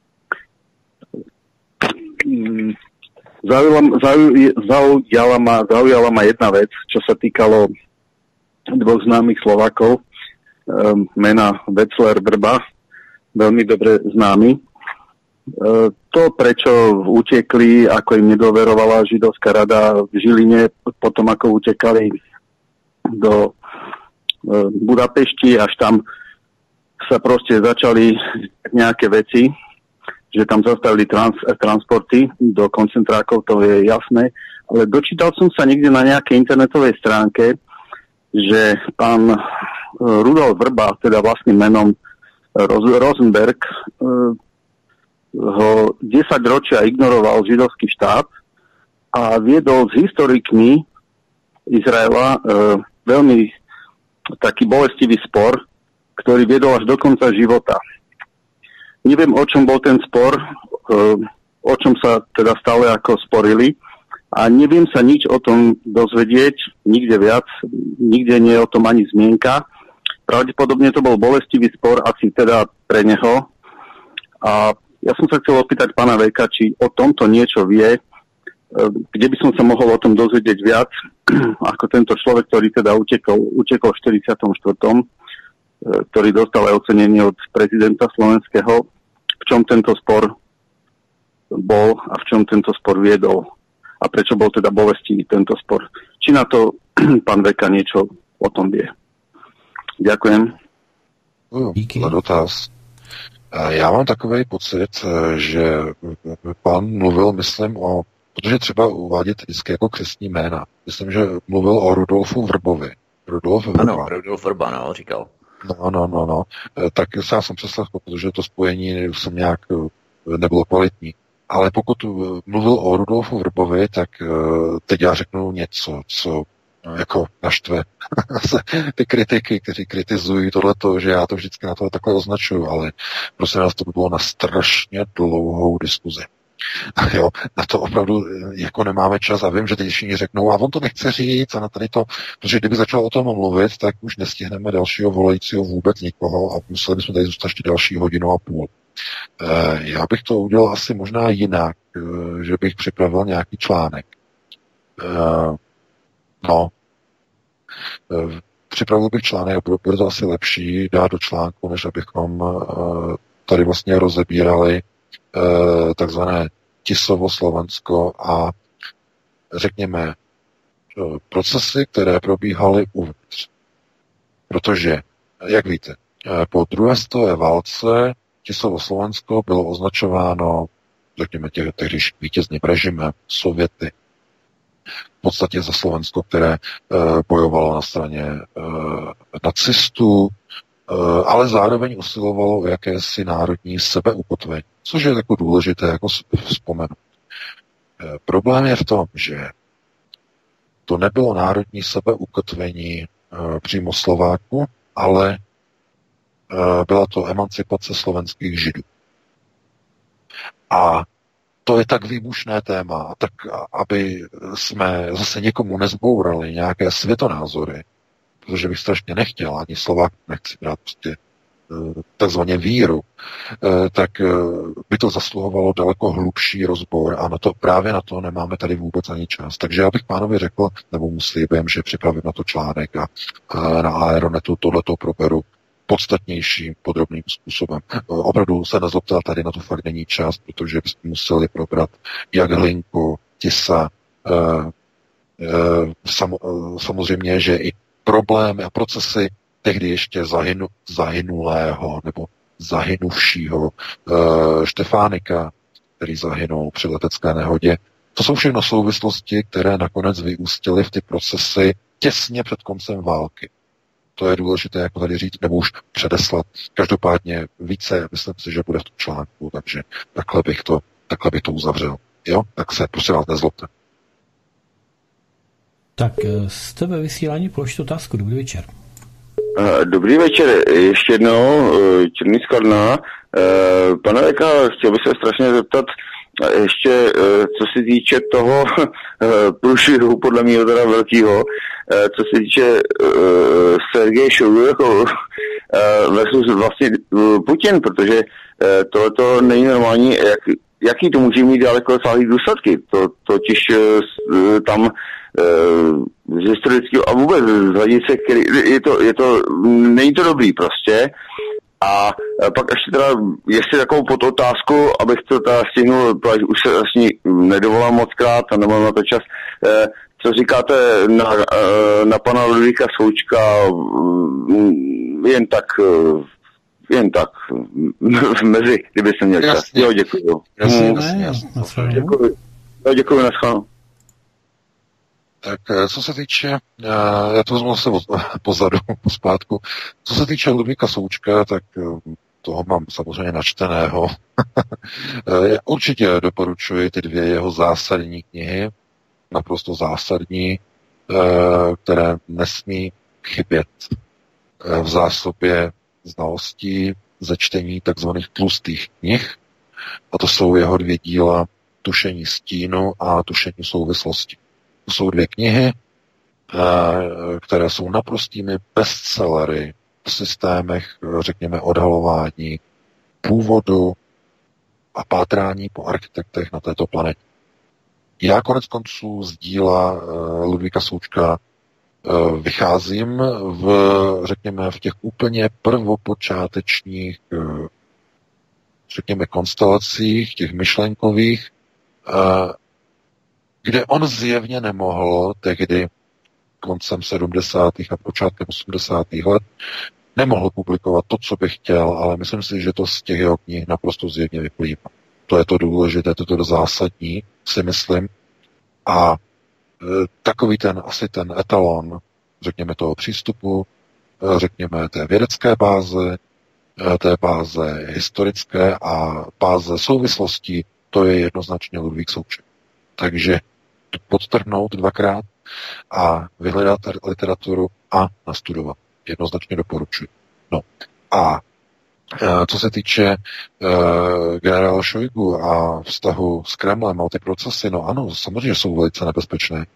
zaujala, zaujala, ma, zaujala ma jedna vec, čo sa týkalo dvoch známych Slovákov, um, mena Wetzler Vrba, veľmi dobre známy. Uh, to, prečo utekli, ako im nedôverovala židovská rada v Žiline, potom ako utekali do uh, Budapešti, až tam sa proste začali nejaké veci, že tam zastavili trans, transporty do koncentrákov, to je jasné. Ale dočítal som sa niekde na nejakej internetovej stránke, že pán uh, Rudolf Vrba, teda vlastným menom Roz, Rosenberg, uh, ho desať ročia ignoroval židovský štát a viedol s historikmi Izraela e, veľmi taký bolestivý spor, ktorý viedol až do konca života. Neviem, o čom bol ten spor, e, o čom sa teda stále ako sporili a neviem sa nič o tom dozvedieť, nikde viac, nikde nie je o tom ani zmienka. Pravdepodobne to bol bolestivý spor asi teda pre neho a ja som sa chcel opýtať pána Vejka, či o tomto niečo vie, kde by som sa mohol o tom dozvedieť viac, ako tento človek, ktorý teda utekol, utekol v štyridsiatom štvrtom, ktorý dostal aj ocenenie od prezidenta slovenského, v čom tento spor bol a v čom tento spor viedol a prečo bol teda bolestivý tento spor. Či na to pán Vejka niečo o tom vie. Ďakujem. Díky. Dotaz. Já mám takový pocit, že pan mluvil, myslím, o, protože třeba uvádět vždycky jako křestní jména. Myslím, že mluvil o Rudolfu Vrbovi. Rudolf Vrba. Ano, Rudolf Vrba, no, říkal. No, no, no, no. Tak já jsem přeslechl, protože to spojení jsem nějak nebylo kvalitní. Ale pokud mluvil o Rudolfu Vrbovi, tak teď já řeknu něco, co jako naštve ty kritiky, kteří kritizují tohleto, že já to vždycky na to takhle označuju, ale prosím vás, to by bylo na strašně dlouhou diskuzi. A jo, na to opravdu jako nemáme čas a vím, že teď všichni řeknou, a on to nechce říct a na tady to, protože kdyby začal o tom mluvit, tak už nestihneme dalšího volajícího vůbec nikoho a museli bychom tady zůstat ještě další hodinu a půl. E, já bych to udělal asi možná jinak, že bych připravil nějaký článek. E, No, připravil bych článek, bude to asi lepší dát do článku, než abychom tady vlastně rozebírali takzvané Tisovo Slovensko a řekněme procesy, které probíhaly uvnitř. Protože, jak víte, po druhé světové válce Tisovo Slovensko bylo označováno, řekněme, těch tehdejším vítězným režimem, Sověty, v podstatě za Slovensko, které e, bojovalo na straně e, nacistů, e, ale zároveň usilovalo o jakési národní sebeukotvení, což je jako důležité jako vzpomenout. E, problém je v tom, že to nebylo národní sebeukotvení e, přímo Slováků, ale e, byla to emancipace slovenských Židů. A to je tak výbušné téma, tak aby jsme zase někomu nezbourali nějaké světonázory, protože bych strašně nechtěl, ani Slovák nechci brát prostě takzvaně víru, tak by to zasluhovalo daleko hlubší rozbor a na to, právě na to nemáme tady vůbec ani čas. Takže já bych pánovi řekl, nebo mu slíbím, že připravím na to článek a na Aeronetu tohleto proberu podstatnějším, podrobným způsobem. Opravdu se nezlobte, tady na to fakt není čas, protože byste museli probrat jak Hlinku, Tisa, eh, eh, sam, eh, samozřejmě, že i problémy a procesy tehdy ještě zahynu, zahynulého nebo zahynuvšího eh, Štefánika, který zahynul při letecké nehodě. To jsou všechno souvislosti, které nakonec vyústily v ty procesy těsně před koncem války. To je důležité, jako tady říct, nebo už předeslat. Každopádně více, myslím si, že bude v tom článku, takže takhle bych to, takhle bych to uzavřel. Jo? Tak se, prosím vás, nezlobte. Tak jste ve vysílání, položte otázku. Dobrý večer. Dobrý večer. Ještě jednou, Černý z Kladna. Pane Veka, chtěl bych se strašně zeptat, ještě co se týče toho průšvihu, podle mě teda velkýho, co se týče Sergeje Šojguho, versus vlastně Putin, protože tohleto není normální, jak, jaký to může mít daleko sáhlý důsledky. To totiž tam z historického a vůbec z hlediska, je to, je to, není to dobrý prostě. A pak ještě teda, ještě takovou podotázku, abych to teda stihnul, protože už se vlastně nedovolám moc krát a nemám na to čas. Co říkáte na, na pana Ludvíka Součka, jen tak, jen tak, mezi, kdyby se měl čas. Jo, děkuju. Jasně, jasně, jasně. Děkuju. Jo, děkuju, naschledanou. Tak co se týče, já to vezmu se pozadu, pospátku, co se týče Ludvíka Součka, tak toho mám samozřejmě načteného. Určitě doporučuji ty dvě jeho zásadní knihy, naprosto zásadní, které nesmí chybět v zásobě znalostí ze čtení takzvaných tlustých knih. A to jsou jeho dvě díla Tušení stínu a Tušení souvislosti. To jsou dvě knihy, které jsou naprostými bestsellery v systémech, řekněme, odhalování původu a pátrání po architektech na této planetě. Já konec konců z díla Ludvíka Součka vycházím v, řekněme, v těch úplně prvopočátečních, řekněme, konstelacích, těch myšlenkových, kde on zjevně nemohl tehdy koncem sedmdesátých a počátkem osmdesátých let nemohl publikovat to, co by chtěl, ale myslím si, že to z těch jeho knih naprosto zjevně vyplývá. To je to důležité, to je to zásadní, si myslím. A e, takový ten, asi ten etalon, řekněme, toho přístupu, e, řekněme, té vědecké báze, e, té báze historické a báze souvislostí, to je jednoznačně Ludvík Souček. Takže podtrhnout dvakrát a vyhledat literaturu a nastudovat. Jednoznačně doporučuji. No a e, co se týče e, generála Šojgu a vztahu s Kremlem a ty procesy, no ano, samozřejmě jsou velice nebezpečné. E,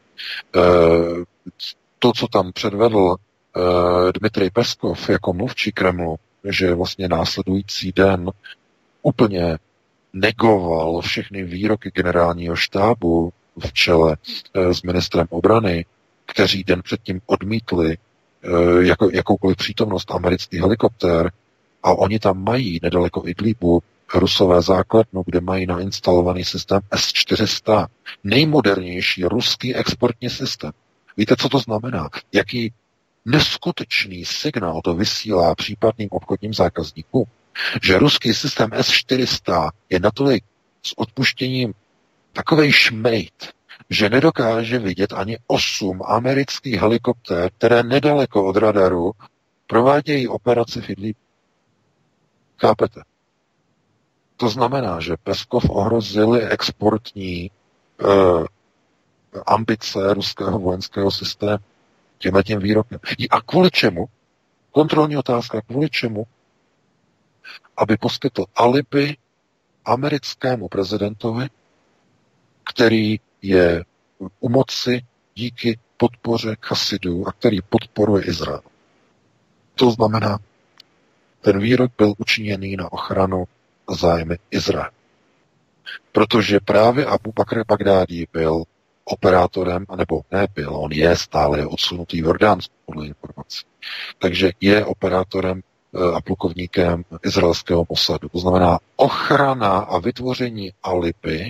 to, co tam předvedl e, Dmitrij Peskov jako mluvčí Kremlu, že vlastně následující den úplně negoval všechny výroky generálního štábu v čele e, s ministrem obrany, kteří den předtím odmítli e, jako, jakoukoliv přítomnost amerických helikoptér a oni tam mají nedaleko Idlibu Rusové základnu, kde mají nainstalovaný systém S čtyři sta, nejmodernější ruský exportní systém. Víte, co to znamená? Jaký neskutečný signál to vysílá případným obchodním zákazníkům, že ruský systém S čtyři sta je natolik s odpuštěním takovej šmejt, že nedokáže vidět ani osm amerických helikoptér, které nedaleko od radaru provádějí operaci v Idlibu. Chápete? To znamená, že Peskov ohrozili exportní eh, ambice ruského vojenského systému tímhle tím výrokem. A kvůli čemu? Kontrolní otázka, kvůli čemu? Aby poskytl alibi americkému prezidentovi, který je u moci díky podpoře Chasidů a který podporuje Izrael. To znamená, ten výrok byl učiněný na ochranu zájmy Izraele. Protože právě Abu Bakr Bagdádí byl operátorem, anebo nebyl, on je stále odsunutý v Jordánsku, podle informací. Takže je operátorem a plukovníkem izraelského Mossadu. To znamená ochrana a vytvoření alibi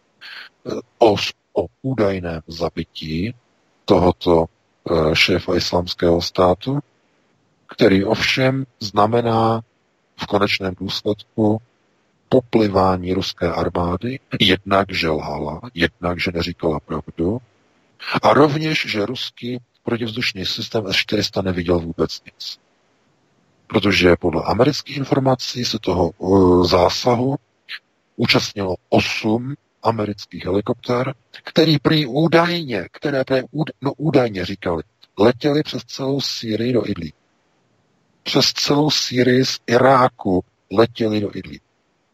o, o údajném zabití tohoto šéfa islámského státu, který ovšem znamená v konečném důsledku poplivání ruské armády, jednak, že lhala, jednak, že neříkala pravdu, a rovněž, že ruský protivzdušný systém S čtyři sta neviděl vůbec nic. Protože podle amerických informací se toho uh, zásahu účastnilo osm amerických helikoptér, který prý údajně, které prý úd, no, údajně říkali, letěli přes celou Sýrii do Idlíbu. Přes celou Sýrii z Iráku letěli do Idlíbu.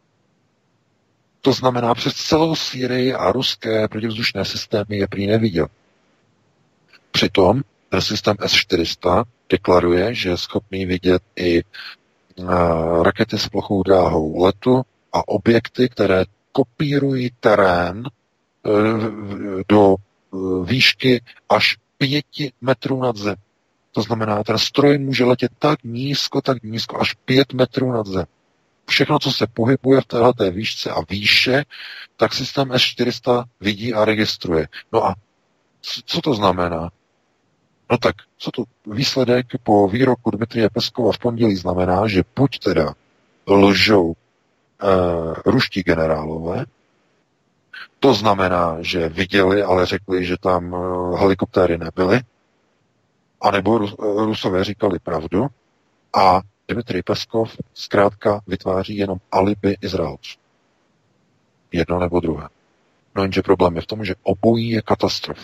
To znamená, přes celou Sýrii a ruské protivzdušné systémy je prý neviděl. Přitom ten systém S čtyři sta deklaruje, že je schopný vidět i rakety s plochou dráhou letu a objekty, které kopírují terén do výšky až pěti metrů nad zem. To znamená, ten stroj může letět tak nízko, tak nízko, až pět metrů nad zem. Všechno, co se pohybuje v téhleté výšce a výše, tak systém S čtyři sta vidí a registruje. No a co to znamená? No tak, co to výsledek po výroku Dmitrije Peskova v pondělí znamená, že buď teda lžou e, ruští generálové, to znamená, že viděli, ale řekli, že tam helikoptéry nebyly, anebo Rusové říkali pravdu a Dmitrij Peskov zkrátka vytváří jenom alibi Izraelců. Jedno nebo druhé. No jenže problém je v tom, že obojí je katastrofa.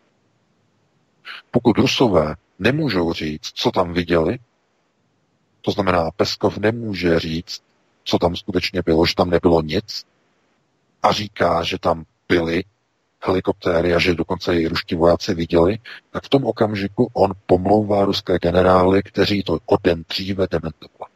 Pokud Rusové nemůžou říct, co tam viděli, to znamená, Peskov nemůže říct, co tam skutečně bylo, že tam nebylo nic, a říká, že tam byly helikoptéry a že dokonce i ruští vojáci viděli, tak v tom okamžiku on pomlouvá ruské generály, kteří to o den dříve dementovali.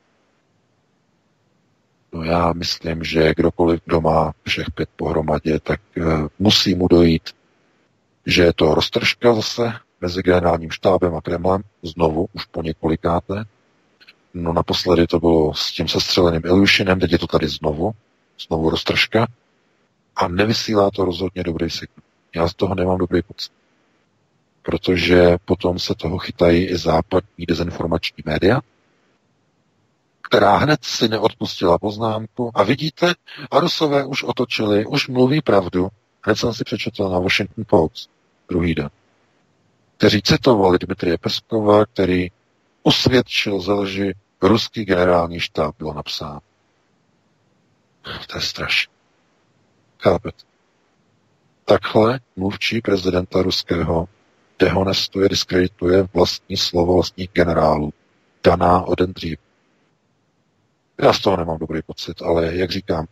No já myslím, že kdokoliv, kdo má všech pět pohromadě, tak uh, musí mu dojít, že je to roztržka zase mezi generálním štábem a Kremlem, znovu, už po několikáté. No naposledy to bylo s tím sestřeleným Iljušinem, teď je to tady znovu, znovu roztržka. A nevysílá to rozhodně dobrý signál. Já z toho nemám dobrý pocit. Protože potom se toho chytají i západní dezinformační média, která hned si neodpustila poznámku. A vidíte, a Rusové už otočili, už mluví pravdu. Hned jsem si přečetl na Washington Post druhý den, kteří citovali Dmitrije Peskova, který usvědčil ze lži ruský generální štáb, bylo napsáno. To je strašné. Chápete? Takhle mluvčí prezidenta ruského dehonestuje, diskredituje vlastní slovo vlastních generálů, daná o den dřív. Já z toho nemám dobrý pocit, ale jak říkám,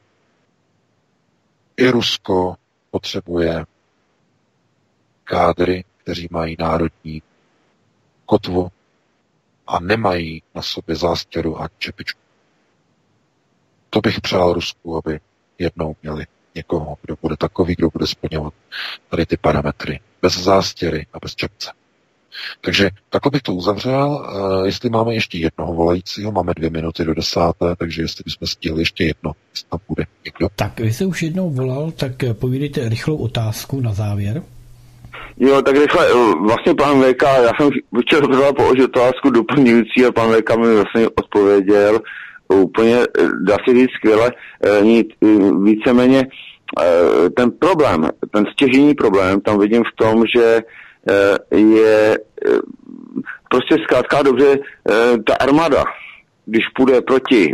i Rusko potřebuje kádry, kteří mají národní kotvu a nemají na sobě zástěru a čepičku. To bych přál Rusku, aby jednou měli někoho, kdo bude takový, kdo bude splňovat tady ty parametry. Bez zástěry a bez čepce. Takže takhle bych to uzavřel. Jestli máme ještě jednoho volajícího, máme dvě minuty do desáté, takže jestli bychom stihli ještě jedno, jestli tam bude někdo. Tak vy jste už jednou volal, tak povídejte rychlou otázku na závěr. Jo, tak rychle, vlastně pan V K, já jsem chtěl položit otázku doplňující a pan V K mi vlastně odpověděl úplně, dá se říct skvěle, víceméně ten problém, ten stěžejní problém, tam vidím v tom, že je prostě zkrátka dobře ta armáda, když půjde proti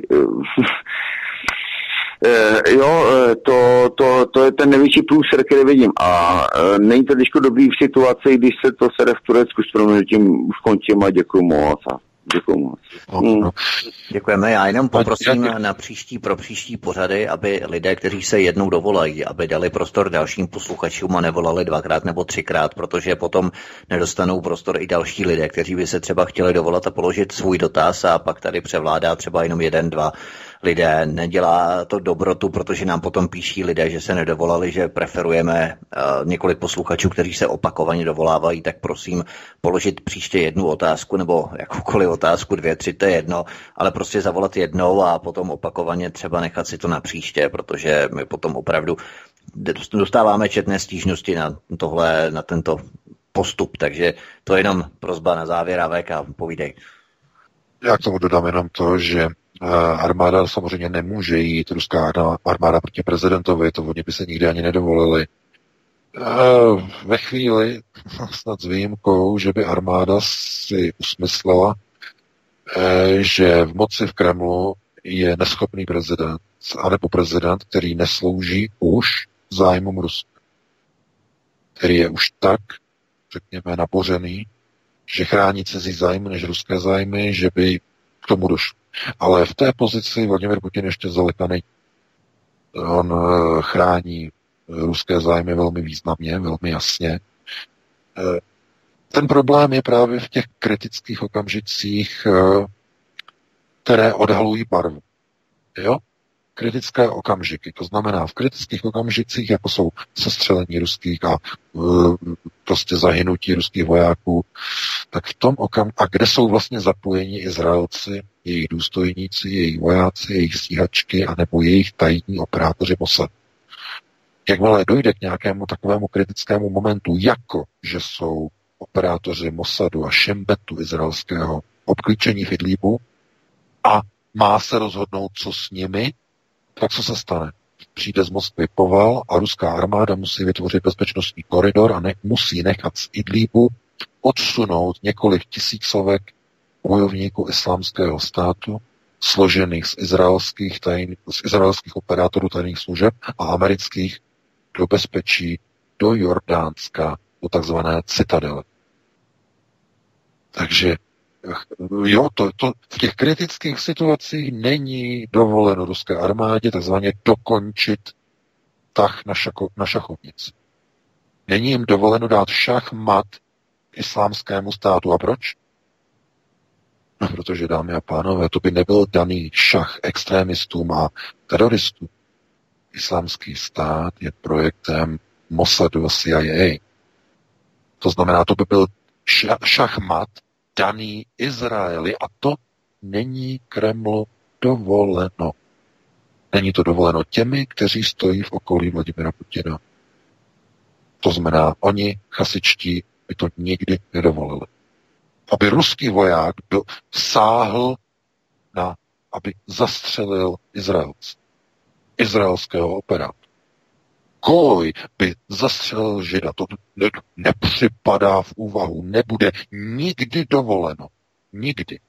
jo, to, to, to je ten největší průser, který vidím. A není to vždycky dobrý v situaci, když se to sede v Turecku, s proměnutím skončím a děkuju moc. Děkuju moc. Hmm. Děkujeme. Já jenom poprosím na příští, pro příští pořady, aby lidé, kteří se jednou dovolají, aby dali prostor dalším posluchačům a nevolali dvakrát nebo třikrát, protože potom nedostanou prostor i další lidé, kteří by se třeba chtěli dovolat a položit svůj dotaz a pak tady převládá třeba jenom jeden, dva lidé. Nedělá to dobrotu, protože nám potom píší lidé, že se nedovolali, že preferujeme uh, několik posluchačů, kteří se opakovaně dovolávají, tak prosím položit příště jednu otázku nebo jakoukoliv otázku, dvě, tři, to je jedno, ale prostě zavolat jednou a potom opakovaně třeba nechat si to na příště, protože my potom opravdu dostáváme četné stížnosti na tohle, na tento postup, takže to je jenom prosba na závěr a V K, povídej. Já k tomu dodám jenom to, že armáda samozřejmě nemůže jít, ruská armáda proti prezidentovi, to oni by se nikdy ani nedovolili. Ve chvíli, snad s výjimkou, že by armáda si usmyslela, že v moci v Kremlu je neschopný prezident, anebo prezident, který neslouží už zájmům Ruska, který je už tak, řekněme, nabořený, že chrání cizí zájmy než ruské zájmy, že by k tomu došlo. Ale v té pozici Vladimir Putin ještě zdaleka není. On chrání ruské zájmy velmi významně, velmi jasně. ten problém je právě v těch kritických okamžicích, které odhalují barvu. Jo? Kritické okamžiky. To znamená v kritických okamžicích, jako jsou sestřelení ruských a prostě zahynutí ruských vojáků, tak v tom okam... a kde jsou vlastně zapojeni Izraelci, jejich důstojníci, jejich vojáci, jejich stíhačky, anebo jejich tajní operátoři Mossad. Jakmile dojde k nějakému takovému kritickému momentu, jako že jsou operátoři Mossadu a Šembetu izraelského obklíčení v Idlíbu a má se rozhodnout, co s nimi, tak co se stane? Přijde z Moskvy poval a ruská armáda musí vytvořit bezpečnostní koridor a ne, musí nechat z Idlíbu odsunout několik tisícovek bojovníků islámského státu, složených z izraelských, tajn, z izraelských operátorů tajných služeb a amerických do bezpečí do Jordánska, do takzvané citadele. Takže jo, to, to v těch kritických situacích není dovoleno ruské armádě takzvaně dokončit tah na, šako, na šachovnici. Není jim dovoleno dát šach mat islámskému státu. A proč? No, protože, dámy a pánové, to by nebyl daný šach extrémistům a teroristům. Islámský stát je projektem Mossadu a C I A. To znamená, to by byl šachmat daný Izraeli a to není Kremlu dovoleno. Není to dovoleno těmi, kteří stojí v okolí Vladimira Putina. To znamená, oni, chasičtí, by to nikdy nedovolili. Aby ruský voják byl, sáhl na, aby zastřelil Izraelce. Izraelského operátora. Goj by zastřelil Žida. To ne, nepřipadá v úvahu. Nebude nikdy dovoleno. Nikdy.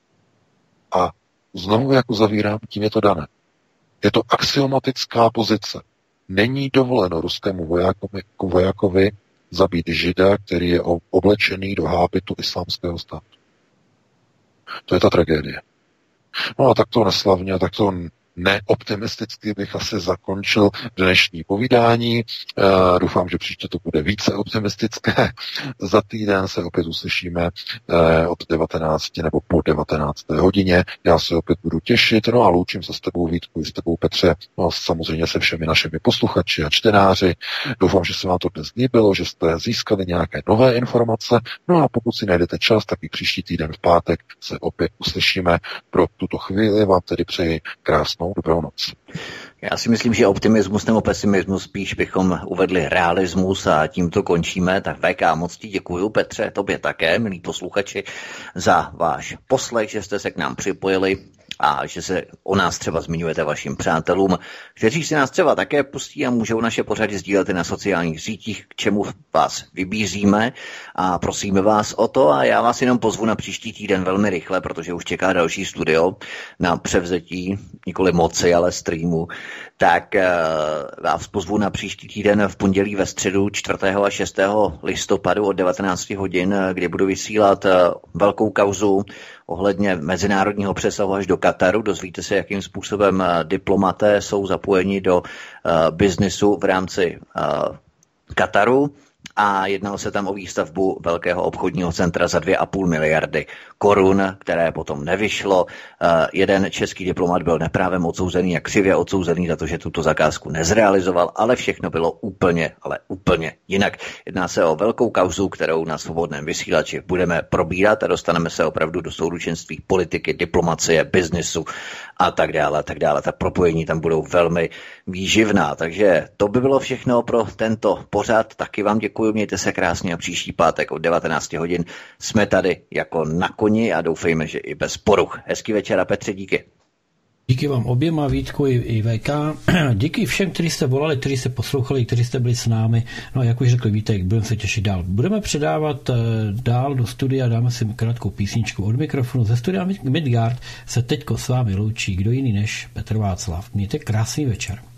A znovu jako zavírám, tím je to dané. Je to axiomatická pozice. Není dovoleno ruskému vojákovi, vojákovi zabít Žida, který je oblečený do hábitu islámského státu. To je ta tragédie. No a takto neslavně, a takto neoptimisticky bych asi zakončil dnešní povídání. Uh, doufám, že příště to bude více optimistické. Za týden se opět uslyšíme uh, od devatenácti nebo po devatenácté hodině. Já se opět budu těšit. No a loučím se s tebou, Vítku, i s tebou, Petře. No a samozřejmě se všemi našimi posluchači a čtenáři. Doufám, že se vám to dnes líbilo, že jste získali nějaké nové informace. No a pokud si najdete čas, tak i příští týden v pátek se opět uslyšíme. Pro tuto chvíli vám tedy přeji krásnou dobrou noc. Já si myslím, že optimismus nebo pesimismus spíš bychom uvedli realismus a tímto končíme. Tak V K, moc ti děkuju, Petře, tobě také, milí posluchači, za váš poslech, že jste se k nám připojili a že se o nás třeba zmiňujete vašim přátelům, kteří si nás třeba také pustí a můžou naše pořady sdílet i na sociálních sítích, k čemu vás vybízíme a prosíme vás o to a já vás jenom pozvu na příští týden velmi rychle, protože už čeká další studio na převzetí, nikoli moci, ale streamu, tak uh, vás pozvu na příští týden v pondělí ve středu čtvrtého a šestého listopadu od devatenácti hodin, kdy budu vysílat uh, velkou kauzu ohledně mezinárodního přesahu až do Kataru. Dozvíte se, jakým způsobem diplomaté jsou zapojeni do uh, biznisu v rámci uh, Kataru a jednalo se tam o výstavbu velkého obchodního centra za dvě a půl miliardy korun, které potom nevyšlo. Uh, jeden český diplomat byl neprávem odsouzený a křivě odsouzený za to, že tuto zakázku nezrealizoval, ale všechno bylo úplně, ale úplně jinak. Jedná se o velkou kauzu, kterou na Svobodném vysílači budeme probírat a dostaneme se opravdu do souručenství politiky, diplomacie, biznisu a tak dále, a tak dále. Ta propojení tam budou velmi výživná. Takže to by bylo všechno pro tento pořad. Taky vám děkuji, mějte se krásně a příští pátek od devatenácti hodin jsme tady jako na koni a doufejme, že i bez poruch. Hezký večer a Petře, díky. Díky vám oběma, Vítku i V K. Díky všem, kteří jste volali, kteří jste poslouchali, kteří jste byli s námi. No a jak už řekl Vítek, budeme se těšit dál. Budeme předávat dál do studia, dáme si krátkou písničku od mikrofonu. Ze studia Midgard se teďko s vámi loučí kdo jiný než Petr Václav. Mějte krásný večer.